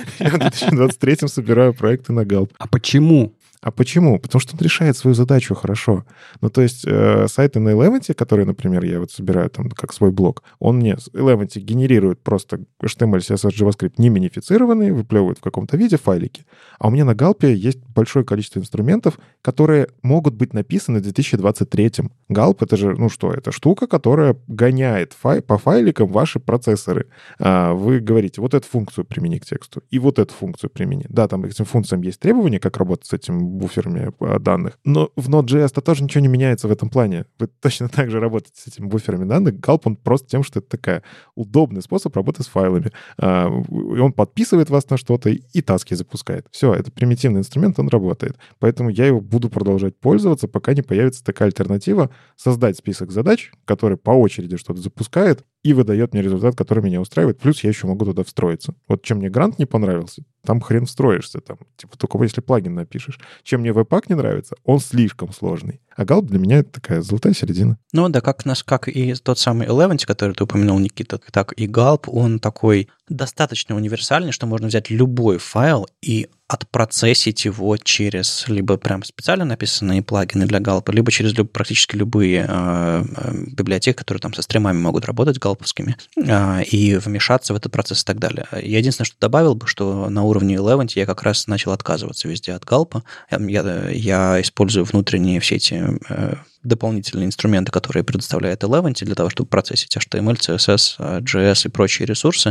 2023 собираю проекты на Gulp. А почему? А почему? Потому что он решает свою задачу хорошо. То есть сайты на Eleventy, которые, например, я вот собираю там как свой блог, он мне с Eleventy генерирует просто HTML, CSS, JavaScript не минифицированные, выплевывает в каком-то виде файлики. А у меня на Gulp есть большое количество инструментов, которые могут быть написаны в 2023. Gulp — это же, это штука, которая гоняет по файликам ваши процессоры. Вы говорите, вот эту функцию примени к тексту, и вот эту функцию примени. Да, там к этим функциям есть требования, как работать с этим буферами данных. Но в Node.js-то тоже ничего не меняется в этом плане. Вы точно так же работаете с этими буферами данных. Gulp, он просто тем, что это такой удобный способ работы с файлами. И он подписывает вас на что-то и таски запускает. Все, это примитивный инструмент, он работает. Поэтому я его буду продолжать пользоваться, пока не появится такая альтернатива. Создать список задач, который по очереди что-то запускает и выдает мне результат, который меня устраивает. Плюс я еще могу туда встроиться. Вот чем мне Грант не понравился, там хрен встроишься. Там, только если плагин напишешь. Чем мне Webpack не нравится, он слишком сложный. А Gulp для меня это такая золотая середина. Да, как и тот самый Eleventy, который ты упомянул, Никита, так и Gulp, он такой достаточно универсальный, что можно взять любой файл и отпроцессить его через либо прям специально написанные плагины для Gulp, либо через практически любые библиотеки, которые там со стримами могут работать галповскими, и вмешаться в этот процесс и так далее. Я единственное, что добавил бы, что на уровне Eleventy я как раз начал отказываться везде от Gulp. Я использую внутренние все эти дополнительные инструменты, которые предоставляет Eleventy для того, чтобы процессить HTML, CSS, JS и прочие ресурсы.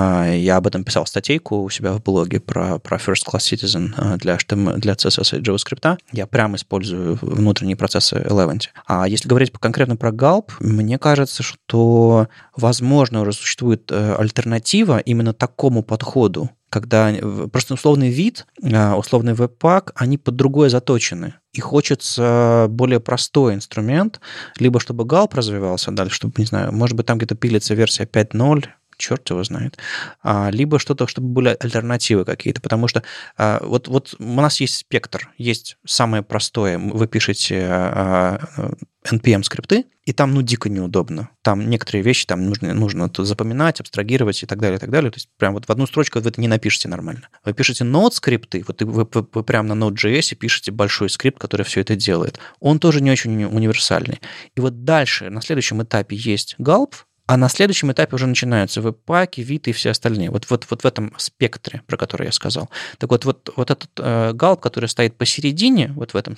Я об этом писал статейку у себя в блоге про First Class Citizen для HTML, для CSS и JavaScript. Я прямо использую внутренние процессы Eleventy. А если говорить конкретно про Gulp, мне кажется, что, возможно, уже существует альтернатива именно такому подходу, когда просто условный вид, условный веб-пак, они под другое заточены. И хочется более простой инструмент, либо чтобы Gulp развивался дальше, чтобы, не знаю, может быть, там где-то пилится версия 5.0, черт его знает, либо что-то, чтобы были альтернативы какие-то, потому что вот у нас есть спектр, есть самое простое, вы пишете NPM-скрипты, и там, дико неудобно. Там некоторые вещи там нужно запоминать, абстрагировать и так далее, и так далее. То есть прям вот в одну строчку вы это не напишете нормально. Вы пишете Node-скрипты, вот вы прямо на Node.js пишете большой скрипт, который все это делает. Он тоже не очень универсальный. И вот дальше, на следующем этапе есть Gulp, а на следующем этапе уже начинаются веб-паки, виды и все остальные. Вот в этом спектре, про который я сказал. Так вот этот Gulp, который стоит посередине, вот в этом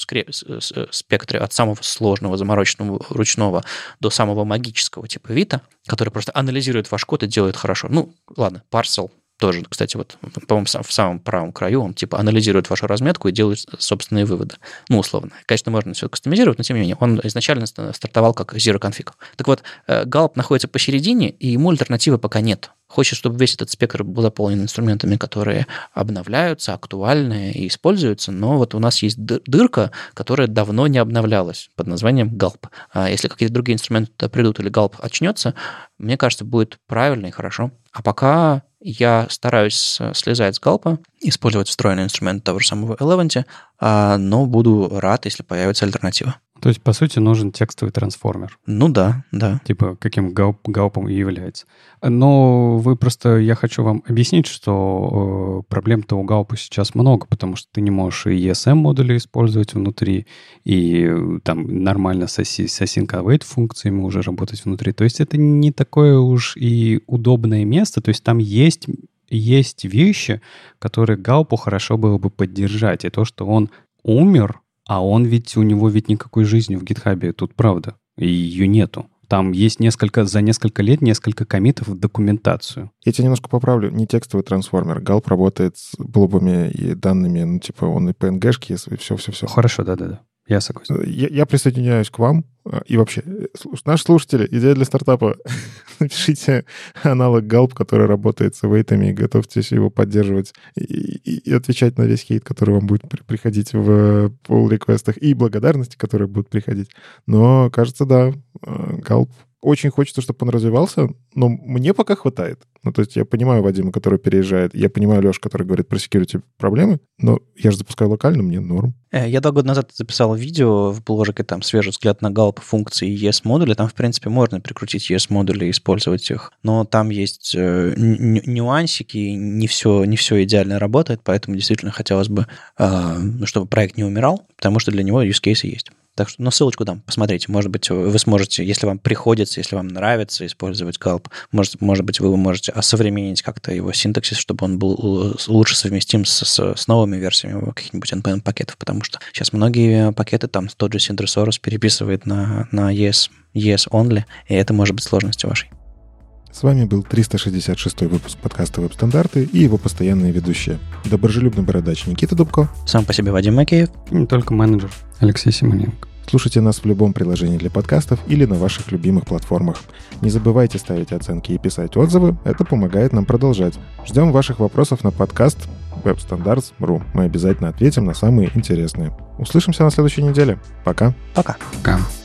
спектре от самого сложного, замороченного, ручного до самого магического типа вида, который просто анализирует ваш код и делает хорошо. Ну, ладно, Parcel тоже, кстати, вот, по-моему, в самом правом краю он типа анализирует вашу разметку и делает собственные выводы. Ну, условно. Конечно, можно все кастомизировать, но тем не менее, он изначально стартовал как Zero Config. Так вот, Gulp находится посередине, и ему альтернативы пока нет. Хочет, чтобы весь этот спектр был заполнен инструментами, которые обновляются, актуальны и используются, но вот у нас есть дырка, которая давно не обновлялась под названием Gulp. А если какие-то другие инструменты придут или Gulp очнется, мне кажется, будет правильно и хорошо. А пока я стараюсь слезать с Gulp, использовать встроенный инструмент того же самого Eleventy, но буду рад, если появится альтернатива. То есть, по сути, нужен текстовый трансформер. Ну да. Типа, каким гаупом и является. Но я хочу вам объяснить, что проблем-то у гаупа сейчас много, потому что ты не можешь и ESM-модули использовать внутри, и там нормально с async-await функциями уже работать внутри. То есть это не такое уж и удобное место. То есть там есть вещи, которые гаупу хорошо было бы поддержать. И то, что он умер, а у него никакой жизни в гитхабе, тут правда, и ее нету. Там есть за несколько лет несколько коммитов в документацию. Я тебя немножко поправлю. Не текстовый трансформер. Gulp работает с блобами и данными, он и PNG-шки, и все. Хорошо, да. Я согласен. Я присоединяюсь к вам. И вообще, наши слушатели, идея для стартапа. Напишите аналог Gulp, который работает с await-ами, и готовьтесь его поддерживать и отвечать на весь хейт, который вам будет приходить в pull-реквестах, и благодарности, которые будут приходить. Но, кажется, да, Gulp очень хочется, чтобы он развивался, но мне пока хватает. То есть я понимаю Вадима, который переезжает, я понимаю Лешу, который говорит про security проблемы, но я же запускаю локально, мне норм. Я 2 года назад записал видео в бложике, там свежий взгляд на Gulp функции ES-модули. Там, в принципе, можно прикрутить ES-модули и использовать их, но там есть нюансики, не все идеально работает, поэтому действительно хотелось бы, чтобы проект не умирал, потому что для него use cases есть. Так что, ссылочку дам, посмотрите. Может быть, вы сможете, если вам приходится, если вам нравится использовать Gulp, может быть, вы можете осовременить как-то его синтаксис, чтобы он был лучше совместим с новыми версиями каких-нибудь NPM-пакетов, потому что сейчас многие пакеты, там тот же Synthresaurus переписывает на ES only, и это может быть сложностью вашей. С вами был 366-й выпуск подкаста «Веб-стандарты» и его постоянные ведущие. Доброжелюбный бородач Никита Дубко. Сам по себе Вадим Макеев. И не только менеджер Алексей Симоненко. Слушайте нас в любом приложении для подкастов или на ваших любимых платформах. Не забывайте ставить оценки и писать отзывы, это помогает нам продолжать. Ждем ваших вопросов на подкаст webstandards.ru. Мы обязательно ответим на самые интересные. Услышимся на следующей неделе. Пока. Пока. Пока.